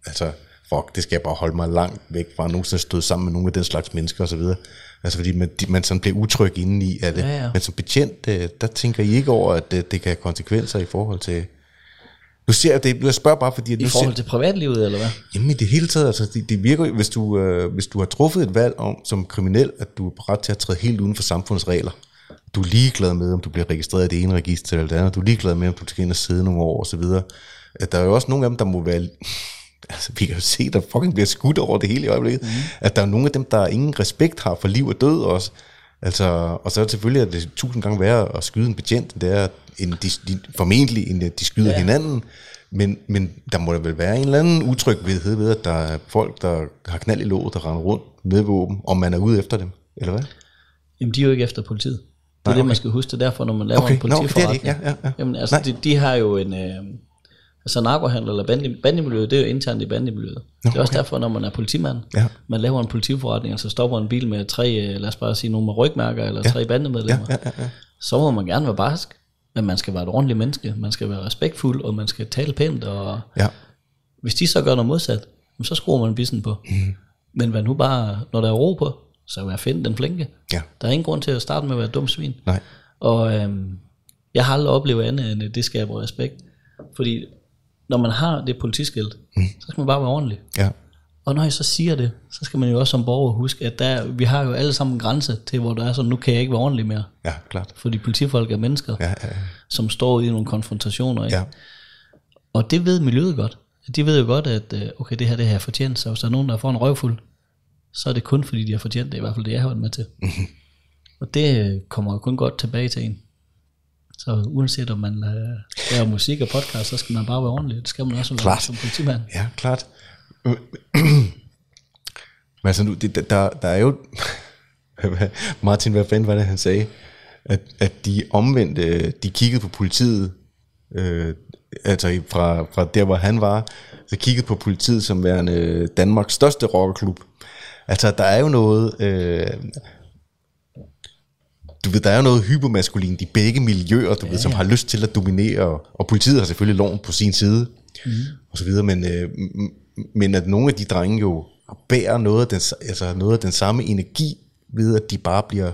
fuck, det skal jeg bare holde mig langt væk fra, nogensinde stod sammen med nogle af den slags mennesker og så videre. Altså fordi man sådan bliver utryg indeni i af det. Ja. Men som betjent, der tænker I ikke over, at det kan have konsekvenser i forhold til... Nu ser jeg det, jeg spørger bare fordi... I forhold til privatlivet, eller hvad? Jamen i det hele taget, altså det virker jo, hvis du har truffet et valg om som kriminel, at du er parat til at træde helt uden for samfundets regler. Du er ligeglad med, om du bliver registreret i det ene register eller det andet. Du er ligeglad med, om du skal ind og sidde nogle år og så videre. At der er jo også nogle af dem, der må være... Altså vi kan jo se, der fucking bliver skudt over det hele i øjeblikket. At der er nogle af dem, der ingen respekt har for liv og død også. Altså, og så er det selvfølgelig, at det er 1000 gange værre at skyde en betjent, det er formentlig, end de skyder hinanden. Men der må da vel være en eller anden utryghed ved, at der er folk, der har knald i låget, der render rundt med våben, om man er ude efter dem, eller hvad? Jamen, de er jo ikke efter politiet. Det er det, man skal huske. Det derfor, når man laver en politiforretning. Ja. Jamen, altså, de har jo en... Altså narkohandel eller bandemiljøet, det er jo internt i bandemiljøet. Det er også derfor, når man er politimand, man laver en politiforretning, altså stopper en bil med 3, lad os bare sige, nogle med rygmærker, eller 3 bandemedlemmer, så må man gerne være barsk, men man skal være et ordentligt menneske, man skal være respektfuld, og man skal tale pænt, og hvis de så gør noget modsat, så skruer man bissen på. Men hvad nu bare, når der er ro på, så vær finde den flinke. Der er ingen grund til at starte med at være dum svin. Nej. Og jeg har aldrig oplevet andet, end det skaber respekt, fordi når man har det politiskilt, så skal man bare være ordentlig. Ja. Og når jeg så siger det, så skal man jo også som borger huske, at vi har jo alle sammen en grænse til, hvor der er sådan, nu kan jeg ikke være ordentlig mere. Ja, klart. Fordi politifolk er mennesker, som står i nogle konfrontationer. Ikke? Ja. Og det ved miljøet godt. De ved jo godt, at okay, det her er fortjent, så hvis der er nogen, der får en røvfuld, så er det kun fordi, de har fortjent det, i hvert fald det, jeg har været med til. Og det kommer jo kun godt tilbage til en. Så uanset om man laver musik og podcast, så skal man bare være ordentlig. Det skal man også være som politimand. Ja, klart. Men altså nu, der er jo... Martin, hvad fanden var det, han sagde? At de omvendte, de kiggede på politiet, altså fra der, hvor han var, så kiggede på politiet som værende Danmarks største rockerklub. Altså, der er jo noget... Du ved, der er jo noget hypermaskulint i begge miljøer, du ved, som har lyst til at dominere, og politiet har selvfølgelig loven på sin side, og så videre, men at nogle af de drenge jo bærer noget af den samme energi ved, at de bare bliver...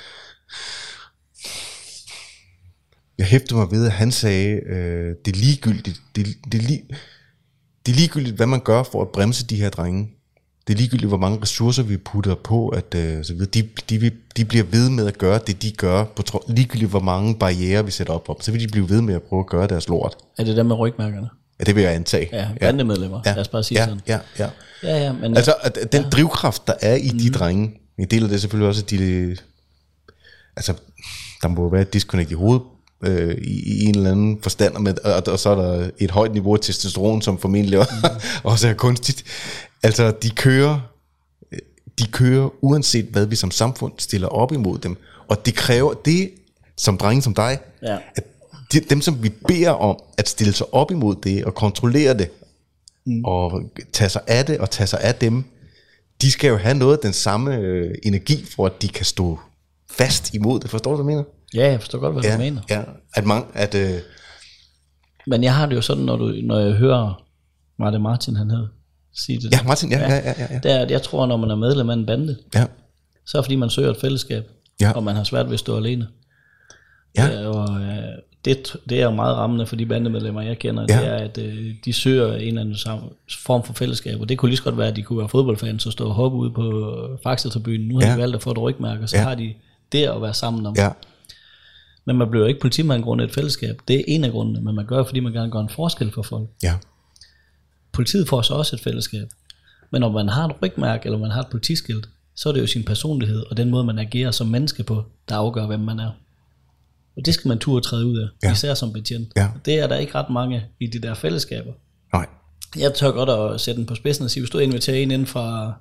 Jeg hæftede mig ved, at han sagde, det er ligegyldigt, det er ligegyldigt, hvad man gør for at bremse de her drenge. Det er ligegyldigt, hvor mange ressourcer vi putter på, at så videre. De bliver ved med at gøre det, de gør, på ligegyldigt, hvor mange barrierer vi sætter op om. Så vil de blive ved med at prøve at gøre deres lort. Er det der med rygmærkerne? Ja, det vil jeg antage. Ja, bandemedlemmer. Lad os bare sige sådan. Ja, men altså, den drivkraft, der er i de drenge, en del af det selvfølgelig også, altså, der må være et disconnect i hovedet, i en eller anden forstand, og så er der et højt niveau af testosteron, som formentlig også er kunstigt. Altså, de kører uanset hvad vi som samfund stiller op imod dem, og det kræver det som drenge som dig, at dem, som vi beder om at stille sig op imod det og kontrollere det, og tage sig af det og tage sig af dem, de skal jo have noget af den samme energi, for at de kan stå fast imod det. Forstår du, hvad jeg mener? Ja, jeg forstår godt, hvad du mener. Ja, men jeg har det jo sådan, når jeg hører Martin, han hed, sige det. Ja, Martin, ja. Det er, at jeg tror, når man er medlem af en bande, så er det fordi, man søger et fællesskab, og man har svært ved at stå alene. Ja. Og det er jo meget rammende for de bandemedlemmer, jeg kender, det er, at de søger en eller anden form for fællesskab, og det kunne lige så godt være, at de kunne være fodboldfans og stå og hoppe ude på Faxe-tribunen. Nu har de valgt at få et rygmærke, så har de det at være sammen om. Ja. Men man bliver jo ikke politimand grundet et fællesskab. Det er en af grundene, men man gør det, fordi man gerne gør en forskel for folk. Ja. Politiet får så også et fællesskab. Men når man har et rygmærke, eller man har et politiskilt, så er det jo sin personlighed, og den måde, man agerer som menneske på, der afgør, hvem man er. Og det skal man turde træde ud af, især som betjent. Ja. Det er der ikke ret mange i de der fællesskaber. Nej. Jeg tør godt at sætte den på spidsen og sige, hvis du inviterer en ind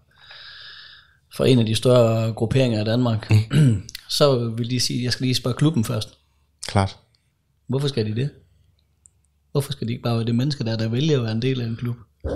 fra en af de større grupperinger i Danmark, så vil de sige, at jeg skal lige spørge klubben først. Klart. Hvorfor skal de det? Hvorfor skal de ikke bare være det menneske, der vælger at være en del af en klub?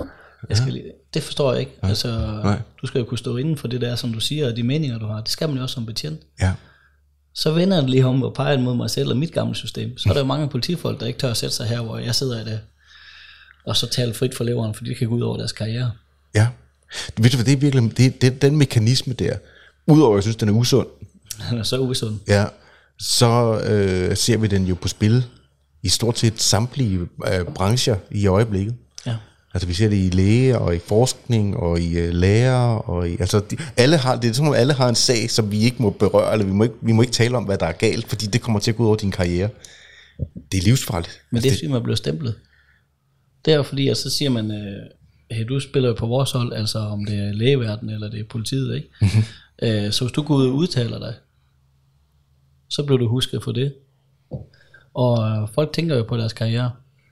Det forstår jeg ikke. Nej. Altså, du skal jo kunne stå inden for det der, som du siger, og de meninger, du har. Det skal man jo også som betjent. Ja. Så vender den lige om og peger mod mig selv og mit gamle system. Så er der jo mange politifolk, der ikke tør at sætte sig her, hvor jeg sidder i dag, og så tale frit for leveren, fordi det kan gå ud over deres karriere. Ja. Ved du hvad, det er virkelig det er den mekanisme der. Udover at jeg synes, den er usund. Den er så usund. Ja. Så ser vi den jo på spil i stort set samtlige brancher i øjeblikket. Ja. Altså vi ser det i læge og i forskning og i lærer og i, altså alle har det er som om alle har en sag, som vi ikke må berøre, eller vi må ikke tale om, hvad der er galt, fordi det kommer til at gå ud over din karriere. Det er livsfarligt. Men det er fordi man bliver stemplet. Det er jo fordi, at så siger man, hey, du spiller jo på vores hold, altså om det er lægeverden eller det er politiet, ikke? Mm-hmm. Så hvis du går ud og udtaler dig, så bliver du husket for det. Og folk tænker jo på deres karriere.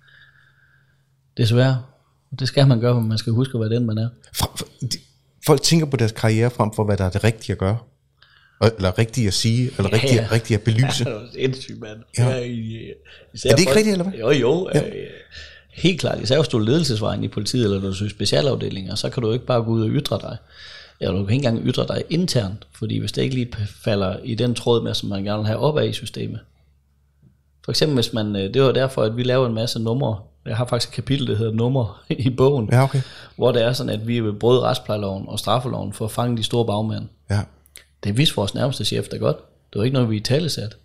Desværre. Det skal man gøre, men man skal huske, hvad den man er. Folk tænker på deres karriere frem for, hvad der er det rigtige at gøre. Eller rigtigt at sige, eller rigtigt at belyse. Ja, det er sindssygt, mand. Ja. Er det ikke rigtigt, eller hvad? Jo. Ja. Helt klart. Især hvis du er ledelsesvejen i politiet, eller du er specialafdelinger, så kan du ikke bare gå ud og ytre dig. Eller du kan ikke engang ytre dig internt, fordi hvis det ikke lige falder i den tråd med, som man gerne vil have opad i systemet. For eksempel hvis man, det var derfor, at vi laver en masse numre. Jeg har faktisk et kapitel, der hedder numre i bogen, ja, okay. Hvor det er sådan, at vi vil bryde retsplejeloven og straffeloven for at fange de store bagmænd. Ja. Det vidste vores nærmeste chef da godt. Det var ikke noget, vi italesat.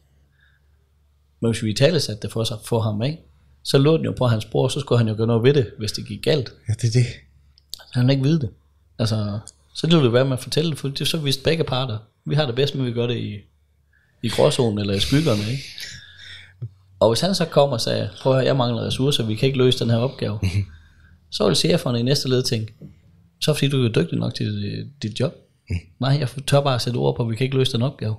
Men hvis vi italesat det for at få ham af, så lå den jo på hans bror, så skulle han jo gøre noget ved det, hvis det gik galt. Ja, det er det. Han ville ikke vide det. Altså, så ville det være med at fortælle det, for så vidste begge parter. Vi har det bedst med, at vi gør det i gråzonen eller i skyggerne, ikke? Og hvis han så kommer og sagde, prøv at høre, jeg mangler ressourcer, vi kan ikke løse den her opgave, så vil cheferne i næste led tænke, så fordi du er dygtig nok til dit job. Nej, jeg tør bare at sætte ord på, at vi kan ikke løse den opgave.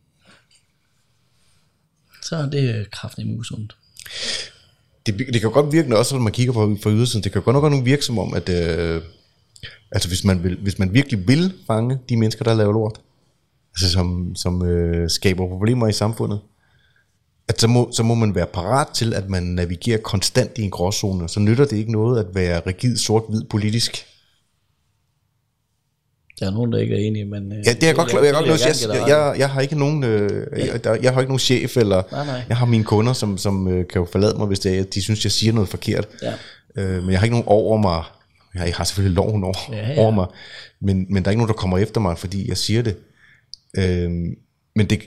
Så er det kraftedeme usundt. Det kan godt virke også, når man kigger på ydersiden, det kan godt nok virke som om, at altså hvis man virkelig vil fange de mennesker, der laver lort, altså som skaber problemer i samfundet, at så må man være parat til, at man navigerer konstant i en gråzone. Så nytter det ikke noget at være rigid, sort-hvid politisk. Der er nogen, der ikke er enige, men... Ja, det er godt klart. Jeg har ikke nogen, jeg har ikke nogen chef, eller nej. Jeg har mine kunder, som kan jo forlade mig, hvis de synes, jeg siger noget forkert. Ja. Men jeg har ikke nogen over mig. Jeg har selvfølgelig loven over mig, men der er ikke nogen, der kommer efter mig, fordi jeg siger det. Men det...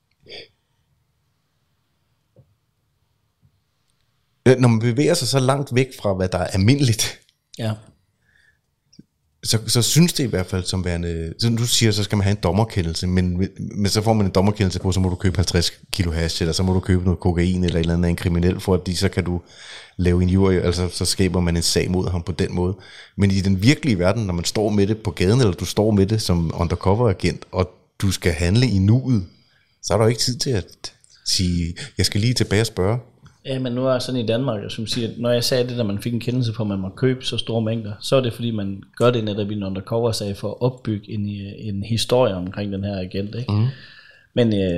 Når man bevæger sig så langt væk fra, hvad der er almindeligt, ja. Så synes det i hvert fald som værende, så du siger, så skal man have en dommerkendelse, men så får man en dommerkendelse på, så må du købe 50 kilo hash, eller så må du købe noget kokain, eller et eller andet en kriminel, for at så kan du lave en jury, altså så skaber man en sag mod ham på den måde. Men i den virkelige verden, når man står med det på gaden, eller du står med det som undercover-agent, og du skal handle i nuet, så er der jo ikke tid til at sige, jeg skal lige tilbage og spørge. Ja, men nu er sådan i Danmark, som siger, når jeg sagde det, da man fik en kendelse på, at man må købe så store mængder, så er det fordi, man gør det netop i en undercover-sag for at opbygge en historie omkring den her agent, ikke? Mm. Men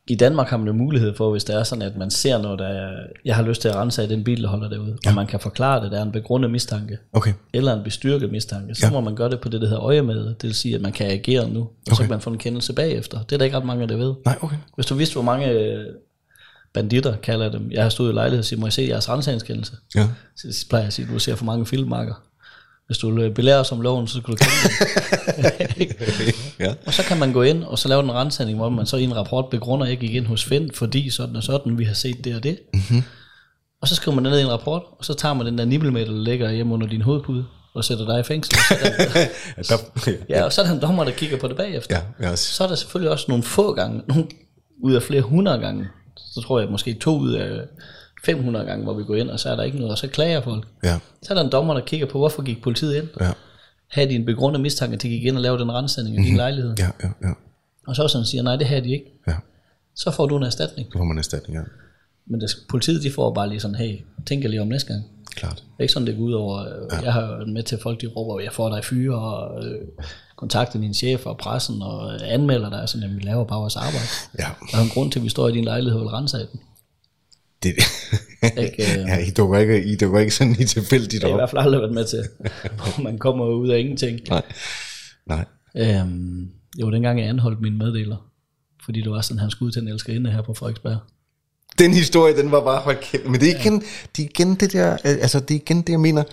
I Danmark har man jo mulighed for, hvis det er sådan, at man ser noget, jeg har lyst til at rense af den bil, der holder derude, og man kan forklare det, der er en begrundet mistanke, eller en bestyrket mistanke, så må man gøre det på det hedder øjemed, det vil sige, at man kan agere nu, og så kan man få en kendelse bagefter. Det er der ikke ret mange, der ved. Nej, okay. Hvis du vidste, hvor mange banditter, kalder jeg dem, jeg har stået i lejlighed og siger, må jeg se jeres rensagningskendelse? Ja. Så plejer jeg at sige, du ser for mange filmmarker. Hvis du vil belære os om loven, så skal du kende det. Ja. Og så kan man gå ind og så lave en rensning, hvor man så i en rapport begrunder, jeg gik ind hos Finn, fordi sådan og sådan, vi har set det og det. Mm-hmm. Og så skriver man ned i en rapport, og så tager man den der nibbelmeter, der ligger hjemme under din hovedpude, og sætter dig i fængsel. Og så er der en dommer, der kigger på det bagefter. Ja, yes. Så er der selvfølgelig også nogle få gange, nogle ud af flere 100 gange, så tror jeg måske 2 ud af 500 gange, hvor vi går ind, og så er der ikke noget, og så klager folk. Ja. Så er der en dommer, der kigger på, hvorfor gik politiet ind? Ja. Havde de en begrundet mistanke, at de gik ind og lavede den rensning af din lejlighed? Ja. Og så sådan siger, nej, det havde de ikke. Ja. Så får du en erstatning. Så får man en erstatning, ja. Men politiet, de får bare lige sådan, hey, tænker lige om næste gang. Klart. Det er ikke sådan, det går ud over. Jeg har jo med til folk, de råber, jeg får dig fyre, og kontakter din chef og pressen, og anmelder dig, sådan, at vi laver bare vores arbejde. Ja. Der er en grund til, at vi står i din lejlighed og vil rense af den. Det, ja, I dukker ikke sådan i tilfældigt op. Jeg har i hvert fald aldrig været med til, hvor man kommer ud af ingenting. Nej. Jo, dengang jeg anholdt mine meddeler, fordi det var sådan, han skulle ud til en elskerinde her på Frederiksberg. Den historie, den var bare hold kæft. Men det er igen det der, altså det er igen det, jeg mener,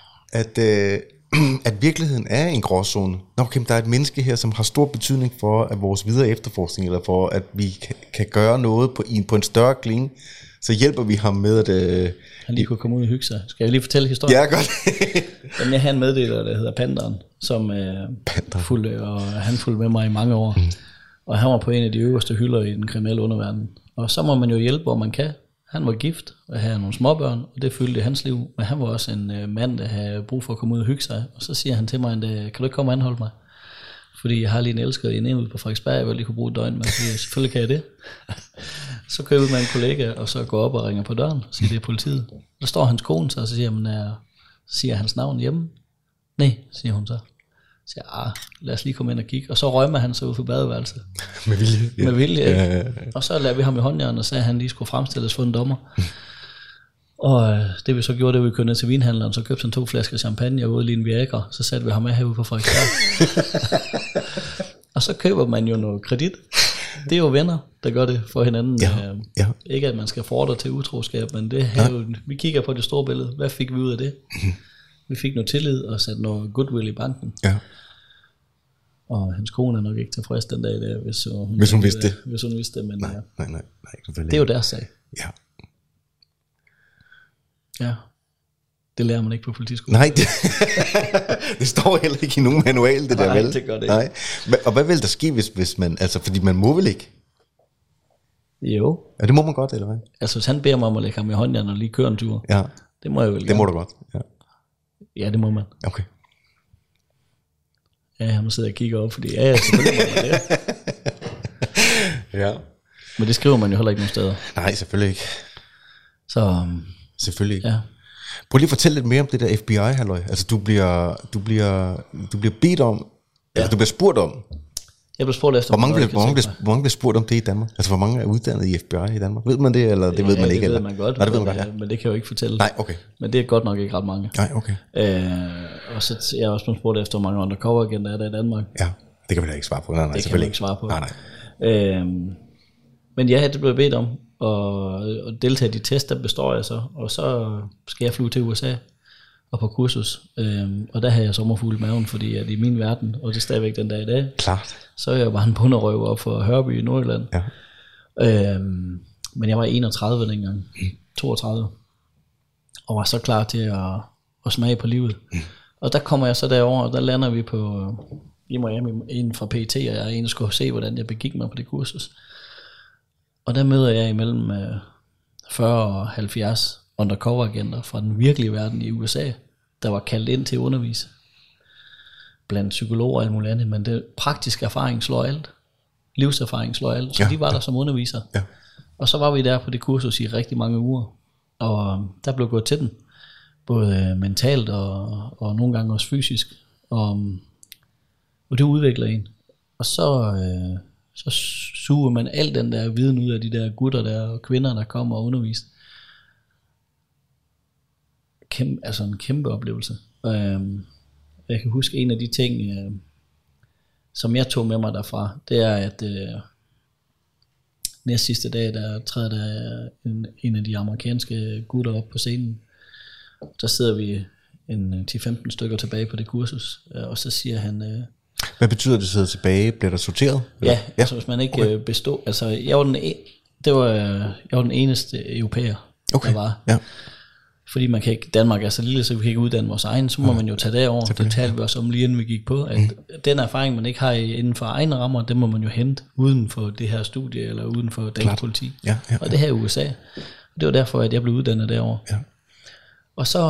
at virkeligheden er en gråzone. Okay, der er et menneske her, som har stor betydning for at vores videre efterforskning, eller for at vi kan gøre noget på en større klinge, så hjælper vi ham med at... Han lige kunne komme ud og hygge sig. Skal jeg lige fortælle historien? Ja, godt. Jamen, jeg har en meddeler, der hedder Panderen, som fulgte, og han fulgte med mig i mange år. Mm. Og han var på en af de øverste hylder i den kriminelle underverden. Og så må man jo hjælpe, hvor man kan. Han var gift og havde nogle småbørn, og det fyldte hans liv. Men han var også en mand, der havde brug for at komme ud og hygge sig. Og så siger han til mig, kan du ikke komme og anholde mig? Fordi jeg har lige en elsker i en ude på Frederiksberg, jeg vil lige kunne bruge et døgn med. Så selvfølgelig kan jeg det. Så kører jeg ud med en kollega, og så går op og ringer på døren, og siger, det er politiet. Der står hans kone, så siger hans navn hjemme. Nej, siger hun så. Så siger lad os lige komme ind og kigge. Og så rømmer han sig ud for badeværelset. Med vilje. Ja. Med vilje, ja. Og så lader vi ham i håndjern, og sagde, at han lige skulle fremstilles for en dommer. Og det vi så gjorde, det vi kørte ned til vinhandleren, så købte han 2 flasker champagne og ude lige en Viagra, så satte vi ham med herude på Frederiksberg. Og så køber man jo noget kredit. Det er jo venner, der gør det for hinanden. Ja. Ikke at man skal fordre til utroskab, men det er jo, vi kigger på det store billede. Hvad fik vi ud af det? Vi fik noget tillid og satte noget goodwill i banken. Ja. Og hans kone er nok ikke tilfreds den dag, der, hvis hun vidste det. Hvis hun vidste det, men nej, det er jo deres sag. Ja. Ja. Det lærer man ikke på politiskolen. Nej, det står heller ikke i nogen manual, det der vel. Nej, det gør det ikke. Nej. Og hvad vil der ske, hvis man, altså fordi man må vel ikke? Jo. Ja, det må man godt, eller hvad? Altså hvis han beder mig om at lægge ham i håndjern og lige køre en tur, ja. Det må jeg vel. Det må du godt, ja. Ja, det må man. Okay. Ja, han sidder og kigger op, fordi selvfølgelig må man det. Ja. Men det skriver man jo heller ikke nogen steder. Nej, selvfølgelig ikke. Så selvfølgelig ikke. Ja. Prøv lige at fortælle lidt mere om det der FBI-halløj. Altså du bliver bedt om, eller du bliver spurgt om. Jeg blev spurgt efter. Hvor mange bliver spurgt om det i Danmark? Altså hvor mange er uddannet i FBI i Danmark? Ved man det, eller det ved man ikke? Det ved man godt. Nej, det ved man godt, ja. Men det kan jeg jo ikke fortælle. Nej, okay. Men det er godt nok ikke ret mange. Nej, okay. Og så jeg også blevet spurgt efter, hvor mange undercover-agenter er der i Danmark. Ja, det kan vi da ikke svare på. Nej, det kan man ikke svare på. Nej. Men ja, det blev bedt om at deltage i de test, der består jeg så. Og så skal jeg flyve til USA og på kursus. Og der havde jeg sommerfugle i maven, fordi at i min verden, og det er stadigvæk den dag i dag, klart. Så er jeg bare en bunderøver op for Hørby i Nordjylland. Ja. Men jeg var 31 dengang, 32, og var så klar til at smage på livet. Og der kommer jeg så derover, og der lander vi i Miami, inden fra PET, og jeg egentlig skulle se, hvordan jeg begik mig på det kursus. Og der møder jeg imellem 40 og 70 undercover-agenter fra den virkelige verden i USA, der var kaldt ind til at undervise. Blandt psykologer og alt muligt andet, men det praktiske erfaring slår alt. Livserfaring slår alt. Så de var der som undervisere. Ja. Og så var vi der på det kursus i rigtig mange uger. Og der blev gået til den. Både mentalt og nogle gange også fysisk. Og det udvikler en. Og så så suger man al den der viden ud af de der gutter der, og kvinder, der kommer og underviser. Altså en kæmpe oplevelse. Jeg kan huske en af de ting, som jeg tog med mig derfra, det er, at næste sidste dag, der træder der en af de amerikanske gutter op på scenen. Der sidder vi en 10-15 stykker tilbage på det kursus, og så siger han... Hvad betyder det, sidder tilbage? Bliver der sorteret? Ja, altså hvis man ikke bestod... Altså, jeg var den eneste europæer, der var. Ja. Fordi man kan ikke, Danmark er så lille, så vi kan ikke uddanne vores egen, så må man jo tage derover. Det talte vi også om lige inden vi gik på, at den erfaring, man ikke har inden for egne rammer, det må man jo hente uden for det her studie, eller uden for dansk politi. Ja. Og det her i USA. Det var derfor, at jeg blev uddannet derover. Ja. Og så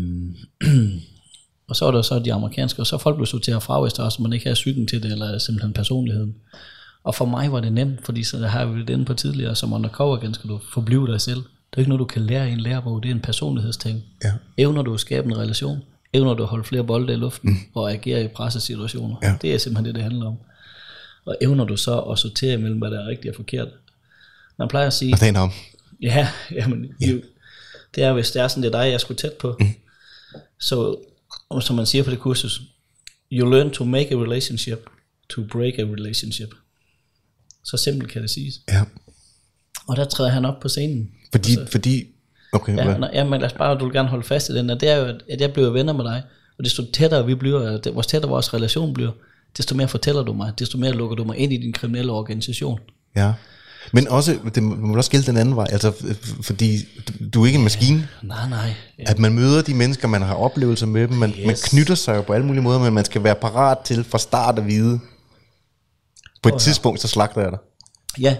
var der så de amerikanske, og så folk blev sorteret fra, hvis der også man ikke havde psyken til det, eller simpelthen personligheden. Og for mig var det nemt, fordi så har vi det inde på tidligere, som undercover igen skal du forblive dig selv. Det er ikke noget, du kan lære i en lærebog, det er en personlighedsting. Ja. Evner du at skabe en relation, evner du at holde flere bolde i luften, og agere i pressesituationer. Ja. Det er simpelthen det handler om. Og evner du så at sortere imellem, hvad der er rigtigt og forkert. Man plejer at sige... Og det er om. Ja, jamen, det er, hvis det er sådan, det er dig, jeg skulle tæt på. Så, som man siger på det kursus, you learn to make a relationship, to break a relationship. Så simpelt kan det siges. Ja. Og der træder han op på scenen. Fordi okay. Ja, men lad os bare, du vil gerne holde fast i den, og det er jo, at jeg bliver venner med dig, og desto tættere vi bliver, hvor tættere vores relation bliver, desto mere fortæller du mig, desto mere lukker du mig ind i din kriminelle organisation. Ja, men også, det må også gælde den anden vej, altså, fordi du er ikke en maskine. Nej. Ja. At man møder de mennesker, man har oplevelser med dem, man knytter sig jo på alle mulige måder, men man skal være parat til fra start at vide, på et tidspunkt, så slagter jeg dig. Ja,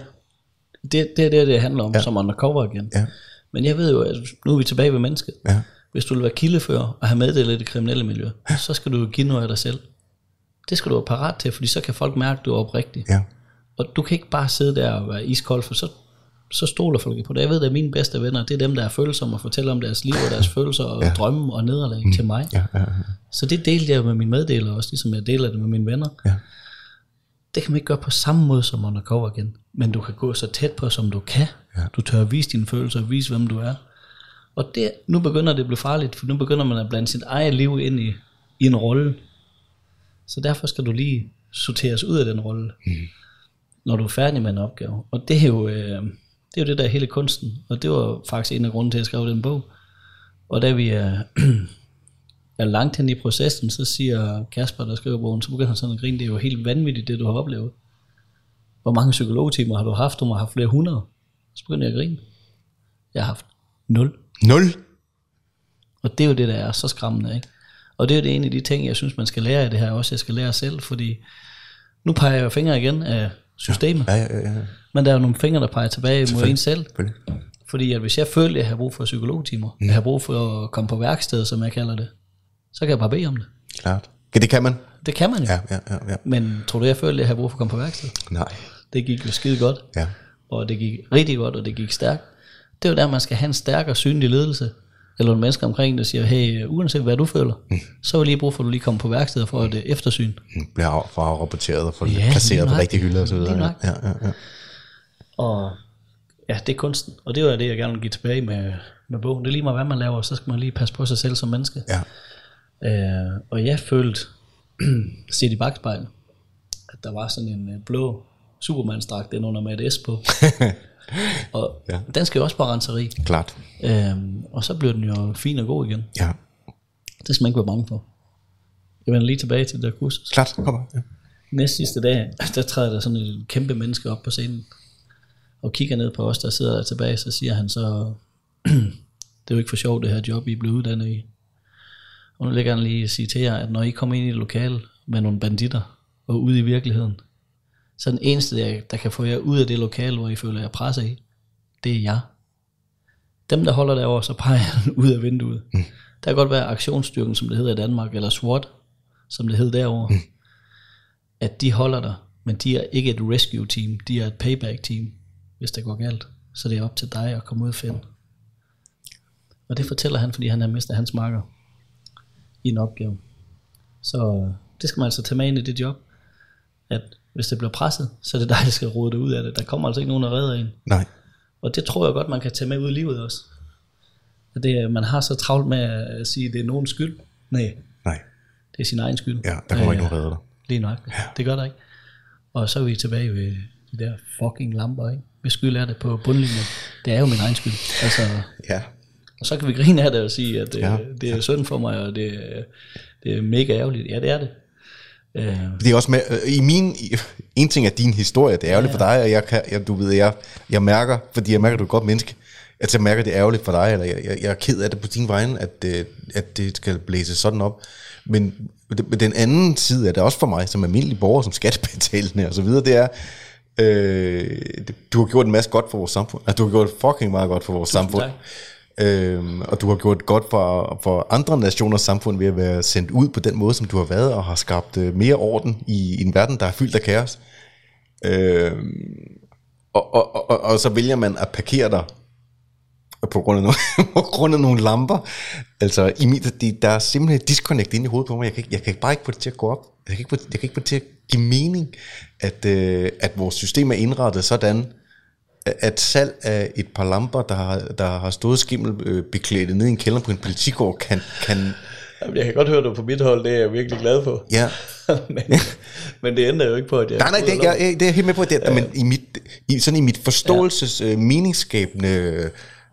det handler om, som undercover igen. Ja. Men jeg ved jo, at nu er vi tilbage ved mennesket. Ja. Hvis du vil være kildefører og have meddelt i det kriminelle miljø, så skal du give noget af dig selv. Det skal du være parat til, fordi så kan folk mærke, at du er oprigtig. Ja. Og du kan ikke bare sidde der og være iskold, for så stoler folk på det. Jeg ved, at mine bedste venner, det er dem, der er følsomme og fortæller om deres liv og deres følelser og drømme og nederlag til mig. Ja. Så det delte jeg med mine meddelere også, ligesom jeg deler det med mine venner. Ja. Det kan man ikke gøre på samme måde som undercover igen. Men du kan gå så tæt på, som du kan. Ja. Du tør at vise dine følelser og vise, hvem du er. Og nu begynder det at blive farligt, for nu begynder man at blande sit eget liv ind i en rolle. Så derfor skal du lige sorteres ud af den rolle, når du er færdig med en opgave. Og det er jo det der hele kunsten. Og det var faktisk en af grunden til, at jeg skrev den bog. Og da vi er langt hen i processen, så siger Kasper, der skriver bogen, så begynder han sådan at grine, det er jo helt vanvittigt, det du har oplevet. Hvor mange psykologtimer har du haft? Du har haft flere 100. Så begynder jeg at grine. Jeg har haft 0. 0? Og det er jo det, der er så skræmmende, ikke? Og det er jo det en af de ting, jeg synes, man skal lære af det her, også jeg skal lære selv, fordi nu peger jeg jo fingre igen af systemet. Ja. Men der er jo nogle fingre, der peger tilbage mod en selv. Fordi at hvis jeg føler, at jeg har brug for psykologtimer, jeg har brug for at komme på værksted, som jeg kalder det, så kan jeg bare bede om det. Klart. Det kan man. Det kan man jo. Ja. Men tror du, jeg følte, at jeg havde brug for at komme på værksted? Nej. Det gik jo skide godt. Ja. Og det gik rigtig godt, og det gik stærkt. Det er jo der, man skal have en stærk og synlig ledelse. Eller nogle mennesker omkring, der siger, hey, uanset hvad du føler, så er lige brug for, at du lige kommer på værkstedet for et eftersyn. Bliver afrapporteret og få placeret på rigtig hylde og så videre. Ja. Og ja, det er kunsten. Og det er jo det, jeg gerne vil give tilbage med bogen. Det er lige meget, hvad man laver, så skal man lige passe på sig selv som menneske. Ja. Og jeg følte, set i bagspejlet, at der var sådan en blå Superman-dragt ind under med et S på. Og den skal jo også på renseri. Klart. Og så bliver den jo fin og god igen. Ja. Det skal man ikke være bange for. Jeg vender lige tilbage til det der kursus. Klart, kommer. Ja. Næste sidste dag, der træder der sådan et kæmpe menneske op på scenen og kigger ned på os, der sidder der tilbage, så siger han så, det er jo ikke for sjovt det her job, I er blevet uddannet i. Og nu vil jeg gerne lige sige til jer, at når I kommer ind i et lokale med nogle banditter og ude i virkeligheden, så den eneste, der kan få jer ud af det lokale, hvor I føler jer presset i, det er jer. Dem, der holder derovre, så peger han ud af vinduet. Der kan godt være aktionsstyrken, som det hedder i Danmark, eller SWAT, som det hedder derovre, at de holder der, men de er ikke et rescue team, de er et payback team, hvis det går galt. Så det er op til dig at komme ud og finde. Og det fortæller han, fordi han har mistet hans marker i en opgave. Så det skal man altså tage med ind i det job, at Hvis det bliver presset, så er det dig, der skal rode det ud af det. Der kommer altså ikke nogen, der redder en. Nej. Og det tror jeg godt, man kan tage med ud i livet også. Det, man har så travlt med at sige, at det er nogens skyld. Nej. Det er sin egen skyld. Ja, der kommer ikke nogen redder dig. Lige nok. Ja. Det gør der ikke. Og så er vi tilbage ved de der fucking lamper, ikke? Hvis skyld er det på bundlinjen. Det er jo min egen skyld. Altså, ja. Og så kan vi grine af det og sige, at det er synd for mig, og det er mega ærgerligt. Ja, det er det. Det er også med, en ting er din historie, det er ærgerligt for dig, og jeg mærker, fordi jeg mærker, at du er et godt menneske, at jeg mærker, det er ærgerligt for dig, eller jeg er ked af det på din vegne, at det skal blæses sådan op. Men den anden side er det også for mig, som almindelig borger, som skattebetalende og så videre, det er, du har gjort en masse godt for vores samfund. Altså, du har gjort fucking meget godt for vores samfund. Og du har gjort godt for andre nationers samfund ved at være sendt ud på den måde, som du har været, og har skabt mere orden i en verden, der er fyldt af kaos. Og så vælger man at parkere dig på grund af nogle lamper. Altså, der er simpelthen et disconnect inde i hovedet på mig. Jeg kan bare ikke få det til at gå op. Jeg kan ikke få det til at give mening, at vores system er indrettet sådan, at salg af et par lamper, der har stået skimmelbeklædt nede i en kælder på en politigård, kan... Jamen, jeg kan godt høre, at du på mit hold, det er jeg virkelig glad for. Ja. men det ændrer jo ikke på, at jeg... Nej, det er jeg helt med på, men i mit forståelses meningsskabende...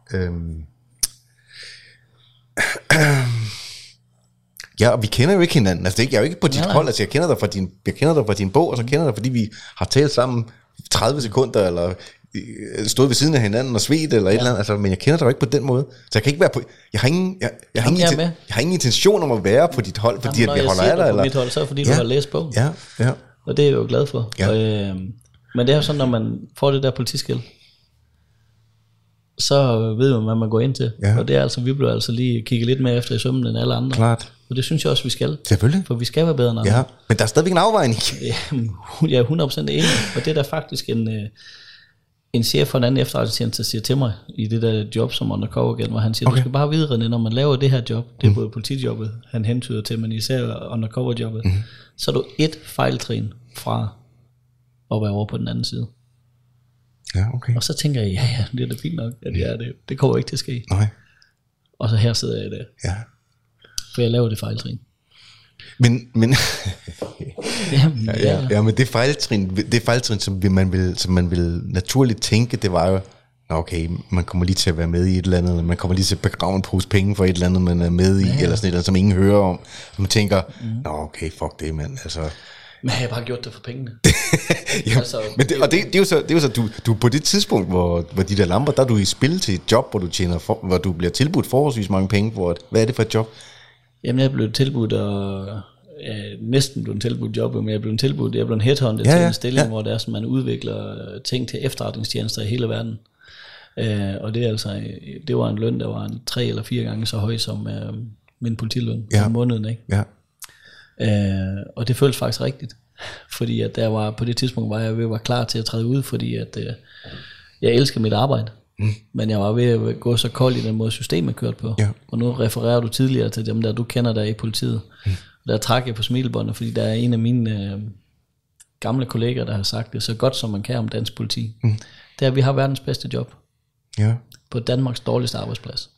Ja, og vi kender jo ikke hinanden. Altså, jeg er jo ikke på dit hold. Altså, jeg kender dig fra din bog, og så kender dig, fordi vi har talt sammen 30 sekunder, eller stået ved siden af hinanden og svedt, eller et eller andet. Altså, men jeg kender dig jo ikke på den måde. Så jeg kan ikke være på... Jeg har ingen intention om at være på dit hold, fordi at jeg holder af dig. På mit hold, så er det fordi, du har læst bogen. Ja. Og det er jeg jo glad for. Ja. Men det er jo sådan, når man får det der politiskilt, så ved man, hvad man går ind til. Ja. Og det er altså, vi bliver altså lige kigge lidt mere efter i sømmen end alle andre. Klart. Og det synes jeg også, vi skal. Selvfølgelig. For vi skal være bedre end andre. Ja, men der er stadigvæk en afvejning. Jeg er 100% enig. Og det er der faktisk en chef for en anden efterretningstjeneste, der siger til mig, i det der job som undercover agent, hvor han siger, du skal bare vide, René, når man laver det her job, det er både politijobbet, han hentyder til, men især undercover jobbet, så er du et fejltrin fra at være over på den anden side. Ja, okay. Og så tænker jeg, ja, det er da fint nok, at det kommer ikke til at ske. Nej. Og så her sidder jeg i det. Ja. For jeg laver det fejltrin. Men men det fejltrin, som man vil naturligt tænke, det var jo, okay, man kommer lige til at være med i et eller andet, man kommer lige til at begrave en pose penge for et eller andet, man er med i, eller sådan et eller andet, som ingen hører om. Så man tænker, okay, fuck det, mand, altså... Men jeg har bare gjort det for pengene. Ja, altså, men det er jo så du på det tidspunkt, hvor de der lamper, der er du i spil til et job, hvor du bliver tilbudt forholdsvis mange penge for hvad er det for et job? Jamen, jeg blev tilbudt, og næsten blev en tilbudt job, men jeg blev en headhunted til en stilling, hvor det er sådan, man udvikler ting til efterretningstjenester i hele verden. Og det er altså, det var en løn, der var 3 eller 4 gange så høj som min politiløn om måneden, ikke? Ja. Og det føltes faktisk rigtigt, fordi at på det tidspunkt var jeg var klar til at træde ud, fordi at jeg elsker mit arbejde, men jeg var ved at gå så kold i den måde systemet kørte på. Og nu refererer du tidligere til dem der du kender der i politiet. Der trak jeg på smilebåndet, fordi der er en af mine gamle kolleger, der har sagt det så godt som man kan om dansk politi. Det er, at vi har verdens bedste job på Danmarks dårligste arbejdsplads.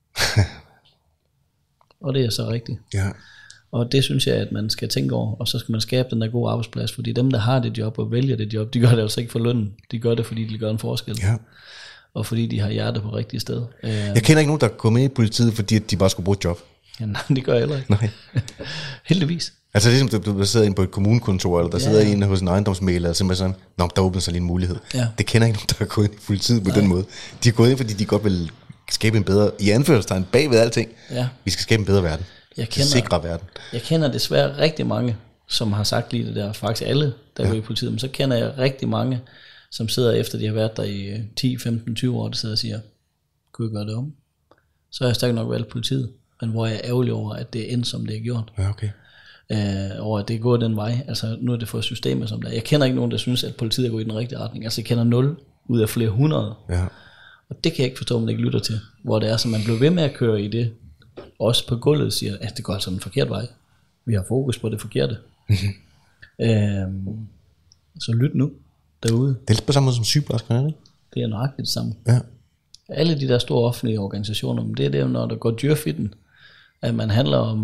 Og det er så rigtigt. Ja. Og det synes jeg, at man skal tænke over, og så skal man skabe den der gode arbejdsplads, fordi dem, der har det job og vælger det job, de gør det altså ikke for lønnen, de gør det, fordi de gør en forskel, og fordi de har hjertet på rigtige sted. Jeg kender ikke nogen, der går med i politiet, fordi de bare skulle bruge et job. Ja, nej, det gør jeg heller ikke. Nej. Heldigvis. Altså det er som, du sidder inde på et kommunekontor, eller der sidder en hos en ejendomsmægler, og simpelthen sådan, der åbner sig lige en mulighed. Ja. Det kender ikke nogen, der er gået ind i politiet på den måde. De er gået ind, fordi de godt vil skabe en bedre, i anførselstegn, bagved alting. Ja. Vi skal skabe en bedre verden. Sikre verden. Jeg kender desværre rigtig mange, som har sagt lige det der, faktisk alle, der går i politiet, men så kender jeg rigtig mange, som sidder efter, de har været der i 10, 15, 20 år, der sidder og siger, kunne jeg gøre det om? Så har jeg stærkt nok valgt politiet, men hvor jeg er ærgerlig over, at det er endt, som det er gjort. Ja, okay. Og at det er gået den vej. Altså nu er det for systemet som det er. Jeg kender ikke nogen, der synes, at politiet er gået i den rigtige retning. Altså jeg kender 0 ud af flere 100. Ja. Og det kan jeg ikke forstå, man ikke lytter til. Hvor det er, så man bliver ved med at køre i det, også på gulvet siger, at det går altså en forkert vej. Vi har fokus på det forkerte. Så lyt nu derude. Det er lidt på samme måde som sygeplejerskerne, ikke? Det er nøjagtigt det samme. Ja. Alle de der store offentlige organisationer, men det er det, når der går djøf i den, at man handler om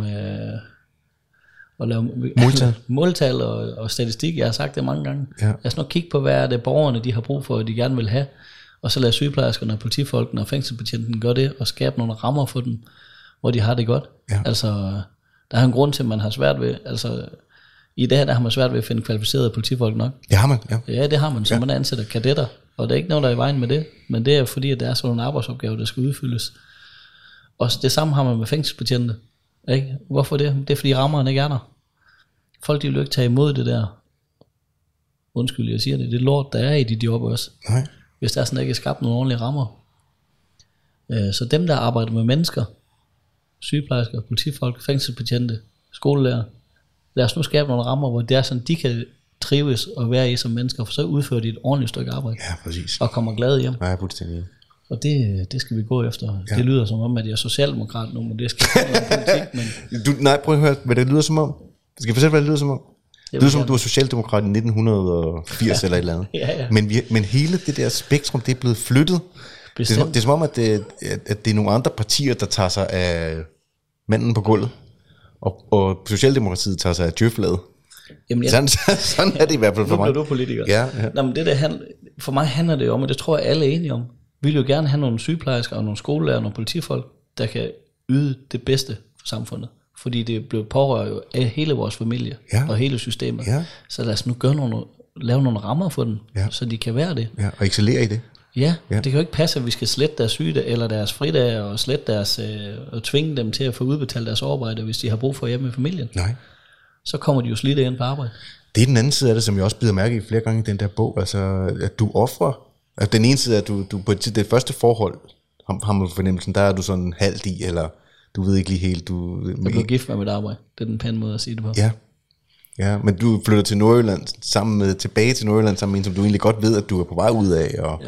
at lave måltal og statistik. Jeg har sagt det mange gange. Ja. Lad os nu kigge på, hvad er det borgerne de har brug for, og de gerne vil have, og så lade sygeplejerskerne, politifolkene og fængselsbetjenten gøre det, og skabe nogle rammer for dem, hvor de har det godt. Ja. Altså, der er en grund til, at man har svært ved, altså i dag der har man svært ved at finde kvalificerede politifolk nok. Det har man, ja. Ja, det har man, så man ansætter kadetter, og der er ikke noget, der er i vejen med det, men det er fordi, at der er sådan nogle arbejdsopgaver, der skal udfyldes. Og det samme har man med fængselsbetjente. Ikke? Hvorfor det? Det er fordi rammerne ikke er der. Folk de vil ikke tage imod det der, undskyld jeg siger det lort, der er i de job også. Nej. Hvis der er sådan ikke er skabt nogle ordentlige rammer. Så dem der arbejder med mennesker, sygeplejersker, politifolk, fængselsbetjente, skolelærer, lad os nu skabe nogle rammer, hvor det er sådan, de kan trives og være i som mennesker, for så udfører de et ordentligt stykke arbejde. Ja, præcis. Og kommer glade hjem. Nej, fuldstændig. Og det skal vi gå efter. Ja. Det lyder som om, at jeg er socialdemokrat nu, men det skal ikke være politik. Men... Nej, prøv at høre, hvad det lyder som om. Skal jeg fortælle, hvad det lyder som om? Det lyder som om, du var socialdemokrat i 1980 eller et eller andet. Ja. Men hele det der spektrum, det er blevet flyttet. Det er som om, at det er nogle andre partier, der tager sig af manden på gulvet. Og Socialdemokratiet tager sig af djøflaget. Jamen, sådan er det i hvert fald for mig. Nu bliver du politiker. Ja. Nå, men for mig handler det om, og det tror jeg alle er enige om. Vi vil jo gerne have nogle sygeplejersker og nogle skolelærer og nogle politifolk, der kan yde det bedste for samfundet. Fordi det blev pårørt jo af hele vores familie og hele systemet. Ja. Så lad os nu lave nogle rammer for dem, så de kan være det. Ja, og excellere i det. Ja, det kan jo ikke passe, at vi skal slette deres sygedage eller deres fridage og slette deres og tvinge dem til at få udbetalt deres arbejde, hvis de har brug for hjemme med familien. Nej. Så kommer de jo slidt ind på arbejde. Det er den anden side af det, som jeg også bider mærke i flere gange i den der bog, altså at du offrer. Altså den ene side er, at du på det første forhold har man fornemmelsen, der er du sådan halvt i, eller du ved ikke lige helt. Jeg blev gift med mit arbejde. Det er den pæne måde at sige det på. Ja, men du flytter til Nordjylland tilbage til Nordjylland sammen med en, som du egentlig godt ved, at du er på vej ud af. Og,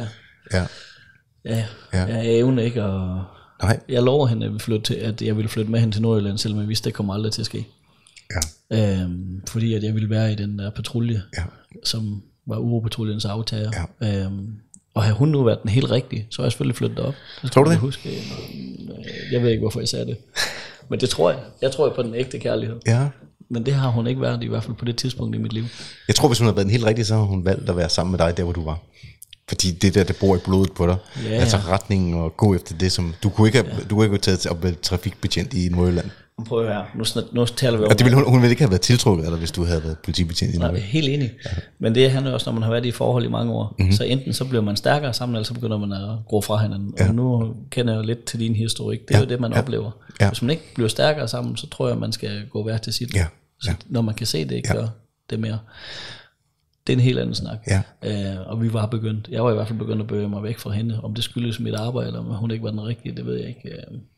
jeg evner ikke, og jeg lover hende, at jeg vil flytte med hende til Nordjylland, selvom jeg vidste, det kommer aldrig til at ske. Ja. Fordi at jeg ville være i den der patrulje, som var Uropatruljens aftager. Ja. Og havde hun nu været den helt rigtige, så har jeg selvfølgelig flyttet op. Tror du det? Jeg ved ikke, hvorfor jeg sagde det. Men det tror jeg. Jeg tror på den ægte kærlighed. Ja. Men det har hun ikke været, i hvert fald på det tidspunkt i mit liv. Jeg tror, hvis hun havde været den helt rigtige, så har hun valgt at være sammen med dig, der hvor du var. Fordi det der bor i blodet på dig. Ja. Altså retningen og gå efter det, som... Du kunne ikke have taget op med trafikbetjent i Nordjylland. Prøv at høre, nu taler vi om... Og det ville, hun ville ikke have været tiltrukket, eller hvis du havde været politibetjent i Nordjylland. Nej, helt enig. Ja. Men det handler også, når man har været i forhold i mange år. Mm-hmm. Så enten så bliver man stærkere sammen, eller så begynder man at gå fra hinanden. Ja. Og nu kender jeg jo lidt til din historik. Det er jo det, man oplever. Ja. Hvis man ikke bliver stærkere sammen, så tror jeg, man skal gå hver til sit. Ja. Ja. Når man kan se det ikke gør det mere. Det er en helt anden snak. Ja. Og jeg var i hvert fald begyndt at bevæge mig væk fra hende. Om det skyldes mit arbejde, eller om hun ikke var den rigtige, det ved jeg ikke.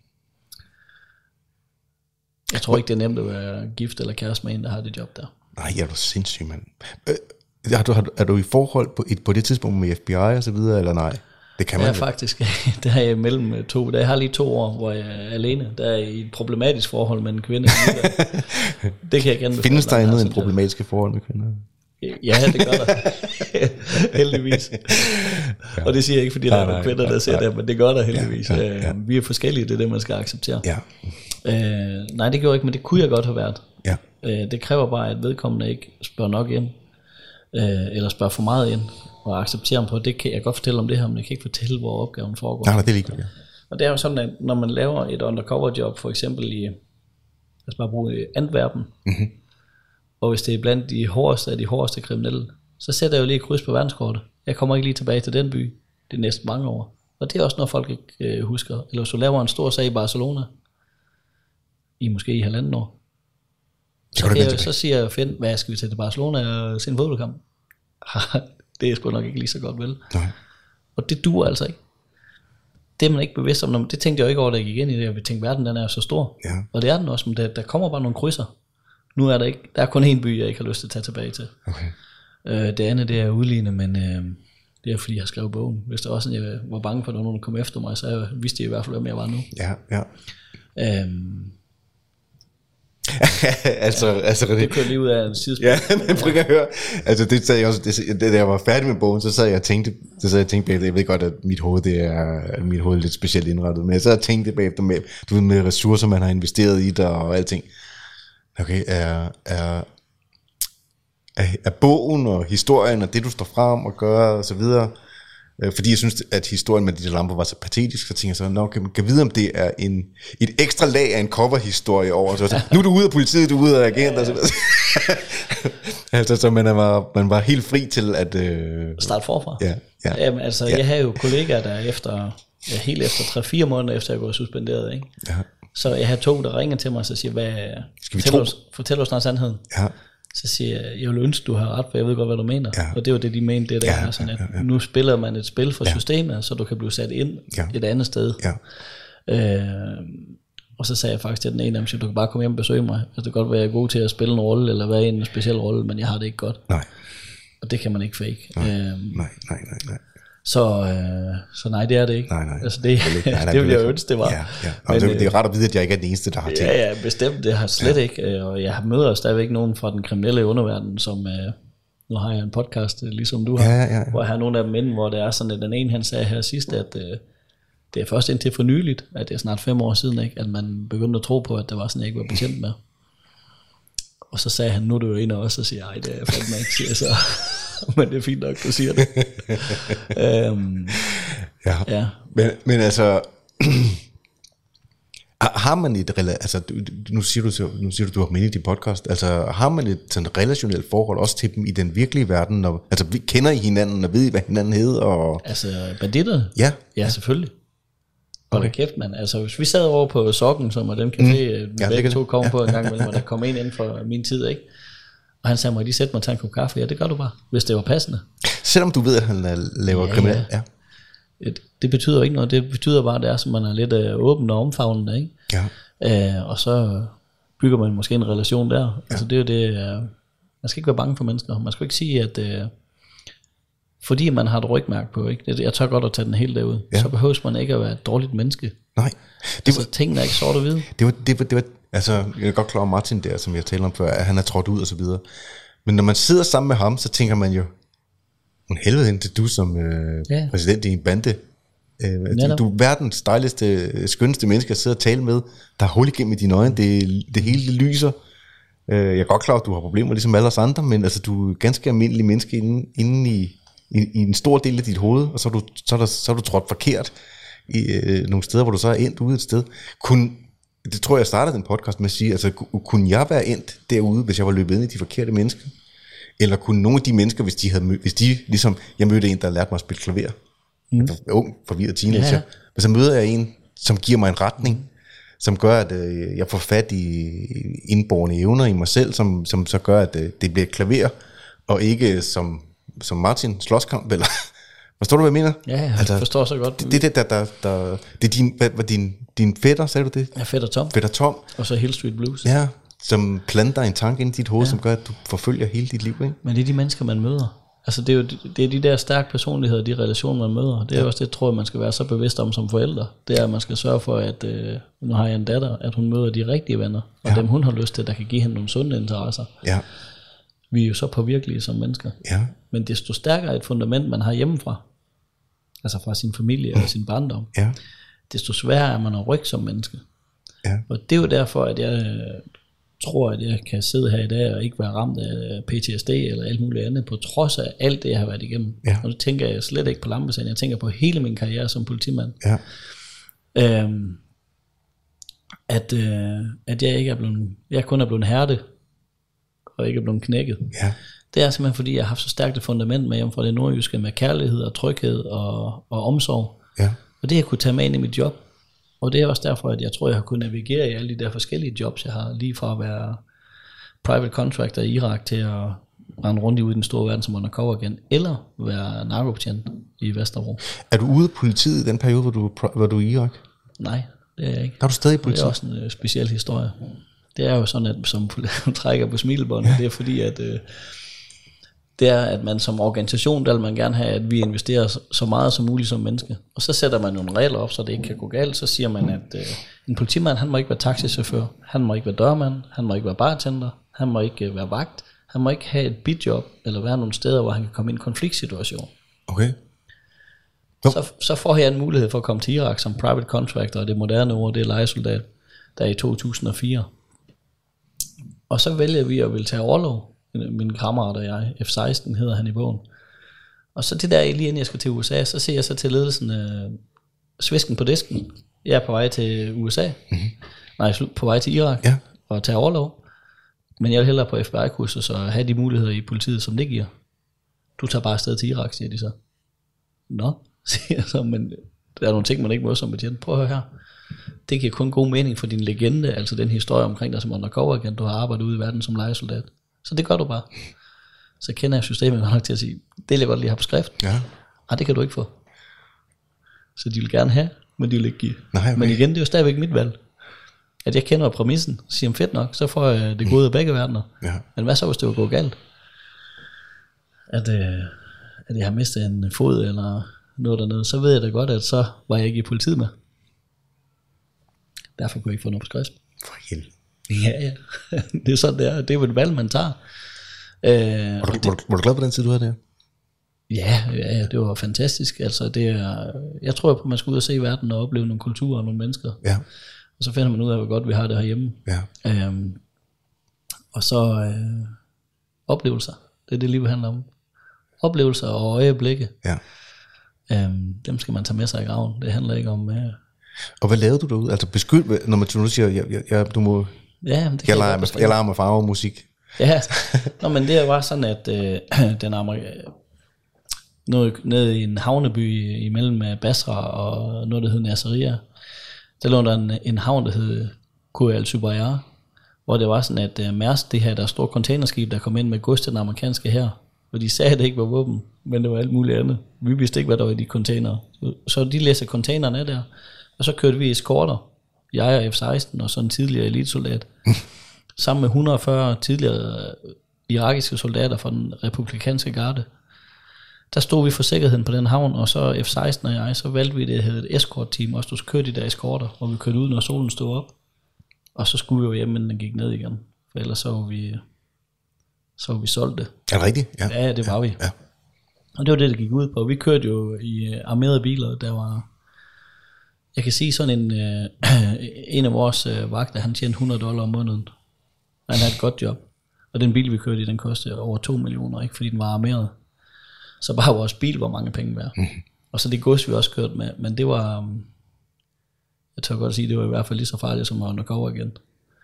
Jeg tror ikke, det er nemt at være gift eller kæreste med en, der har det job der. Nej, jeg er du sindssyg, mand. Er du i forhold på det tidspunkt med FBI og så videre, eller nej? Det kan man faktisk. Det har jeg mellem to. Jeg har lige 2 år, hvor jeg er alene. Der er i et problematisk forhold med en kvinde. Det kan jeg gerne. Findes der andet end problematiske forhold med kvinder? Ja, det gør der. Heldigvis. Og det siger jeg ikke, fordi der er nogle kvinder, der siger det, men det gør der heldigvis. Ja. Vi er forskellige, det er det, man skal acceptere. Ja. Nej, det gjorde jeg ikke, men det kunne jeg godt have været. Ja. Det kræver bare, at vedkommende ikke spørger nok ind, eller spørger for meget ind, og accepterer dem på, det kan jeg godt fortælle om det her, men jeg kan ikke fortælle, hvor opgaven foregår. Nej, det er ligegyldigt. Ja. Og det er jo sådan, at når man laver et undercover job, for eksempel i, lad os bare bruge Antwerpen, mm-hmm. Og hvis det er blandt de hårdeste af de hårdeste kriminelle, så sætter jeg jo lige kryds på verdenskortet. Jeg kommer ikke lige tilbage til den by de næste mange år. Og det er også noget, folk ikke husker. Eller hvis du laver en stor sag i Barcelona, måske i 1,5 år, så siger jeg, Finn, hvad skal vi til Barcelona og se en fodboldkamp? Det er sgu nok ikke lige så godt, vel? Nej. Og det duer altså ikke. Det er man ikke bevidst om. Det tænkte jeg jo ikke over, da jeg gik ind i det. Jeg tænkte, verden den er så stor. Ja. Og det er den også, men der kommer bare nogle krydser. Nu er der ikke, der er kun én by, jeg ikke har lyst til at tage tilbage til. Okay. Det andet, det er udligne, men det er fordi, jeg har skrevet bogen. Hvis der også jeg var bange for, at nogen kom efter mig, så vidste jeg i hvert fald, hvem jeg var nu. Ja, ja. altså det kører lige ud af en sidespil. Ja, men prøv at høre. Altså det sad jeg også, da jeg var færdig med bogen, så sad jeg og tænkte bagefter, jeg ved godt, at mit hoved er lidt specielt indrettet, men jeg sad og tænkte bagefter med ressourcer, man har investeret i det og alting. Okay, er bogen og historien og det, du står frem og gør og så videre, fordi jeg synes, at historien med de der lamper var så patetisk, så tænker jeg så, kan vide, om det er et ekstra lag af en coverhistorie over, så nu er du ude af politiet, du er ude af agenter, og så videre. Altså, så man var helt fri til at starte forfra. Ja. Jamen, altså, jeg havde jo kollegaer, der helt efter 3-4 måneder efter jeg var suspenderet, ikke? Ja. Så jeg havde 2, der ringer til mig og så siger, fortæl os snart sandheden. Ja. Så siger jeg vil ønske, du har ret, for jeg ved godt, hvad du mener. Ja. Og det var det, de mente, det der er sådan, at nu spiller man et spil for systemet, så du kan blive sat ind et andet sted. Ja. Og så sagde jeg faktisk til den ene, at du kan bare komme hjem og besøge mig. Altså, det kan godt være, jeg er god til at spille en rolle, eller være i en speciel rolle, men jeg har det ikke godt. Nej. Og det kan man ikke fake. Nej. Så nej, det er det ikke. Nej. Altså det ville jeg ønske, det var. Ja. Men, det er ret at vide, at jeg ikke er den eneste, der har tænkt. Ja, bestemt. Det har slet ikke. Og jeg møder stadigvæk nogen fra den kriminelle underverden, som nu har jeg en podcast, ligesom du har, hvor jeg har nogle af dem inde, hvor det er sådan, at den ene, han sagde her sidst, at det er først indtil for nyligt, at det er snart 5 år siden, ikke, at man begyndte at tro på, at der var sådan, jeg ikke var betjent med. Og så sagde han, nu er du jo en af os, og siger, ej, det er jeg fandme ikke, siger så. Men det er fint nok, du siger det. Ja. Men altså, har man altså, nu siger du har med i din podcast, altså har man et sådan relationelt forhold også til dem i den virkelige verden, altså vi kender I hinanden, og ved I, hvad hinanden hedder? Og altså banditterne? Ja, selvfølgelig. Okay. Kæft, man. Altså hvis vi sad over på Sokken, som er dem café, begge to kom på en gang imellem, og der kom en inden for min tid, ikke? Og han sagde, må jeg lige sætte mig og tage en kop kaffe? Ja, det gør du bare, hvis det var passende. Selvom du ved, at han laver kriminal? Ja. Det betyder jo ikke noget. Det betyder bare, at det er, som man er lidt åben og omfavnende, ikke? Ja. Og så bygger man måske en relation der. Ja. Altså det er jo det. Man skal ikke være bange for mennesker. Man skal ikke sige, at fordi man har et rygmærke på, ikke? Jeg tør godt at tage den helt derud. Ja. Så behøves man ikke at være et dårligt menneske. Nej. Tingene er ikke sort og hvide. Det var altså, jeg er godt klar over Martin der, som jeg talte om før, at han er trådt ud og så videre. Men når man sidder sammen med ham, så tænker man jo, helvede hen til du som præsident i en bande. Du er verdens dejligste, skønneste menneske at sidde og tale med. Der er hul igennem i dine øjne, det hele det lyser. Jeg er godt klar over, at du har problemer ligesom alle os andre, men altså, du er ganske almindelig menneske inde i en stor del af dit hoved, og så er du trådt forkert i nogle steder, hvor du så er endt ude et sted. Det tror jeg startede den podcast med at sige, altså kunne jeg være endt derude, hvis jeg var løbet ind i de forkerte mennesker? Eller kunne nogle af de mennesker, hvis de ligesom, jeg mødte en, der lærte mig at spille klaver, ung, forvirret teenager, men så møder jeg en, som giver mig en retning, som gør, at jeg får fat i indborne evner i mig selv, som så gør, at det bliver klaver, og ikke som Martin slåskamp, eller forstår du, hvad jeg mener? Ja, jeg forstår så godt. Det er din fætter, sagde du det? Ja, fætter Tom. Fætter Tom. Og så Hill Street Blues. Ja, som planter en tanke ind i dit hoved, som gør, at du forfølger hele dit liv, ikke? Men det er de mennesker, man møder. Altså det er de der stærke personligheder, de relationer, man møder. Det er også det, tror jeg, man skal være så bevidst om som forældre. Det er, at man skal sørge for, at nu har jeg en datter, at hun møder de rigtige venner, og dem hun har lyst til, der kan give hende nogle sunde interesser. Ja. Vi er jo så påvirkelige som mennesker. Ja. Men desto stærkere et fundament, man har hjemmefra, altså fra sin familie og sin barndom, desto sværere er man at rykke som menneske. Ja. Og det er jo derfor, at jeg tror, at jeg kan sidde her i dag og ikke være ramt af PTSD eller alt muligt andet, på trods af alt det, jeg har været igennem. Ja. Og det tænker jeg slet ikke på Lampesagen. Jeg tænker på hele min karriere som politimand. Ja. At jeg ikke er blevet, jeg kun er blevet hærdet, og ikke er blevet knækket. Ja. Det er simpelthen fordi, jeg har haft så stærkt et fundament med hjemme fra det nordjyske, med kærlighed og tryghed og omsorg. Ja. Og det jeg kunne tage med ind i mit job. Og det er også derfor, at jeg tror, jeg har kunnet navigere i alle de der forskellige jobs, jeg har, lige fra at være private contractor i Irak til at rende rundt ude i den store verden som undercover igen, eller være narkobetjent i Vesterbro. Er du ude af politiet i den periode, hvor du er i Irak? Nej, det er jeg ikke. Er du stadig i politiet? Det er også en speciel historie. Det er jo sådan, at som trækker på smilebåndet, det er fordi, at det er, at man som organisation, der vil man gerne have, at vi investerer så meget som muligt som menneske. Og så sætter man nogle regler op, så det ikke kan gå galt. Så siger man, at en politimand, han må ikke være taxichauffør, han må ikke være dørmand, han må ikke være bartender, han må ikke være vagt, han må ikke have et bidjob, eller være nogle steder, hvor han kan komme i en konfliktsituation. Okay. Så får jeg en mulighed for at komme til Irak som private contractor, og det moderne ord, det er lejesoldat, der er i 2004. Og så vælger vi at vil tage overlov, min kammerat og jeg, F-16 hedder han i bogen. Og så det der, lige inden jeg skal til USA, så ser jeg så til ledelsen svisken på disken. Jeg er på vej til USA, på vej til Irak, og tage overlov. Men jeg vil hellere på FBI-kursus og have de muligheder i politiet, som det giver. Du tager bare afsted til Irak, siger de så. Nå, siger jeg så, men der er nogle ting, man ikke må som betjent. Prøv at høre her. Det giver kun god mening for din legende, altså den historie omkring dig som undercover-agent, du har arbejdet ude i verden som lejesoldat. Så det gør du bare. Så kender jeg systemet nok til at sige, det vil jeg godt lige have på skrift. Ja. Det kan du ikke få. Så de vil gerne have, men de vil ikke give. Nej, okay. Men igen, det er jo stadigvæk mit valg. At jeg kender præmissen, siger fedt nok, så får jeg det gode af begge verdener. Ja. Men hvad så, hvis det var gået galt? At jeg har mistet en fod eller noget dernede, så ved jeg da godt, at så var jeg ikke i politiet med. Derfor kunne jeg ikke få noget på skrift. For helvede. Ja. Det er sådan, det er. Det er jo et valg, man tager. Var du glad på den tid, du havde det? Ja, det var fantastisk. Altså, jeg tror på, at man skal ud og se verden og opleve nogle kulturer og nogle mennesker. Ja. Og så finder man ud af, hvor godt vi har det herhjemme. Ja. Og så oplevelser. Det er det, livet handler om. Oplevelser og øjeblikke. Ja. Dem skal man tage med sig i graven. Det handler ikke om... Og hvad lavede du derude? Altså beskyld, når man nu siger, du må... Ja, det jeg leger med farve og musik. Ja, men det var sådan, at nede i en havneby imellem Basra og noget, der hed Nasiriyah, der lå der en havn, der hed Khor al-Zubayr, hvor det var sådan, at Mærsk, det her der store containerskib, der kom ind med gods til den amerikanske hær, og de sagde, at det ikke var våben, men det var alt muligt andet. Vi vidste ikke, hvad der var i de containere. Så de læste containerne af der, og så kørte vi eskorter, jeg og F-16 og så en tidligere elitesoldat, sammen med 140 tidligere irakiske soldater fra den republikanske garde. Der stod vi for sikkerheden på den havn, og så F-16 og jeg, så valgte vi det, der hed et escort-team, og så kørte de der eskorter, og vi kørte ud, når solen stod op. Og så skulle vi jo hjem, inden den gik ned igen, for ellers så var vi solgte. Er det rigtigt? Ja, det var vi. Ja. Og det var det gik ud på. Vi kørte jo i armerede biler, der var... Jeg kan sige sådan en af vores vagter, han tjente $100 om måneden. Han havde et godt job. Og den bil, vi kørte i, den kostede over 2 millioner, ikke fordi den var armeret. Så bare vores bil var mange penge værd. Og så det gods, vi også kørte med. Men det var, jeg tør godt sige, det var i hvert fald lige så farligt som undercover agent.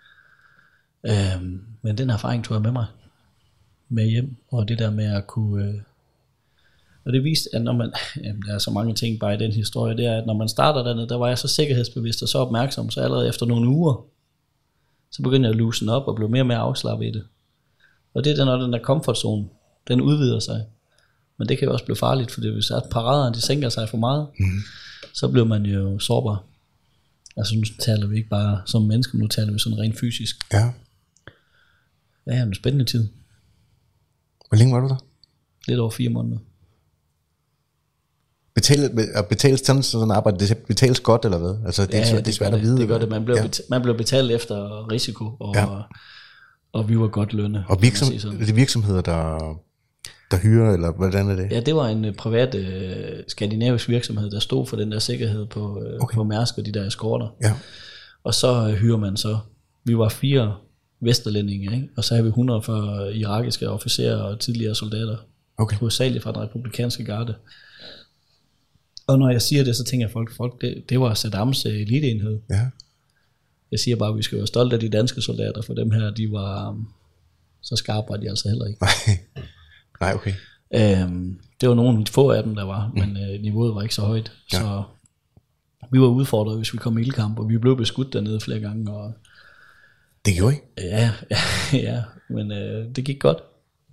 Men den erfaring tog jeg med mig. Med hjem. Og det der med at kunne... Og det viste, at når man... Jamen, der er så mange ting bare i den historie. Det er, at når man starter dernede, der var jeg så sikkerhedsbevidst og så opmærksom. Så allerede efter nogle uger, så begyndte jeg at loosen op og blev mere og mere afslappet i det. Og det er når den der comfort zone, den udvider sig. Men det kan jo også blive farligt, fordi hvis paraderne de sænker sig for meget, så bliver man jo sårbar. Altså nu taler vi ikke bare som mennesker, nu taler vi sådan rent fysisk. Ja. Ja, en spændende tid. Hvor længe var du der? Lidt over 4 måneder. Betales sådan arbejde, det betales godt eller hvad? Altså det er svært at vide. Det gør det. Man blev betalt efter risiko, og vi var godt lønnet. Og de virksomheder, der hyrer, eller hvordan er det? Ja, det var en privat skandinavisk virksomhed, der stod for den der sikkerhed på Mærsk og de der eskorter. Ja. Og så hyrer man så, vi var 4 vesterlændinge, ikke? Og så havde vi 140 irakiske officerer og tidligere soldater, hovedsageligt fra den republikanske garde. Og når jeg siger det, så tænker jeg, folk det var Saddams eliteenhed. Ja. Jeg siger bare, at vi skal være stolte af de danske soldater, for dem her, de var, så skarpe var de altså heller ikke. Nej, okay. Det var nogle få af dem, der var, men niveauet var ikke så højt. Ja. Så vi var udfordret, hvis vi kom i ildkamp, og vi blev beskudt dernede flere gange. Og, det gjorde I? Ja, men det gik godt.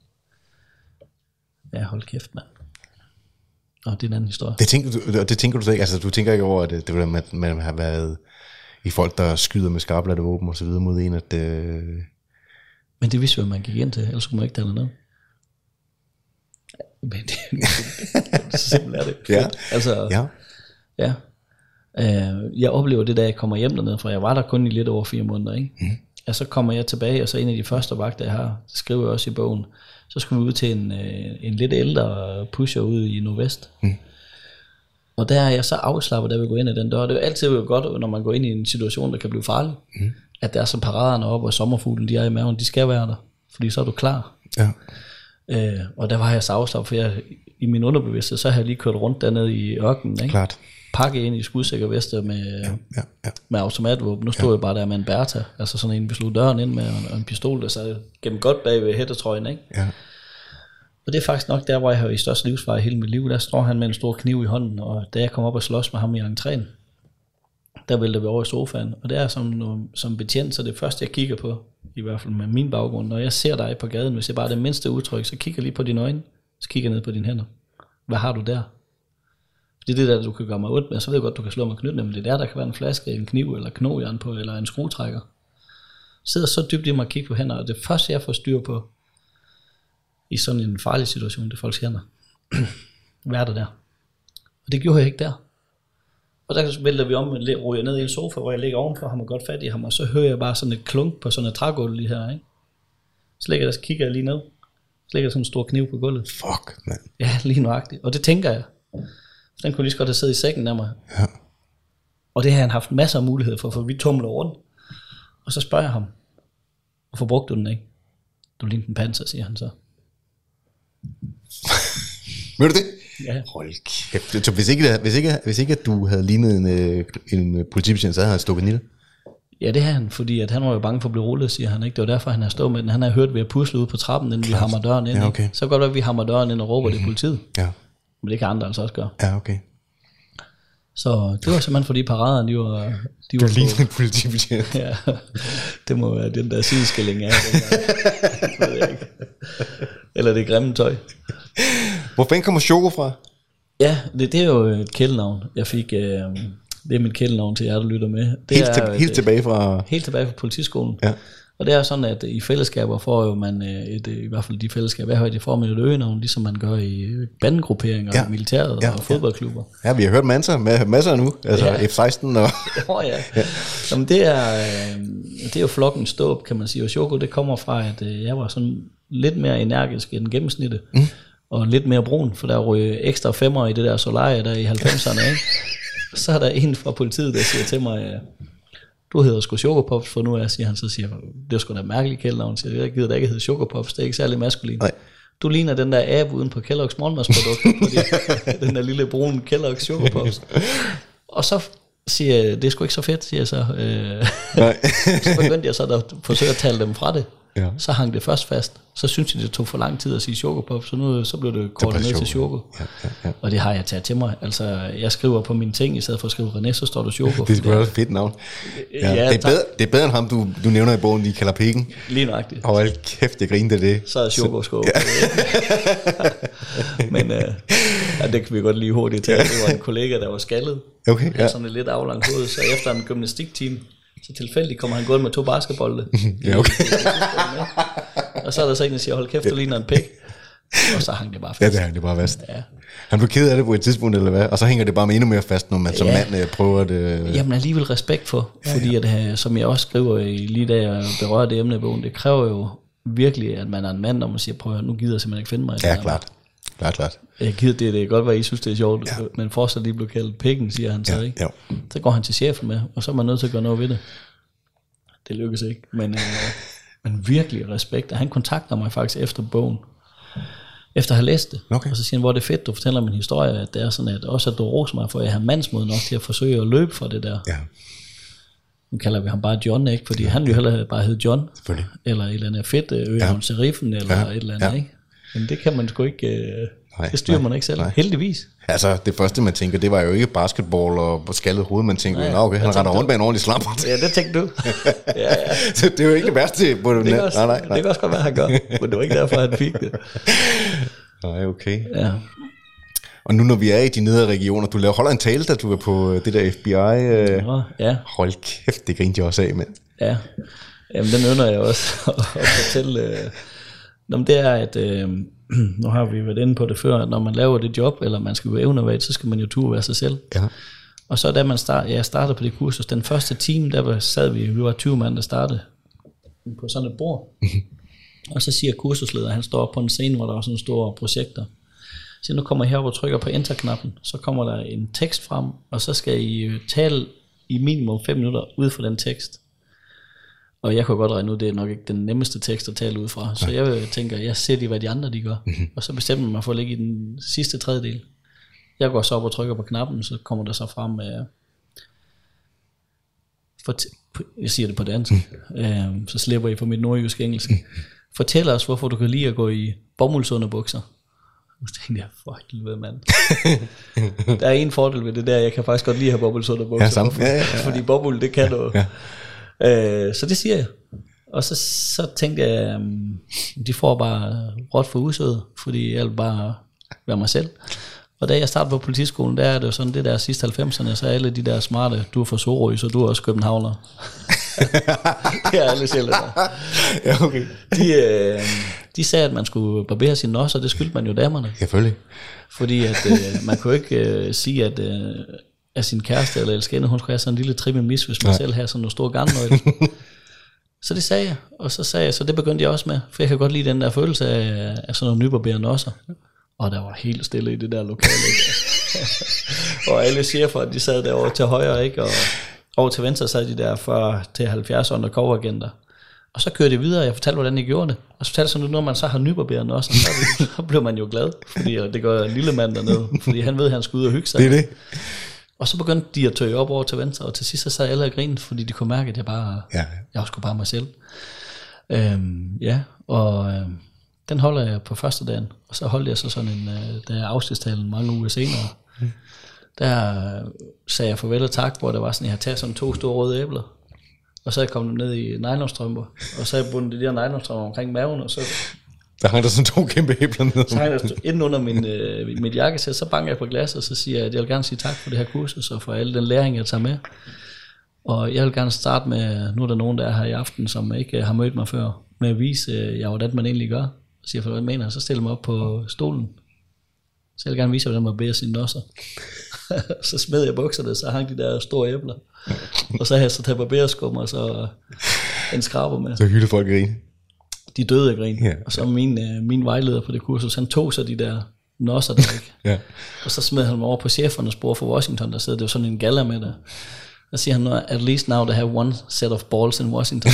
Ja, hold kæft, mand. Og det er en anden historie. Det tænker du så ikke? Altså, du tænker ikke over, at det var, at man har været i folk, der skyder med skarpladte våben og så videre mod en, at... Men det vidste jo, at man gik ind til, ellers kunne man ikke tage det ned. Men det så simpelt er det. Ja. Altså, ja. Jeg oplever det, da jeg kommer hjem dernede, for jeg var der kun i lidt over 4 måneder, ikke? Og så kommer jeg tilbage, og så en af de første vagter, jeg har, det skriver jeg også i bogen, så skulle vi ud til en lidt ældre pusher ude i Nordvest. Og der er jeg så afslappet, da vi går ind ad den dør. Det er jo altid godt, når man går ind i en situation, der kan blive farlig, at der er så paraderne op, og sommerfuglen, de er i maven, de skal være der, fordi så er du klar. Ja. Og der var jeg så afslappet, for jeg, i min underbevidsthed, så har jeg lige kørt rundt dernede i ørkenen, ikke? Klart. Pakket ind i skudsikker veste med automatvåben. Nu stod jeg bare der med en Bertha, altså sådan en, vi slog døren ind med, og en pistol, der sad gennem godt bag ved hættetrøjen, ikke? Ja. Og det er faktisk nok der, hvor jeg har i størst livsfare i hele mit liv. Der står han med en stor kniv i hånden, og da jeg kom op og slås med ham i entréen, der vælter vi over i sofaen. Og det er som betjent, så det første jeg kigger på, i hvert fald med min baggrund, når jeg ser dig på gaden, hvis jeg bare det mindste udtryk, så kigger jeg lige på dine øjne, så kigger jeg ned på dine hænder. Hvad har du der? Det er det der, du kan gøre mig ondt med, så ved jeg godt, du kan slå mig knyttet, men det der kan være en flaske, en kniv, eller knogjern på, eller en skruetrækker. Sidder så dybt i mig og kigger på hænder, og det første jeg får styr på, i sådan en farlig situation, det er folks hænder. Hvad er der der? Og det gjorde jeg ikke der. Og der vælter vi om, og ryger ned i en sofa, hvor jeg ligger ovenfor ham og godt fat i ham, og så hører jeg bare sådan et klunk på sådan et trægulv lige her, ikke? Så kigger jeg lige ned, så ligger der sådan en stor kniv på gulvet. Fuck, mand. Ja, lige nøjagtigt. Og det tænker jeg. Den kunne lige så godt have siddet i sækken af mig. Ja. Og det har han haft masser af muligheder for vi tumler rundt. Og så spørger jeg ham, hvorfor brugte du den ikke? Du lignede en panser, siger han så. Ved du det? Ja. Hold kæft. Så hvis ikke at du havde lignet en politibetjent, så havde han stukket i det? Ja, det har han, fordi at han var jo bange for at blive rullet, siger han, ikke? Det var derfor, han har stået med den. Han har hørt, ved at pusle ud på trappen, inden vi hammer døren ind. Ja, okay. Så godt, at vi hammer døren ind og råber, det er politiet. Ja. Men det kan andre altså også gøre. Ja, okay. Så det var simpelthen fordi paraderne, de var du lignede en politibetjent. Ja, det må være den der sideskilling af. Den der. Eller det grimme tøj. Hvor fanden kommer Choco fra? Ja, det er jo et kælenavn. Jeg fik, det er mit kælenavn til jer, der lytter med. Det helt tilbage fra... Helt tilbage fra politiskolen. Ja. Og det er sådan, at i fællesskaber får jo man, i hvert fald de fællesskaber, jeg har hørt, får man et øgenavn, ligesom man gør i bandegrupperinger, militæret og fodboldklubber. Ja, vi har hørt masser nu, altså F-16 og... Ja. Jamen, det er jo flokkens ståb, kan man sige, og Choco, det kommer fra, at jeg var sådan lidt mere energisk end gennemsnittet, og lidt mere brun, for der ryger ekstra 5'er i det der Solaria der i 90'erne, ikke? Så er der en fra politiet, der siger til mig... Du hedder sgu Choco Pops for nu af, siger han, så siger jeg, det er sgu da mærkeligt kældnavn, så jeg gider da ikke hedde Choco Pops, det er ikke særlig maskulin. Nej. Du ligner den der abe uden på Kellogg's morgenmadsprodukt, fordi den der lille brune Kellogg's Choco Pops. Og så siger jeg, det er sgu ikke så fedt, siger jeg så. Så begyndte jeg så at forsøge at tale dem fra det. Ja. Så hang det først fast. Så synes jeg, det tog for lang tid at sige Choco Pop, så blev det kortet ned til Choco. Ja. Og det har jeg taget til mig. Altså, jeg skriver på mine ting, i stedet for at skrive René, så står der Choco. Det er et fedt navn. Ja, det er bedre end ham, du nævner i bogen, de kalder Pikken. Lige nøjagtigt. Hold kæft, det griner det. Så er Choco sgu. Ja. Men det kan vi godt lige hurtigt tage. Det var en kollega, der var skaldet. Okay, ja. Sådan et lidt aflangt hoved, så efter en gymnastikteam, så tilfældigt kommer han gået med 2 basketbolde. Ja, okay. Og så er der så en, der siger, hold kæft, du ligner en pik. Og så hang det bare fast. Ja, det hang det bare fast. Ja. Han blev ked af det på et tidspunkt, eller hvad? Og så hænger det bare med endnu mere fast, når man som mand prøver det. Jamen alligevel respekt for, fordi at, som jeg også skriver lige da jeg berører det emne i bogen, det kræver jo virkelig, at man er en mand, når man siger, prøv at nu gider jeg simpelthen ikke finde mig. Ja, klart. Klart. Jeg gider det kan godt være, I synes, det er sjovt, men fortsat lige blev kaldt Pikken, siger han så, ikke? Ja. Så går han til chefen med, og så er man nødt til at gøre noget ved det. Det lykkes ikke, men virkelig respekt. Han kontakter mig faktisk efter bogen, efter at have læst det, og så siger han, hvor det er fedt, du fortæller min historie, at det er sådan, at også at du roser mig, for jeg har mandsmod nok til at forsøge at løbe fra det der. Ja. Nu kalder vi ham bare John, ikke? Fordi han jo heller bare hedde John, eller et eller andet fedt, Øren Seriffen, eller et eller andet, ikke? Men det kan man sgu ikke, det styrer man ikke selv, heldigvis. Altså det første man tænker, det var jo ikke basketball og skaldet hoved, man tænker, okay, han render rundt med en ordentlig slamper. Ja, det tænkte du. Ja. Så det er jo ikke det værste. Det kan også godt være, han gør, men det var ikke derfor, han fik det. Nej, okay. Ja. Og nu når vi er i de nedre regioner, du holder en tale, da du er på det der FBI. Ja. Hold kæft, det grinte jeg også af, mand. Ja, jamen den ønsker jeg også at fortælle. Nå, men det er, at nu har vi været inde på det før, at når man laver det job, eller man skal være evnervægt, så skal man jo turde være sig selv. Ja. Og så da jeg startede på det kursus, den første time, der sad vi var 20 mand, der startede på sådan et bord. Og så siger kursuslederen, han står på en scene, hvor der var sådan en stor projekter. Så nu kommer I herop og trykker på enter-knappen, så kommer der en tekst frem, og så skal I tale i minimum 5 minutter ud fra den tekst. Og jeg kunne godt regne ud, det er nok ikke den nemmeste tekst at tale ud fra. Så jeg tænker, jeg ser lige, hvad de andre de gør. Og så bestemmer man for at ligge i den sidste tredjedel. Jeg går så op og trykker på knappen, så kommer der så frem med... Jeg siger det på dansk. Så slipper I på mit nordjysk engelsk. Fortæl os, hvorfor du kan lide at gå i bomuldsunderbukser. Så tænkte jeg, for helvede mand. Der er en fordel ved det der, jeg kan faktisk godt lide at have bomuldsunderbukser. Fordi bomuld, det kan noget. Så det siger jeg. Og så tænkte jeg, de får bare råt for usødet, fordi jeg vil bare være mig selv. Og da jeg startede på politiskolen, der er det jo sådan, det der sidste 90'erne, så er alle de der smarte, du er fra Sorø, så du er også københavner. Det er alle sjældent. Ja, okay. De sagde, at man skulle barbere sine nosser, det skyldte man jo damerne. Selvfølgelig. Fordi at man kunne ikke sige, at sin kæreste eller elskerinde, hun skulle have sådan en lille trimme mis, hvis man selv havde sådan nogle store garnnøgle. Så det sagde jeg, og så sagde jeg, så det begyndte jeg også med, for jeg kan godt lide den der følelse af sådan nogle nybarberede nosser. Og der var helt stille i det der lokale, og alle chefer, de sad derovre til højre, ikke? Og over til venstre sad de der 40-70 undercover-agenter. Og så kørte de videre, og jeg fortalte, hvordan I gjorde det. Og så fortalte sådan, når man så har nybarberet nosser, så blev man jo glad, fordi det gør en lille mand dernede, fordi han ved, at han skal ud og hygge sig. Det er det. Og så begyndte de at tøje op over til venstre, og til sidst så sad alle og grinede, fordi de kunne mærke, at jeg var sgu bare mig selv. Den holder jeg på første dagen, og så holdt jeg så sådan en, da jeg afskedstalen mange uger senere, der sagde jeg farvel og tak, hvor der var sådan, jeg havde taget sådan 2 store røde æbler, og så er jeg kommet ned i nylonstrømper, og så er jeg bundet de der nylonstrømper omkring maven, og så... Der hang der sådan 2 kæmpe æbler ned. Så hang der inden under mit jakkesæt, så banker jeg på glasset, og så siger jeg, at jeg vil gerne sige tak for det her kursus, og for al den læring, jeg tager med. Og jeg vil gerne starte med, nu er der nogen, der er her i aften, som ikke har mødt mig før, med at vise jer, hvordan man egentlig gør. Så siger jeg, hvad mener jeg? Så stiller jeg mig op på stolen. Så jeg vil gerne vise jer, hvordan man bærer sine nosser. Så smed jeg bukserne, så hang de der store æbler. Og så havde jeg så taget barberskum, og så en skraber med. Så hyldte folk grin. De døde af grin. Yeah. Og så min vejleder på det kursus, han tog så de der nosser der, ikke? Yeah. Og så smed han mig over på chefernes bord for Washington, der sidder, det var sådan en galla med der. Der siger han, at least now they have one set of balls in Washington.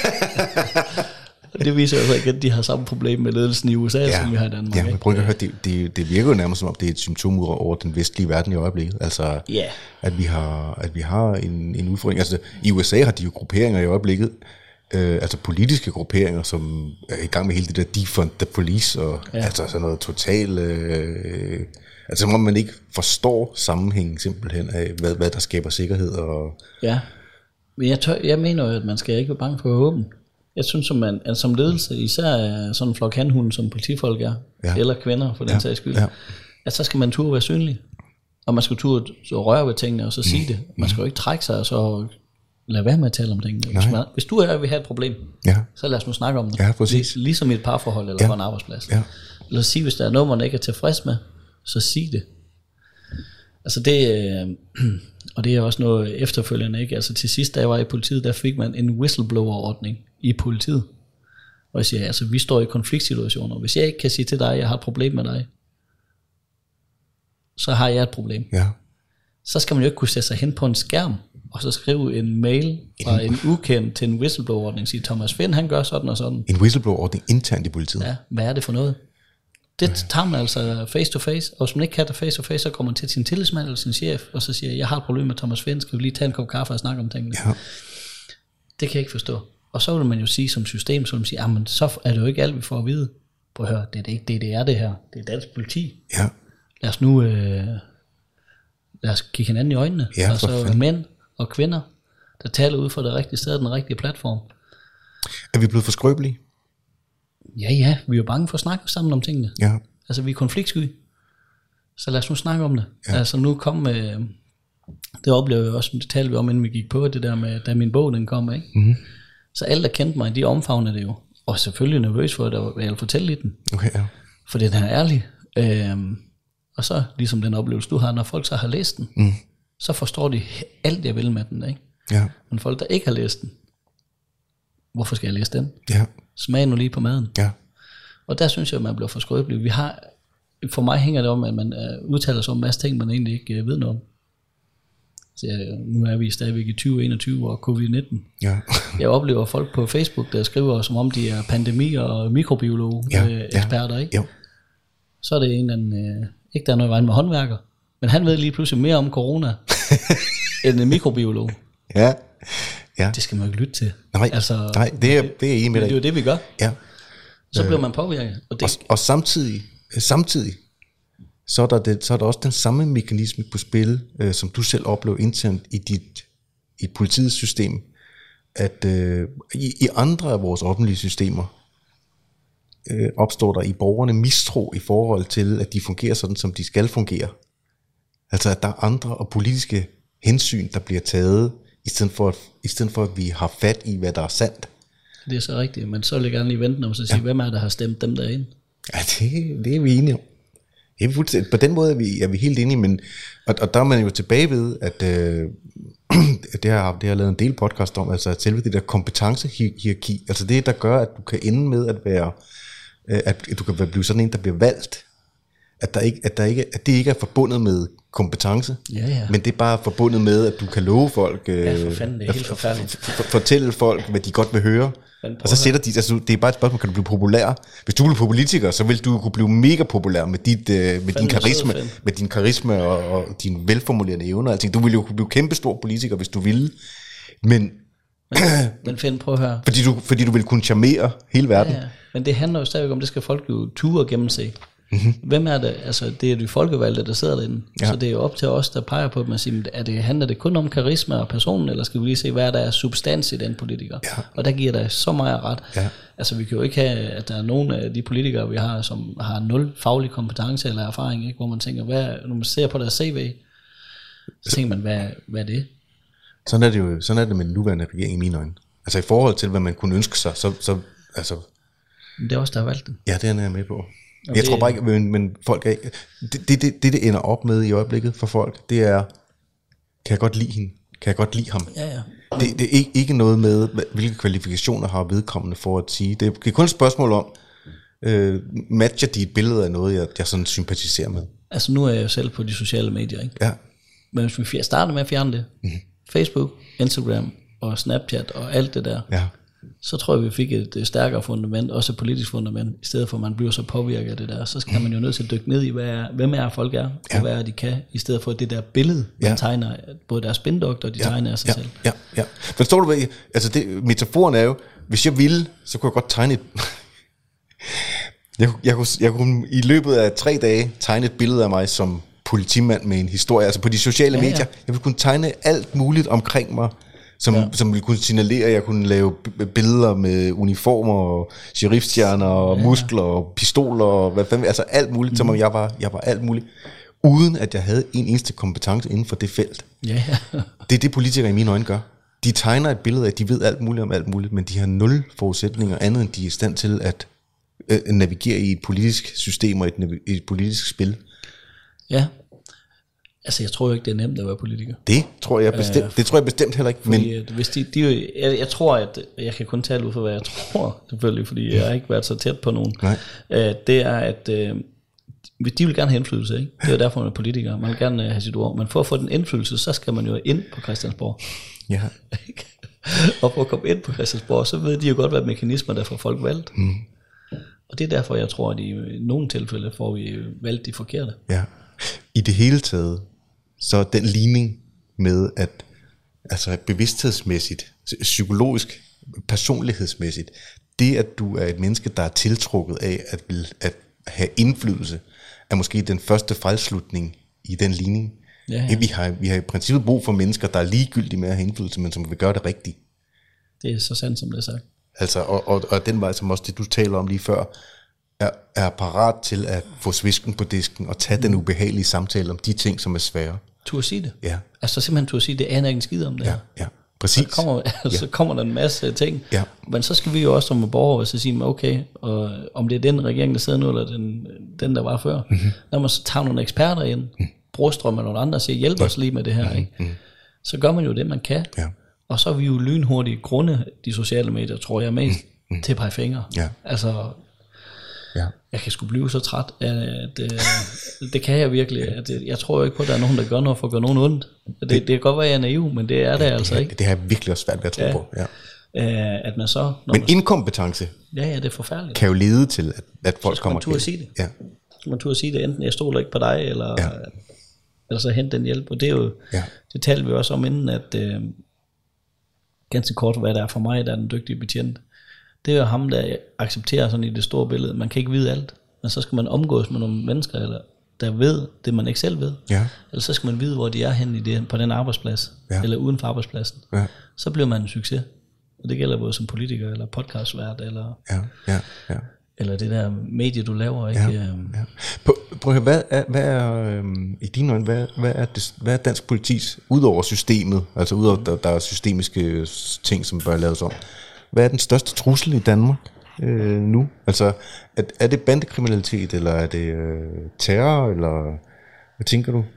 Det viser jo så ikke, at de har samme problem med ledelsen i USA, som vi har i Danmark. Ja, men prøv at høre, det virker jo nærmest som om, det er et symptom over den vestlige verden i øjeblikket. Altså, at vi har en udfordring. Altså, i USA har de jo grupperinger i øjeblikket, altså politiske grupperinger, som er i gang med hele det der defund the police, og altså sådan noget total... altså, som om man ikke forstår sammenhængen simpelthen af, hvad der skaber sikkerhed. Og... Ja, men jeg mener jo, at man skal ikke være bange for at åbne. Jeg synes, at som ledelse, især sådan en flok handhunde, som politifolk er, eller kvinder for den sags skyld, at så skal man turde være synlig. Og man skal turde røre ved tingene, og så sige det. Man skal jo ikke trække sig, og så lade være med at tale om tingene. Hvis du og jeg vil have et problem, så lad os nu snakke om det. Ja, præcis. Ligesom i et parforhold, eller på en arbejdsplads. Ja. Eller sige, hvis der er noget, man ikke er tilfreds med, så sig det. Altså det... Og det er også noget efterfølgende, ikke? Altså til sidst, da jeg var i politiet, der fik man en whistleblower-ordning i politiet. Og jeg siger, altså vi står i konfliktsituationer. Hvis jeg ikke kan sige til dig, at jeg har et problem med dig, så har jeg et problem. Ja. Så skal man jo ikke kunne sætte sig hen på en skærm, og så skrive en mail fra en ukendt til en whistleblower-ordning, sige, Thomas Finn, han gør sådan og sådan. En whistleblower-ordning internt i politiet? Ja, hvad er det for noget? Det tager man altså face to face, og hvis man ikke kan det face to face, så går man til sin tillidsmand eller sin chef, og så siger, jeg har et problem med Thomas Finn, skal vi lige tage en kop kaffe og snakke om tingene? Ja. Det kan jeg ikke forstå. Og så vil man jo sige som system, så vil man sige, men så er det jo ikke alt, vi får at vide. Prøv at høre, det er ikke det er det her. Det er dansk politi. Ja. Lad os nu lad os kigge hinanden i øjnene. Ja, altså mænd og kvinder, der taler ud fra det rigtige sted, den rigtige platform. Er vi blevet for skrøbelige? Ja, vi er jo bange for at snakke sammen om tingene. Ja. Altså vi er konfliktsky. Så lad os nu snakke om det. Ja. Altså nu kom det oplevede jeg også, det talte vi om, inden vi gik på det der med, da min bog den kom, ikke? Mm-hmm. Så alle der kendte mig, de omfavnede det jo. Og selvfølgelig nervøs for, hvad jeg vil fortælle i den. Okay, ja. For den er ærlig. Og så, ligesom den oplevelse, du har, når folk så har læst den, så forstår de alt, jeg vil med den, ikke? Ja. Men folk, der ikke har læst den, hvorfor skal jeg læse den? Ja. Smag nu lige på maden. Ja. Og der synes jeg, at man bliver for skrøbelig. For mig hænger det om, at man udtaler sig om en masse ting, man egentlig ikke ved noget om. Så nu er vi stadigvæk i 2021 og covid-19. Ja. Jeg oplever folk på Facebook, der skriver, som om de er pandemi- og mikrobiolog-eksperter, ikke? Jo. Så er det en eller anden, ikke der er noget vejen med håndværker, men han ved lige pludselig mere om corona, end en mikrobiolog. Ja. Ja. Det skal man jo ikke lytte til. Nej, altså, nej det er enig med dig. Det er jo det, vi gør. Ja. Så bliver man påvirket. Og samtidig, så er der også den samme mekanisme på spil, som du selv oplever internt i politiets system, at i andre af vores offentlige systemer, opstår der i borgerne mistro i forhold til, at de fungerer sådan, som de skal fungere. Altså at der er andre og politiske hensyn, der bliver taget, i stedet for at vi har fat i, hvad der er sandt. Det er så rigtigt, men så vil jeg gerne lige vente om så sige, hvem er der har stemt dem derinde? Ja, det er vi enige om. På den måde er vi helt enige, men og der er man jo tilbage ved, at det har jeg lavet en del podcast om, altså at selve det der kompetencehierarki, altså det, der gør, at du kan ende med at være, at du kan blive sådan en, der bliver valgt, at det ikke er forbundet med kompetence, men det er bare forbundet med, at du kan love folk, for fanden, det er helt forfærdeligt. Fortælle folk, hvad de godt vil høre. Og så sætter de, altså det er bare et spørgsmål, kan du blive populær? Hvis du bliver politiker, så vil du kunne blive mega populær med din karisma, og dine velformulerede evner. Altså, du ville jo kunne blive kæmpestor politiker, hvis du ville. Men Finn, prøv at høre. Fordi du vil kunne charmere hele verden. Ja. Men det handler jo stadigvæk om, det skal folk jo ture og gennemse. Mm-hmm. Hvem er det? Altså, det er de folkevalgte, der sidder derinde. Ja. Så det er jo op til os, der peger på, at man siger, handler det kun om karisma og personen, eller skal vi lige se, hvad der er substans i den politiker? Ja. Og der giver der så meget ret. Ja. Altså, vi kan jo ikke have, at der er nogen af de politikere, vi har, som har 0 faglig kompetence eller erfaring, ikke? Hvor man tænker, når man ser på deres CV, så tænker man, hvad er det? Sådan er det med den nuværende regering i mine øjne. Altså i forhold til, hvad man kunne ønske sig, så altså... Men det er også der har valgt den. Ja, det er jeg med på. Jeg tror bare ikke, men folk er... Det ender op med i øjeblikket for folk, det er, kan jeg godt lide hende? Kan jeg godt lide ham? Ja. Det er ikke noget med, hvilke kvalifikationer har vedkommende for at sige. Det er kun et spørgsmål om, matcher de et billede af noget, jeg sådan sympatiserer med? Altså nu er jeg jo selv på de sociale medier, ikke? Ja. Men hvis vi starter med at fjerne det, Facebook, Instagram og Snapchat og alt det der, så tror jeg, vi fik et stærkere fundament, også et politisk fundament, i stedet for at man bliver så påvirket af det der. Så skal man jo nødt til at dykke ned i, hvem er folk er, og hvad er de kan, i stedet for det der billede, man tegner, både deres spindokter og de tegner af sig selv. Ja. Forstår du hvad? Altså metaforen er jo, hvis jeg ville, så kunne jeg godt tegne et... jeg kunne i løbet af 3 dage tegne et billede af mig som politimand med en historie, altså på de sociale medier. Jeg ville kunne tegne alt muligt omkring mig, som ville kunne signalere, at jeg kunne lave billeder med uniformer og sheriffstjerner og muskler og pistoler og hvad fanden, altså alt muligt, som om jeg var alt muligt, uden at jeg havde en eneste kompetence inden for det felt. Det er det, politikere i mine øjne gør. De tegner et billede af, at de ved alt muligt om alt muligt, men de har 0 forudsætninger andet, end de er i stand til at navigere i et politisk system og et politisk spil. Ja. Altså jeg tror jo ikke, det er nemt at være politiker. Det tror jeg bestemt heller ikke. Men hvis jeg tror, at jeg kan kun tale ud for, hvad jeg tror, selvfølgelig, fordi jeg har ikke været så tæt på nogen. Det er, at de vil gerne have indflydelse, ikke? Det er derfor, man er politiker. Man vil gerne have sit ord. Men for at få den indflydelse, så skal man jo ind på Christiansborg. Ja. Og for at komme ind på Christiansborg, så ved de jo godt, hvad mekanismer der får folk valgt. Og det er derfor, jeg tror, at i nogle tilfælde får vi valgt de forkerte. Ja. I det hele taget, så den ligning med, at altså bevidsthedsmæssigt, psykologisk, personlighedsmæssigt, det at du er et menneske, der er tiltrukket af at have indflydelse, er måske den første fejlslutning i den ligning. Vi har i princippet brug for mennesker, der er ligegyldige med at have indflydelse, men som vil gøre det rigtigt. Det er så sandt, som det er sagt. Altså, og den vej, som også det du taler om lige før, er parat til at få svisken på disken og tage den ubehagelige samtale om de ting, som er svære. Tur at sige det. Ja. Altså simpelthen tur at sige, det aner ikke en skid om det her. Ja. Præcis. Så kommer der en masse ting. Ja. Men så skal vi jo også som borgere så sige, okay, og om det er den regering, der sidder nu, eller den der var før, når man så tager nogle eksperter ind, Brostrøm eller nogle andre, og siger, hjælp os lige med det her, ikke? Så gør man jo det, man kan. Ja. Og så er vi jo lynhurtigt grunde de sociale medier, tror jeg mest, til at pege fingre. Ja. Altså, jeg kan sgu blive så træt, at det kan jeg virkelig. At jeg tror jo ikke på, at der er nogen, der gør noget for at gøre nogen ondt. Det kan godt være, at jeg er naiv, men det er det altså ikke. Det har jeg virkelig også svært ved at tro på. Ja. At man så, men inkompetence det er forfærdeligt. Kan jo lede til, at folk kommer til. Man turde sige det. Ja. Man turde sige det, enten jeg stoler ikke på dig, eller så hente den hjælp. Og det er jo, det talte vi også om inden, at ganske kort, hvad der er for mig, der er den dygtige betjent. Det er jo ham, der accepterer sådan i det store billede. Man kan ikke vide alt, men så skal man omgås med nogle mennesker, eller der ved det, man ikke selv ved. Ja. Eller så skal man vide, hvor de er henne på den arbejdsplads, eller uden for arbejdspladsen. Ja. Så bliver man en succes. Og det gælder både som politiker, eller podcastvært, eller, eller det der medie, du laver. Ikke? Ja. Prøv at høre, hvad er i dine øjne, hvad er dansk politis, udover systemet, altså udover der er systemiske ting, som bør laves om, hvad er den største trussel i Danmark nu? Altså, er det bandekriminalitet, eller er det terror, eller hvad tænker du?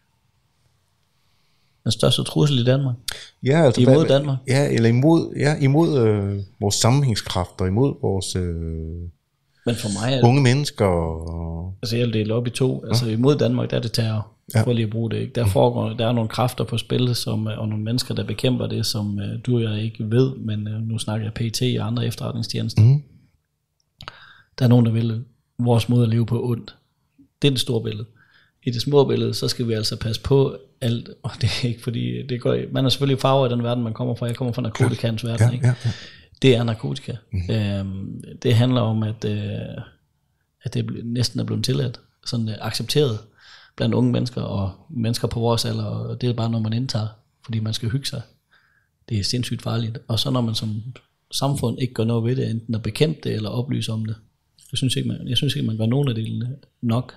Den største trussel i Danmark? Ja, altså imod Danmark? Ja, eller imod vores sammenhængskraft, og imod vores men for mig unge mennesker. Altså jeg vil dele op i to. Altså imod Danmark, der er det terror. For lige at bruge det. Ikke? Der er nogle kræfter på spil, og nogle mennesker, der bekæmper det, som du og jeg ikke ved, men nu snakker jeg PET og andre efterretningstjenester. Der er nogen, der vil vores måde at leve på ondt. Det er det store billede. I det små billede, så skal vi altså passe på alt, og det er ikke fordi, det går, man er selvfølgelig farver i den verden, man kommer fra. Jeg kommer fra narkotikans verden, ikke? Det er narkotika. Det handler om, at det næsten er blevet tilladt, sådan accepteret blandt unge mennesker og mennesker på vores alder, og det er bare noget, man indtager, fordi man skal hygge sig. Det er sindssygt farligt. Og så når man som samfund ikke gør noget ved det, enten at bekæmpe det eller oplyse om det, jeg synes ikke, man gør nogen af delene nok,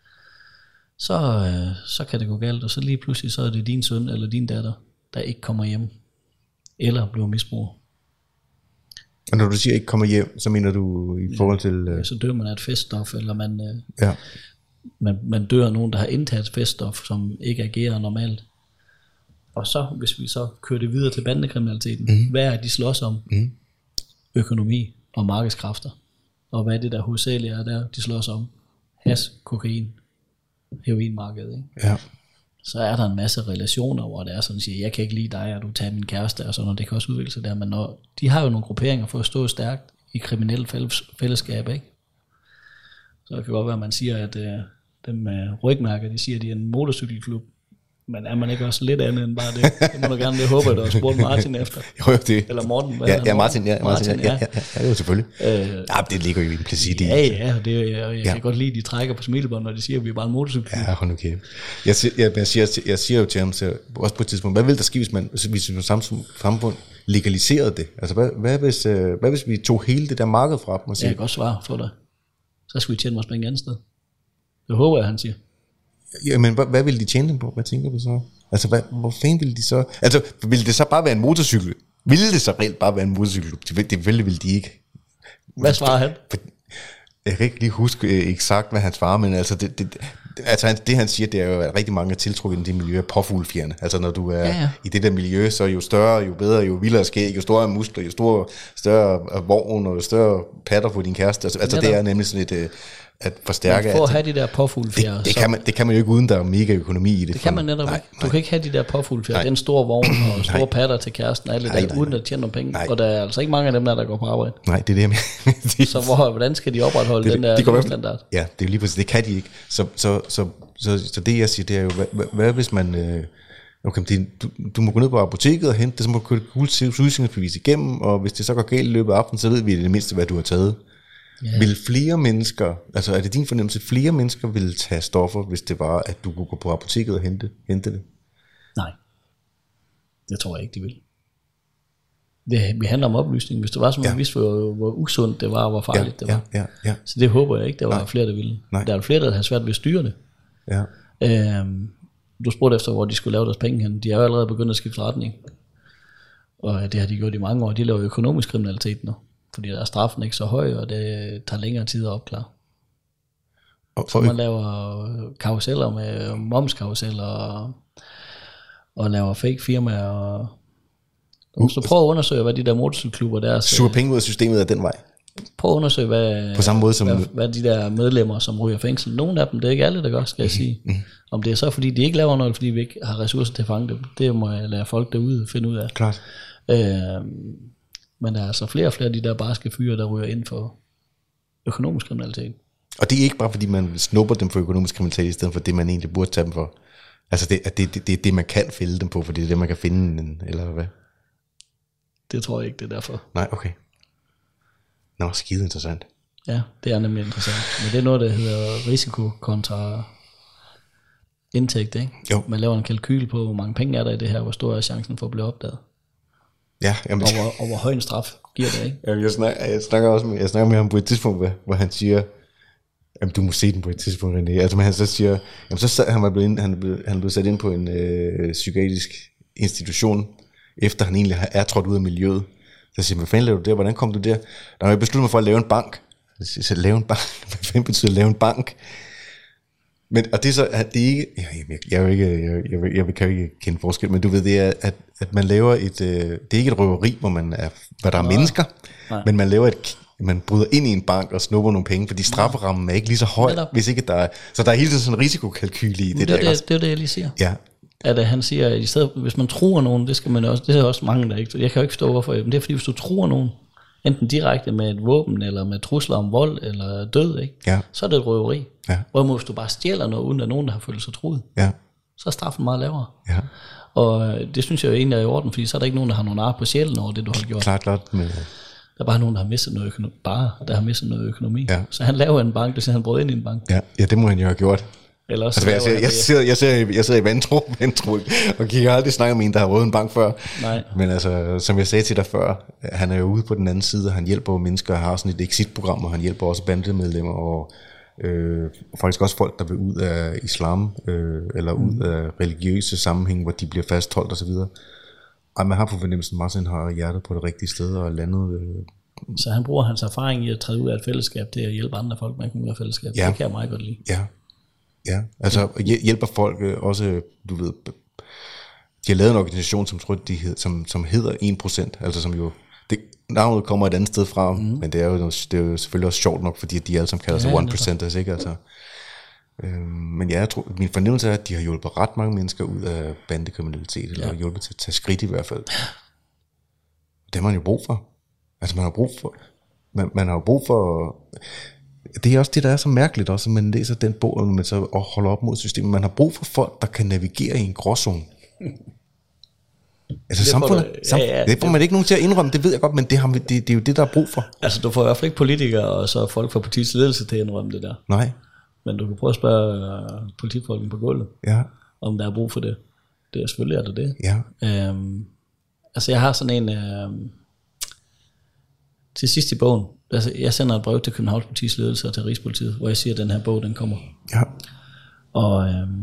så kan det gå galt, og så lige pludselig så er det din søn eller din datter, der ikke kommer hjem, eller bliver misbruger. Og når du siger ikke kommer hjem, så mener du i forhold til så dør man af et feststof, eller man dør af nogen, der har indtaget et feststof, som ikke agerer normalt. Og så, hvis vi så kører det videre til bandekriminaliteten, hvad er de slås om? Økonomi og markedskræfter. Og hvad er det, der hovedsageligt er der, de slås om? Hash, kokain, heroinmarkedet. Ikke? Ja. Så er der en masse relationer, hvor det er sådan, at siger, jeg kan ikke lide dig, og du tager min kæreste, og sådan noget. Det kan også udvikle sig der, men de har jo nogle grupperinger for at stå stærkt i kriminelle fællesskab, ikke? Så det kan godt være, at man siger, at dem med rygmærker, de siger, at de er en motorcykelklub. Men er man ikke også lidt andet end bare det? Det må du gerne, det håber jeg, du har spurgt Martin efter. Jo, det. Eller Morten. Martin, det er selvfølgelig. Det ligger jo implicit i. Ja, jeg kan godt lide, de trækker på smilebånd, når de siger, at vi er bare en motorcykel. Ja, hold nu kæft. Jeg siger jo til ham, også på et tidspunkt, hvad vil der ske, hvis vi som samfund legaliserede det? Altså, hvad hvis vi tog hele det der marked fra dem? Jeg kan godt svare for dig. Så skal vi tjene vores penge andet sted. Det håber jeg, han siger. Jamen, hvad vil de tjene dem på? Hvad tænker du så? Altså, hvor fanden ville de så? Altså, ville det så bare være en motorcykel? Ville det så reelt bare være en motorcykel? Det ville de ikke. Hvad svarer han? Jeg kan ikke lige huske eksakt, hvad han svarer, men altså, det han siger, det er jo, at rigtig mange er tiltrukket i det miljø af påfuglefjerne. Altså, når du er i det der miljø, så jo større, jo bedre, jo vildere skæg, jo større muskler, jo større vogn, og jo større patter på din kæreste. Altså, det er nemlig sådan et at forstærke. Man får at have de der påfuglefjer. Det kan man jo ikke, uden der er mega økonomi i det. Det kan man netop ikke. Du kan ikke have de der påfuglefjer, den store vogn og store patter til kæresten, alle der, uden at tjene nogle penge. Og der er altså ikke mange af dem der går på arbejde. Nej, det er det, jeg mener. Så hvordan skal de opretholde den der standard? Ja, det er lige præcis, det kan de ikke. Så det jeg siger, det er jo, hvad hvis man... Okay, du må gå ned på apoteket og hente det, så må du køre et udsynsbevis igennem, og hvis det så går galt i løbet af aftenen, så ved vi det mindste, hvad du har taget. Yeah. Vil flere mennesker, altså er det din fornemmelse, flere mennesker vil tage stoffer, hvis det var, at du kunne gå på apoteket og hente det? Nej, det tror jeg ikke, de vil. Det handler om oplysning. Hvis det var, som man vidste, hvor usundt det var, og hvor farligt det var. Ja. Så det håber jeg ikke, der var flere, der ville. Nej. Der er flere, der har svært ved at styre det. Ja. Du spurgte efter, hvor de skulle lave deres penge hen. De er jo allerede begyndt at skifte retning. Og det har de gjort i mange år. De laver økonomisk kriminalitet nu, fordi der er straffen ikke så høj, og det tager længere tid at opklare. Så man laver karuseller med momskaruseller, og laver fake firmaer, og så prøv at undersøge, hvad de der motorcykelklubber der... Suger penge ud af systemet af den vej. Prøv at undersøge, hvad, på samme måde som hvad de der medlemmer, som ryger fængsel. Nogle af dem, det er ikke alle, der gør, skal jeg sige. Om det er så, fordi de ikke laver noget, fordi vi ikke har ressourcer til at fange dem, det må jeg lade folk derude finde ud af. Klart. Men der er altså flere og flere af de der barske fyre, der ryger ind for økonomisk kriminalitet. Og det er ikke bare, fordi man snupper dem for økonomisk kriminalitet, i stedet for det, man egentlig burde tage dem for. Altså, det er det, man kan fælde dem på, fordi det er det, man kan finde, eller hvad? Det tror jeg ikke, det er derfor. Nej, okay. Nå, skide interessant. Ja, det er nemlig interessant. Men det er noget, der hedder risiko kontra indtægt, ikke? Jo. Man laver en kalkyl på, hvor mange penge er der i det her, hvor stor er chancen for at blive opdaget. Ja, jamen, og hvor høj en straf giver det, ikke? Jamen, jeg snakker med ham på et tidspunkt, hvor han siger, jamen, du må se den på et tidspunkt, René. Altså, men han så siger, jamen, så han blev sat ind på en psykiatrisk institution, efter han egentlig er trådt ud af miljøet. Så siger jeg, hvad fanden laver du der? Hvordan kom du der? Der har jeg besluttet mig for at lave en bank. Så lave en bank? Hvad fanden betyder at lave en bank? Men, og det er så, at det ikke, jeg kan jo ikke kende forskel, men du ved, det er, at man laver det er ikke et røveri, hvor der er mennesker, men man bryder ind i en bank og snupper nogle penge, fordi strafferammen er ikke lige så høj, hvis ikke der er, så der er hele tiden sådan en risikokalkyl i det der. Det er det, jeg lige siger. Ja. At han siger, at i stedet, hvis man truer nogen, det skal man også, det er også mange, der ikke, jeg kan jo ikke forstå, hvorfor, men det er fordi, hvis du truer nogen, enten direkte med et våben, eller med trusler om vold, eller død, ikke? Ja. Så er det et røveri. Ja. Hvorimod hvis du bare stjæler noget, uden at nogen, der har følt sig truet, så er straffen meget lavere. Ja. Og det synes jeg jo egentlig er i orden, fordi så er der ikke nogen, der har nogen ar på sjælen over det, du har gjort. Klart. Men... Der er bare nogen, der har mistet noget økonomi. Ja. Så han laver en bank, det siger han brød ind i en bank. Ja, det må han jo have gjort. Altså, jeg sidder i vantro og kigger aldrig snakke med en, der har røvet en bank før. Nej. Men altså, som jeg sagde til dig før, han er jo ude på den anden side, og han hjælper mennesker, og har sådan et exit-program, og han hjælper også bandemedlemmer, og faktisk også folk, der vil ud af islam, eller ud af religiøse sammenhæng, hvor de bliver fastholdt osv. Og man har på fornemmelsen, at Martin har hjertet på det rigtige sted, og landet... Så han bruger hans erfaring i at træde ud af et fællesskab, det er at hjælpe andre folk med at komme ud af fællesskab. Ja. Det kan jeg meget godt lide. Ja, altså hjælper folk også, du ved, de har lavet en organisation, som hedder 1%, altså som jo, navnet kommer et andet sted fra, men det er jo selvfølgelig også sjovt nok, fordi de alle sammen kalder sig 1%, ikke? Altså, men ja, jeg tror, min fornemmelse er, at de har hjulpet ret mange mennesker ud af bandekriminalitet, eller hjulpet til at tage skridt i hvert fald. Det har man jo brug for. Altså man har jo brug for det er også det, der er så mærkeligt også, at man læser den bog, og man så holder op mod systemet. Man har brug for folk, der kan navigere i en gråzone. Altså det får man ikke nogen til at indrømme, det ved jeg godt, men det er jo det, der er brug for. Altså du får i hvert fald ikke politikere, og så folk fra partiets ledelse til at indrømme det der. Nej. Men du kan prøve at spørge politifolken på gulvet, om der er brug for det. Det er selvfølgelig er det. Ja. Altså jeg har sådan en... til sidst i bogen, altså jeg sender et brev til Københavns Politis ledelse og til Rigspolitiet, hvor jeg siger, at den her bog, den kommer. Ja. Og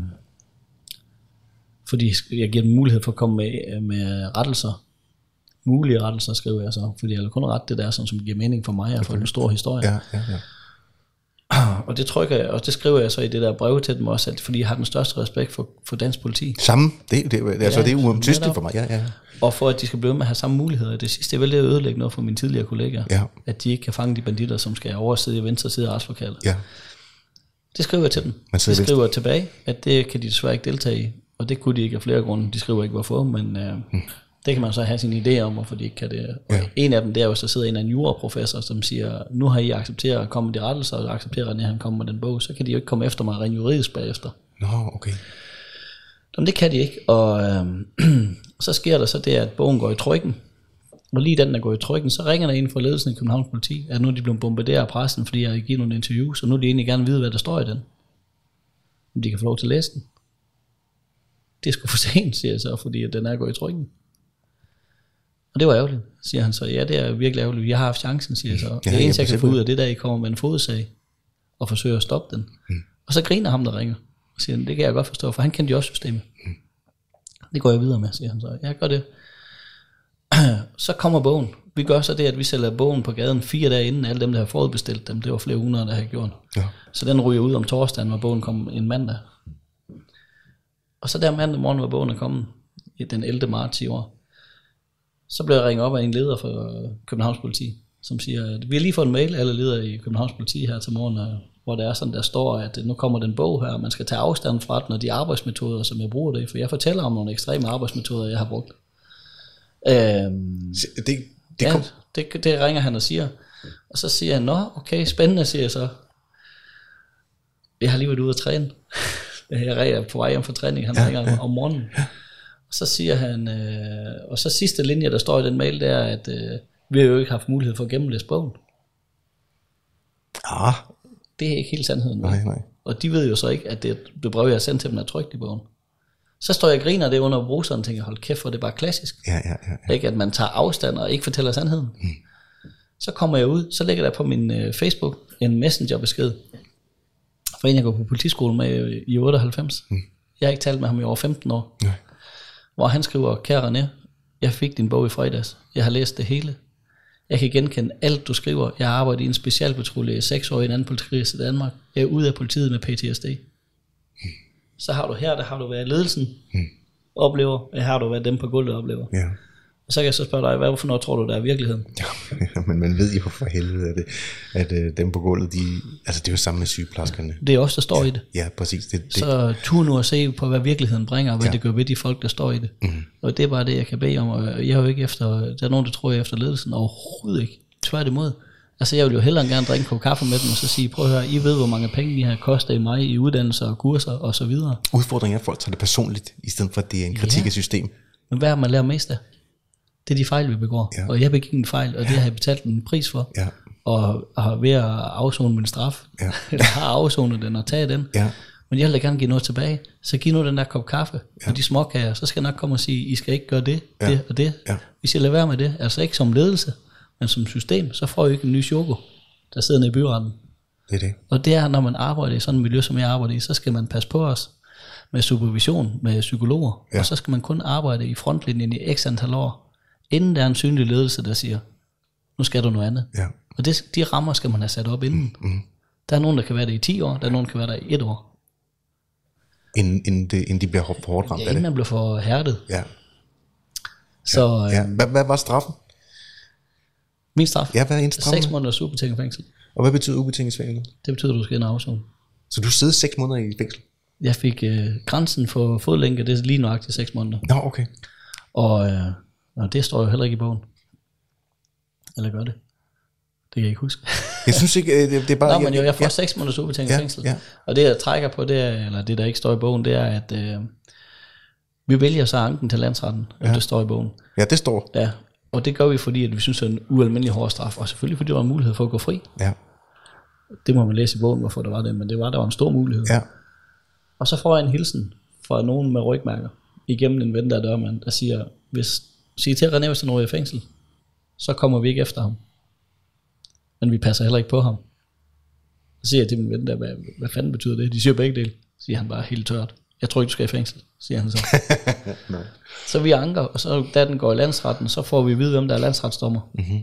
fordi jeg giver dem mulighed for at komme med rettelser. Mulige rettelser, skriver jeg så. Fordi jeg vil kun rette det der, sådan, som giver mening for mig og for en stor historie. Ja. Og det trykker jeg, og det skriver jeg så i det der brev til dem også, at fordi jeg har den største respekt for dansk politi. Samme, det er uomtvisteligt for mig. Ja. Og for at de skal blive med at have samme muligheder. Det sidste, jeg vil ødelægge noget for mine tidligere kollegaer. At de ikke kan fange de banditter, som skal oversidde i venstre side af retslokalet. Ja. Det skriver jeg til dem. Det skriver jeg tilbage, at det kan de desværre ikke deltage i. Og det kunne de ikke af flere grunde. De skriver ikke hvorfor, men det kan man så have sin idé om, hvorfor de ikke kan det. Og en af dem, det er jo, så sidder en af en juraprofessor, som siger, nu har I accepteret at komme med de rettelser, og accepterer, at han kommer med den bog, så kan de jo ikke komme efter mig rent juridisk bagefter. Nå, okay. Men det kan de ikke, og så sker der så det, at bogen går i trykken. Og lige den, der går i trykken, så ringer der en fra ledelsen i Københavns Politi, at nu er de blevet bombarderet af pressen, fordi jeg har givet nogle interviews, og nu vil de egentlig gerne vide, hvad der står i den. Om de kan få lov til at læse den. Det er sgu for sent, siger jeg så, fordi den er gået i trykken. Og det var ærgerligt, siger han så. Ja, det er virkelig ærgerligt. Jeg har haft chancen, siger jeg så. Det eneste, jeg kan få ud af det, der I kommer med en fodsag, og forsøger at stoppe den. Og så griner ham, der ringer, og siger, det kan jeg godt forstå, for han kendte jo også systemet. Det går jeg videre med, siger han så. Jeg gør det. Så kommer bogen. Vi gør så det, at vi sælger bogen på gaden 4 dage inden alle dem, der har forudbestilt dem. Det var flere hundrede, der havde gjort. Ja. Så den ryger ud om torsdagen, hvor bogen kom en mandag. Og så der mandag morgen, hvor bogen er kommet, den 11. marts i år, så blev jeg ringet op af en leder fra Københavns Politi, som siger, at vi har lige fået en mail, alle ledere i Københavns Politi her til morgen, hvor der er sådan, der står, at nu kommer den bog her, og man skal tage afstand fra den, og de arbejdsmetoder, som jeg bruger det, for jeg fortæller om nogle ekstreme arbejdsmetoder, jeg har brugt. Det ringer han og siger, og så siger han, nå, okay, spændende, siger jeg så. Jeg har lige været ude at træne. Jeg er på vej hjem fra træning, han ringer om morgenen. Og så siger han, og så sidste linje, der står i den mail, det er, at vi har jo ikke haft mulighed for at gennemlæse bogen. Ah. Det er ikke helt sandheden. Nej. Og de ved jo så ikke, at det brev, jeg har sendt til dem, er trykt i bogen. Så står jeg og griner det under bruseren og tænker, hold kæft, for det er bare klassisk. Ja. Ikke, at man tager afstand og ikke fortæller sandheden. Så kommer jeg ud, så ligger der på min Facebook en messengerbesked for en, jeg går på politiskole med i 98. Jeg har ikke talt med ham i over 15 år. Nej. Hvor han skriver, kære René, jeg fik din bog i fredags. Jeg har læst det hele. Jeg kan genkende alt, du skriver. Jeg har arbejdet i en specialpatrulje i 6 år i en anden politikreds i Danmark. Jeg er ude af politiet med PTSD. Så har du her, der har du været ledelsen oplever. Her har du været dem på gulvet oplever. Ja. Og så kan jeg så spørge dig, hvad for noget tror du, der er virkeligheden? Ja, men man ved jo for helvede, at dem på gulvet, altså det er jo sammen med sygeplejerskerne. Det er også der står i det. Ja, præcis. Det. Så tur nu at se på, hvad virkeligheden bringer, og hvad det gør ved de folk, der står i det. Og det er bare det, jeg kan bede om. Og jeg er jo ikke efter, der er nogen, der tror jeg efter ledelsen, overhovedet ikke. Tværtimod. Altså jeg vil jo hellere gerne drikke en kop kaffe med dem, og så sige, prøv at høre, I ved, hvor mange penge I har kostet i mig i uddannelser og kurser og så videre. Udfordringen er, at folk tager det personligt, i stedet for at det er en kritik af system. Men hvad er man lærer mest af? Det er de fejl, vi begår. Ja. Og jeg begik en fejl, og det har jeg betalt en pris for. Ja. Og har ved at afzone min straf. Ja. Jeg har afzonet den og taget den. Ja. Men jeg vil gerne give noget tilbage. Så giv nu den der kop kaffe og de småkager. Så skal jeg nok komme og sige, I skal ikke gøre det, det og det. Ja. Hvis jeg lader være med det, altså ikke som ledelse, men som system, så får jeg ikke en ny choko, der sidder nede i byretten. Det er det. Og det er, når man arbejder i sådan et miljø, som jeg arbejder i, så skal man passe på os med supervision, med psykologer. Ja. Og så skal man kun arbejde i frontlinjen i x antal år, inden der er en synlig ledelse, der siger, nu skal du noget andet. Ja. Og de rammer skal man have sat op inden. Der er nogen, der kan være der i 10 år, der er nogen, der kan være der i 1 år. Inden de bliver for hårdt ramt af det? Inden man bliver for hærdet. Ja. Så, ja. Hvad var straffen? Min straf? Ja, hvad er en straf? 6 måneders ubetinget fængsel. Og hvad betyder ubetinget fængsel? Det betyder, at du skal ind og afzone. Så du sidder 6 måneder i fængsel? Jeg fik grænsen for fodlænke, det er lige nøjagtigt 6 måneder. Nå, okay. Og det står jo heller ikke i bogen. Eller gør det? Det kan jeg ikke huske. Jeg synes ikke, det er bare... Nå, men jo, jeg får 6 måneders ubetinget fængsel. Ja. Og det jeg trækker på, det er, eller det der ikke står i bogen, det er, at vi vælger så anken til landsretten, at det står i bogen. Ja, det står. Ja, og det gør vi, fordi at vi synes, det er en ualmindelig hård straf, og selvfølgelig fordi der var en mulighed for at gå fri. Ja. Det må man læse i bogen, hvorfor der var det, men der var en stor mulighed. Ja. Og så får jeg en hilsen fra nogen med rygmærker, igennem en ven, der er dørmand, der siger, sig til René, hvis han ryger i fængsel, så kommer vi ikke efter ham. Men vi passer heller ikke på ham. Så siger jeg til min ven der, hvad fanden betyder det? De siger begge dele. Så siger han bare helt tørt. Jeg tror ikke, du skal i fængsel, siger han så. No. Så vi anker, og så da den går i landsretten, så får vi at vide, hvem der er landsretsdommer. Mm-hmm.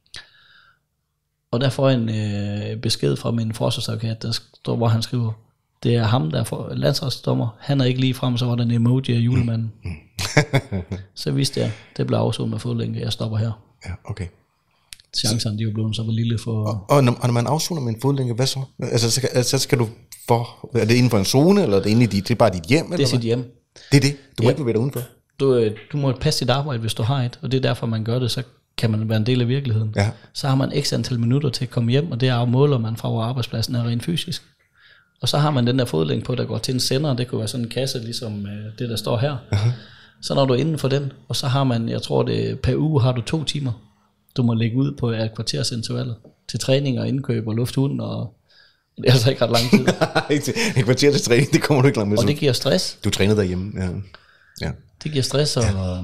Og der får jeg en besked fra min forsvarsadvokat, der står, hvor han skriver, det er ham, der er landsretsdommer. Han er ikke lige frem, så var der en emoji af julemanden. Så vidste jeg, det blev afsonet med fodlænke, jeg stopper her. Ja, okay. Chancerne, de er jo blevet så lille for... Og når man afsoner med en fodlænke, hvad så? Altså, så skal du for... Er det inden for en zone, eller er det inde i det er bare dit hjem? Det er sit hjem. Det er det? Du må ikke bevæge dig udenfor? Du må passe dit arbejde, hvis du har et, og det er derfor, man gør det, så kan man være en del af virkeligheden. Ja. Så har man x antal minutter til at komme hjem, og det er måler man fra, hvor arbejdspladsen er rent fysisk. Og så har man den der fodlænke på, der går til en sender, det kunne være sådan en kasse, ligesom det, der står her. Uh-huh. Så når du er inden for den, og så har man, jeg tror det per uge har du 2 timer, du må lægge ud på et kvartersintervaller til træning og indkøb og lufthunden, og det er altså ikke ret lang tid. Et kvarter til træning, det kommer du ikke langt med. Og det giver stress. Du træner derhjemme, ja. Ja. Det giver stress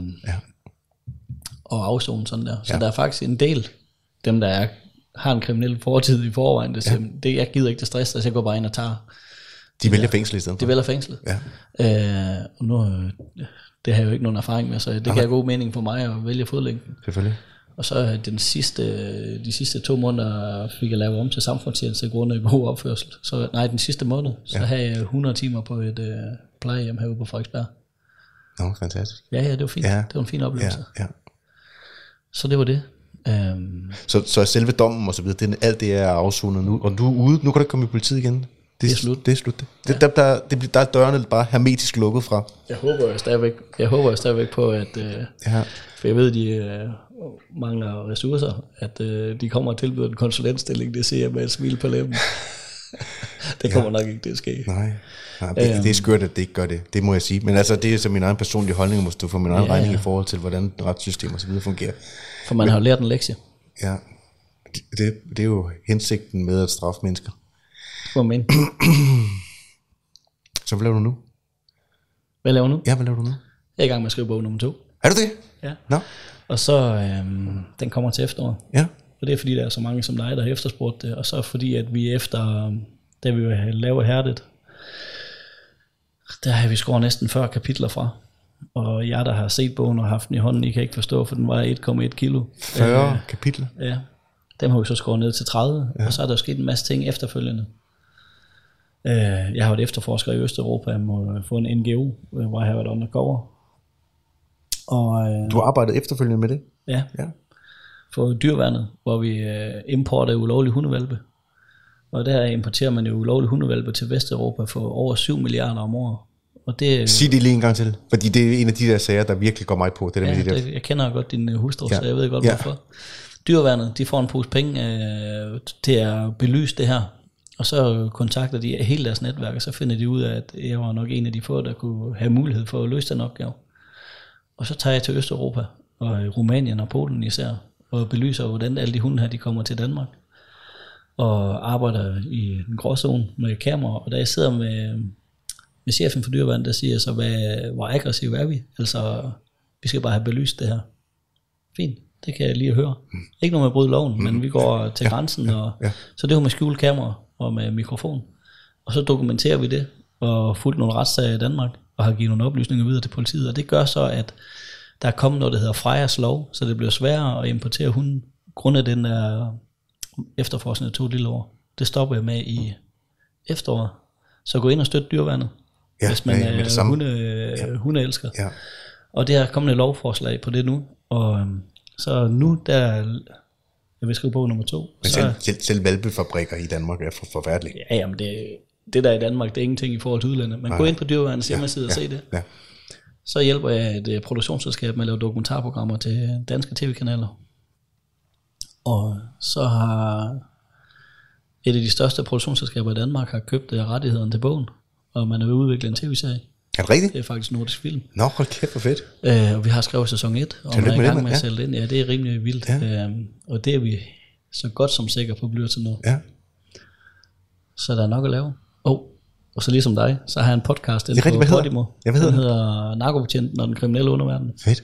og afzone sådan der. Så der er faktisk en del, dem der har en kriminel fortid i forvejen, det jeg gider ikke det stress, så jeg går bare ind og tager De vælger fængsel i stedet for. De vælger fængsel. Ja. Og nu, det har jeg jo ikke nogen erfaring med, så det gav god mening for mig at vælge fodlænken. Selvfølgelig. Og så de sidste 2 måneder fik jeg lavet om til samfundstjeneste grund af god opførsel. Så den sidste måned, så havde jeg 100 timer på et plejehjem herude på Frederiksberg. Nå, fantastisk. Ja, det var fint. Ja. Det var en fin oplevelse. Ja. Så det var det. Så selve dommen og så videre, alt det er afsonet nu, og du er ude, nu kan du ikke komme i politiet igen. Det er slut. Det er slut. Ja. Der er dørene bare hermetisk lukket fra. Jeg håber stadigvæk på, at for jeg ved, de mangler ressourcer, at de kommer og tilbyder en konsulentstilling, det ser jeg med et smil på læben. Det kommer nok ikke til at ske. Nej, det er skørt, at det ikke gør det. Det må jeg sige. Men altså, det er så min egen personlige holdning, må stå for min egen regning i forhold til, hvordan retssystemet og så videre fungerer. For man har lært en lektie. Ja, det er jo hensigten med at straffe mennesker. Men. Så hvad laver du nu? Hvad laver du nu? Ja, hvad laver du nu? Jeg er i gang med at skrive bog nummer 2. Er du det? Ja. Nå. Og så, den kommer til efteråret. Ja. Og det er fordi, der er så mange som dig, der har efterspurgt det. Og så fordi, at vi efter, da vi laver Hærdet, der har vi skåret næsten 40 kapitler fra. Og jeg, der har set bogen og haft den i hånden, I kan ikke forstå, for den var 1,1 kilo. 40 kapitler? Ja. Dem har vi så skåret ned til 30, og så er der sket en masse ting efterfølgende. Jeg har været efterforsker i Østeuropa, jeg må få en NGO, hvor jeg har været undercover. Og, du har arbejdet efterfølgende med det? Ja. For dyreværnet, hvor vi importerer ulovlige hundevalpe. Og der importerer man jo ulovlige hundevalpe til Vesteuropa for over 7 milliarder om året. Og det, sig det lige en gang til, fordi det er en af de der sager, der virkelig går mig på. Det der med de der. Jeg kender godt din hustru, så jeg ved godt hvorfor. Dyreværnet, de får en pose penge til at belyse det her. Og så kontakter de hele deres netværk, og så finder de ud af, at jeg var nok en af de få, der kunne have mulighed for at løse den opgave. Og så tager jeg til Østeuropa, og Rumænien og Polen især, og belyser, hvordan alle de hunde her, de kommer til Danmark. Og arbejder i en gråzone med kamera, og da jeg sidder med chefen for dyreværnet, der siger så, hvor aggressiv er vi? Altså, vi skal bare have belyst det her. Fint, det kan jeg lige høre. Ikke noget med at bryde loven, men vi går til grænsen, og så det var med skjult kamera og med mikrofon. Og så dokumenterer vi det, og fulgt nogle retssager i Danmark, og har givet nogle oplysninger videre til politiet. Og det gør så, at der er kommet noget, der hedder Freyers lov, så det bliver sværere at importere hunden, grundet den der efterforskning, der tog et lille år. Det stopper jeg med i efteråret. Så gå ind og støtte dyreværnet, hvis man er hundeelsker. Ja. Og det er kommet et lovforslag på det nu, og så nu der, jeg vil skrive bog nummer 2. Men selv valpefabrikker i Danmark er forfærdelige. Ja, jamen det der i Danmark, det er ingenting i forhold til udlandet. Men gå ind på dyreværnets hjemmeside og se det. Ja. Så hjælper jeg et produktionsselskab med at lave dokumentarprogrammer til danske tv-kanaler. Og så har et af de største produktionsselskaber i Danmark har købt rettighederne til bogen, og man er ved at udvikle en tv-serie. Er det rigtigt? Det er faktisk Nordisk Film. Nå, hold kæft, hvor fedt. Og vi har skrevet sæson 1, og man er i gang med at sælge det ind. Ja, det er rimelig vildt. Ja. Og det er vi så godt som sikre på bliver til noget. Ja. Så der er nok at lave. Og så ligesom dig, så har jeg en podcast inde på Podimo. Den hedder Narkobetjenten og den kriminelle underverden. Fedt.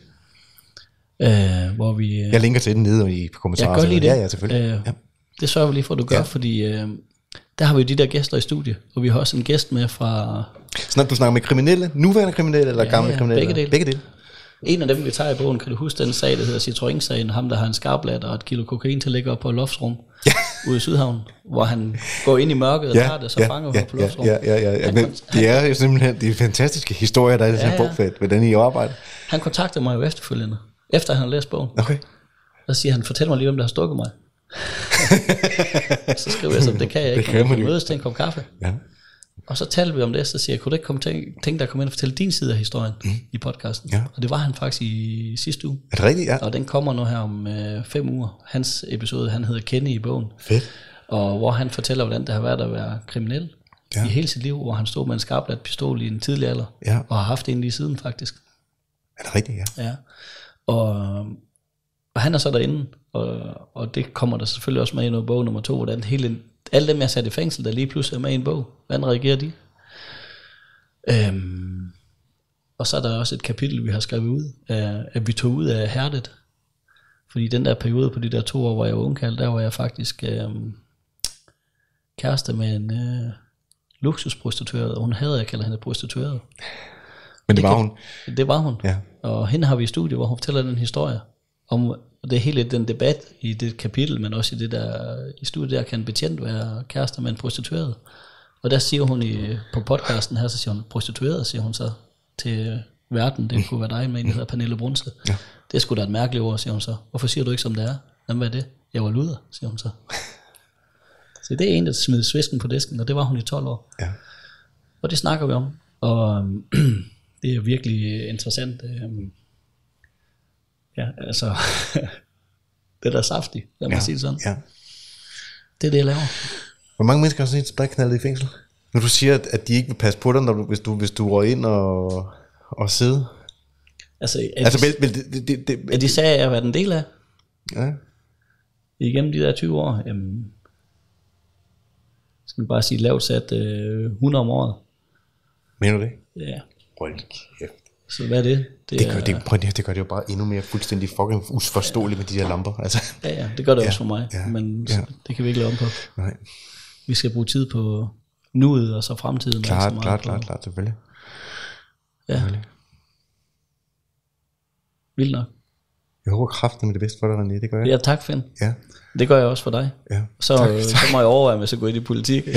Hvor vi, jeg linker til den nede i kommentarer. Jeg gør lige det. Ja, selvfølgelig. Det sørger vi lige for, at du gør, fordi der har vi jo de der gæster i studiet, og vi har også en gæst med fra... Du snakker med kriminelle, nuværende kriminelle eller gamle kriminelle? Begge dele. En af dem, vi tager i bogen, kan du huske den sag, der hedder Citroën-sagen, ham der har en skarplat og et kilo kokain til at lægge op på et loftsrum ude i Sydhavn, hvor han går ind i mørket og tager det, så fanger vi på loftsrum. Ja. Men det er jo simpelthen de fantastiske historier, der er i den her bogfæt, hvordan I arbejder. Han kontakter mig jo efterfølgende, efter han har læst bogen. Okay. Så siger han, fortæl mig lige, hvem der har stukket mig. Så skriver jeg så, det kan jeg ikke, men vi kan mødes til en kop kaffe. Ja. Og så talte vi om det, så siger jeg, kunne du ikke tænke dig at komme ind og fortælle din side af historien i podcasten? Ja. Og det var han faktisk i sidste uge. Er det rigtigt? Ja. Og den kommer nu her om 5 uger. Hans episode, han hedder Kenny i bogen. Fedt. Og hvor han fortæller, hvordan det har været at være kriminel i hele sit liv, hvor han stod med en skarplat pistol i en tidlig alder, og har haft en lige siden faktisk. Er det rigtigt? Ja. Og han er så derinde, og det kommer der selvfølgelig også med i noget bog nummer 2, hvordan alle dem, jeg satte i fængsel, der lige pludselig er med i en bog. Hvordan reagerer de? Og så er der også et kapitel, vi har skrevet ud, at vi tog ud af Hærdet. Fordi den der periode på de der 2 år, hvor jeg var ungkald, der var jeg faktisk kæreste med en luksusprostitueret, og hun hader, jeg kalder hende prostitueret. Men det var hun? Det var hun. Ja. Og hende har vi i studiet, hvor hun fortæller den historie om det hele den debat i det kapitel, men også i det der i studiet, der kan en betjent være kærester med en prostitueret. Og der siger hun på podcasten her, så siger hun, prostitueret, siger hun så til verden, det kunne være dig med en, der hedder Pernille Brunse. Ja. Det er sgu da et mærkeligt ord, siger hun så. Hvorfor siger du ikke, som det er? Jamen, hvad er det? Jeg var luder, siger hun så. Så det er en, der smider svisken på disken, og det var hun i 12 år. Ja. Og det snakker vi om, og det er virkelig interessant. Ja, altså, det er da saftigt, lad mig sige det sådan. Ja. Det er det, jeg laver. Hvor mange mennesker har set dig knaldet i fængsel? Når du siger, at de ikke vil passe på dig, hvis du røg ind og sidde? Altså, de sagde, at jeg var en del af. Ja. Igennem de der 20 år, skal vi bare sige lavt sat 100 om året. Mener du det? Ja. Hold kæft. Så hvad er det? Det gør det jo bare endnu mere fuldstændig fucking uforståeligt med de der lamper. Altså. Ja, det gør det også for mig, men det kan vi ikke lave om på. Nej. Vi skal bruge tid på nuet og så fremtiden. Klart, selvfølgelig. Ja. Selvfølgelig. Vildt nok. Jeg håber kraften med det bedste for dig, René, det gør jeg. Ja, tak Finn. Ja. Det gør jeg også for dig. Ja. Så må jeg overveje, at jeg går ind i politik.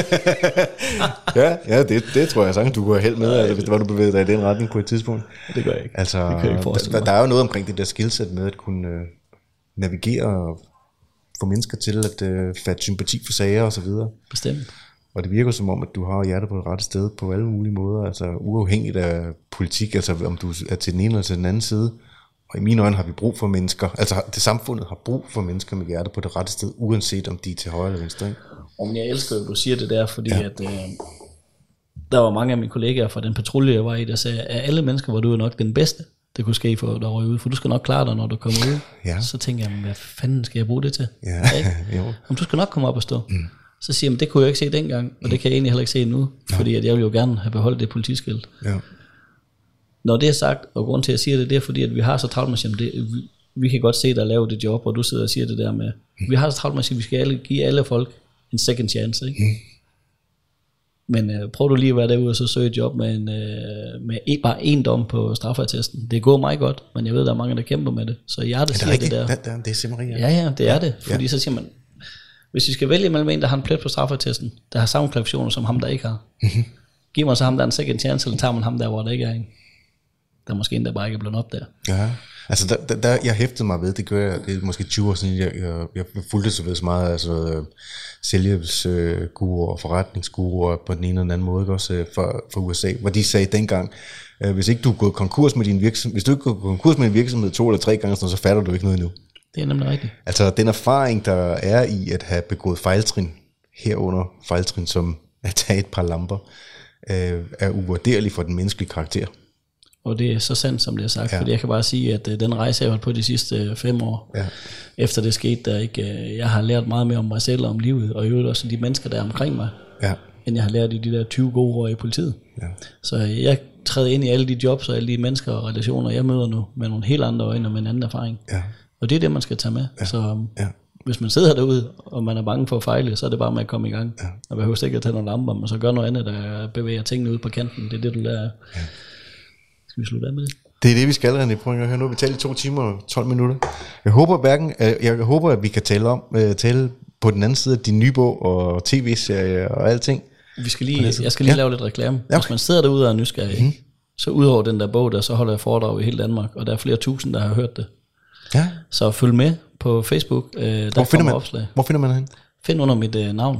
ja, det tror jeg sagtens, du kunne have held med, altså, hvis det var, du bevægede dig i den retning på et tidspunkt. Det gør jeg ikke. Altså, der er jo noget omkring det der skillset med at kunne navigere og få mennesker til at fatte sympati for sager og så videre. Bestemt. Og det virker som om, at du har hjertet på det rette sted på alle mulige måder, altså uafhængigt af politik, altså om du er til den ene eller til den anden side. Og i mine øjne har vi brug for mennesker, altså det samfundet har brug for mennesker med hjertet på det rette sted, uanset om de er til højre eller venstre. Men jeg elsker, at du siger det der, fordi at der var mange af mine kollegaer fra den patrulje, jeg var i, der sagde, at alle mennesker var du nok den bedste, det kunne ske for dig ud, for du skal nok klare dig, når du kommer ud. Ja. Så tænker jeg, hvad fanden skal jeg bruge det til? Ja. Om du skal nok komme op og stå. Så siger jeg, det kunne jeg ikke se dengang, og det kan jeg egentlig heller ikke se nu, fordi at jeg vil jo gerne have beholdt det politiskilt. Ja. Når det er sagt, og grund til at jeg siger det, det er fordi, at vi har så travlt med, at vi kan godt se dig lave det job, og du sidder og siger det der med, vi har så travlt med, at vi skal give alle folk en second chance, ikke? Men prøv du lige at være derude og så søge et job med bare en dom på straffeattesten. Det går mig godt, men jeg ved, der er mange, der kæmper med det. Så hjertet siger det der. Det er simpelthen. Ja, det er det. Fordi så siger man, hvis vi skal vælge mellem en, der har en plet på straffeattesten, der har samme kvalifikationer som ham, der ikke har. Giver man så ham, der en second chance, eller tager man ham der, hvor der ikke er en? Der er måske en, der bare ikke er blevet op der. Ja, altså der jeg hæftede mig ved, det gør jeg, det er måske 20 år siden, jeg fulgte så meget, altså sælgelsesguruer og forretningsguruer på den ene eller den anden måde, også for USA, hvor de sagde dengang, hvis ikke du er gået konkurs med din virksomhed, hvis du ikke er gået konkurs med din virksomhed 2 eller 3 gange, så fatter du ikke noget endnu. Det er nemlig rigtigt. Altså den erfaring, der er i at have begået fejltrin, herunder fejltrin som at tage et par lamper, er uvurderlig for den menneskelige karakter. Og det er så sandt, som det er sagt, fordi jeg kan bare sige, at den rejse, jeg har været på de sidste 5 år, efter det skete, der ikke, jeg har lært meget mere om mig selv og om livet, og i øvrigt også de mennesker, der er omkring mig, end jeg har lært i de der 20 gode år i politiet. Ja. Så jeg træder ind i alle de jobs og alle de mennesker og relationer, jeg møder nu, med nogle helt andre øjne og med en anden erfaring. Ja. Og det er det, man skal tage med. Ja. Så hvis man sidder derude, og man er bange for at fejle, så er det bare med at komme i gang. Ja. Og behøver ikke at tage nogle lamper, men så gør noget andet, der bevæger tingene ud på kanten. Det er det, du lærer. Ja. Skal vi slutte af med det? Det er det, vi skal, René. Prøv at høre, nu har vi talt i 2 timer og 12 minutter. Jeg håber, at vi kan tale på den anden side af din nye bog og tv-serie og alting. Jeg skal lige lave lidt reklame. Ja, okay. Hvis man sidder derude og er nysgerrig, så udover den der bog der, så holder jeg foredrag i hele Danmark, og der er flere tusind, der har hørt det. Ja. Så følg med på Facebook. Hvor finder man det? Find under mit navn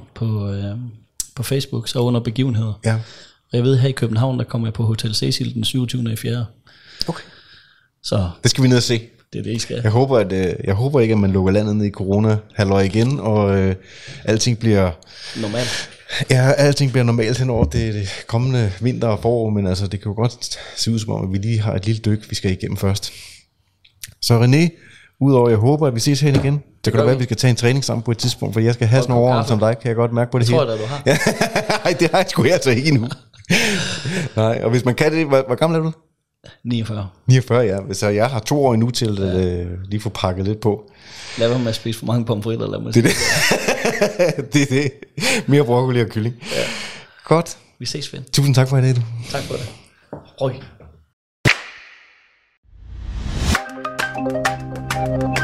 på Facebook, så under begivenheder. Ja. Og jeg ved, her i København, der kommer jeg på Hotel Cecil den 27.4. Okay. Så det skal vi ned og se. Det er det, I skal. Jeg håber ikke, at man lukker landet ned i corona-halløj igen, og alting bliver normalt. Ja, alting bliver normalt henover det kommende vinter og forår, men altså, det kan jo godt se ud som om, at vi lige har et lille dyk, vi skal igennem først. Så René, udover jeg håber, at vi ses her igen. Det kan da være, at vi skal tage en træning sammen på et tidspunkt, for jeg skal have sådan nogle år som dig, kan jeg godt mærke på det hele. Jeg tror da, du har. Nej, det har jeg sgu altså ikke endnu. Nej, og hvis man kan det, hvor gammel er du? 49. 49, ja. Så jeg har 2 år endnu til at lige få pakket lidt på. Lad være med at spise for mange pomfritter, lad mig sige. Det er det. Mere broccoli og kylling. Ja. Godt. Vi ses, Finn. Tusind tak for det. Tak for det. Røg.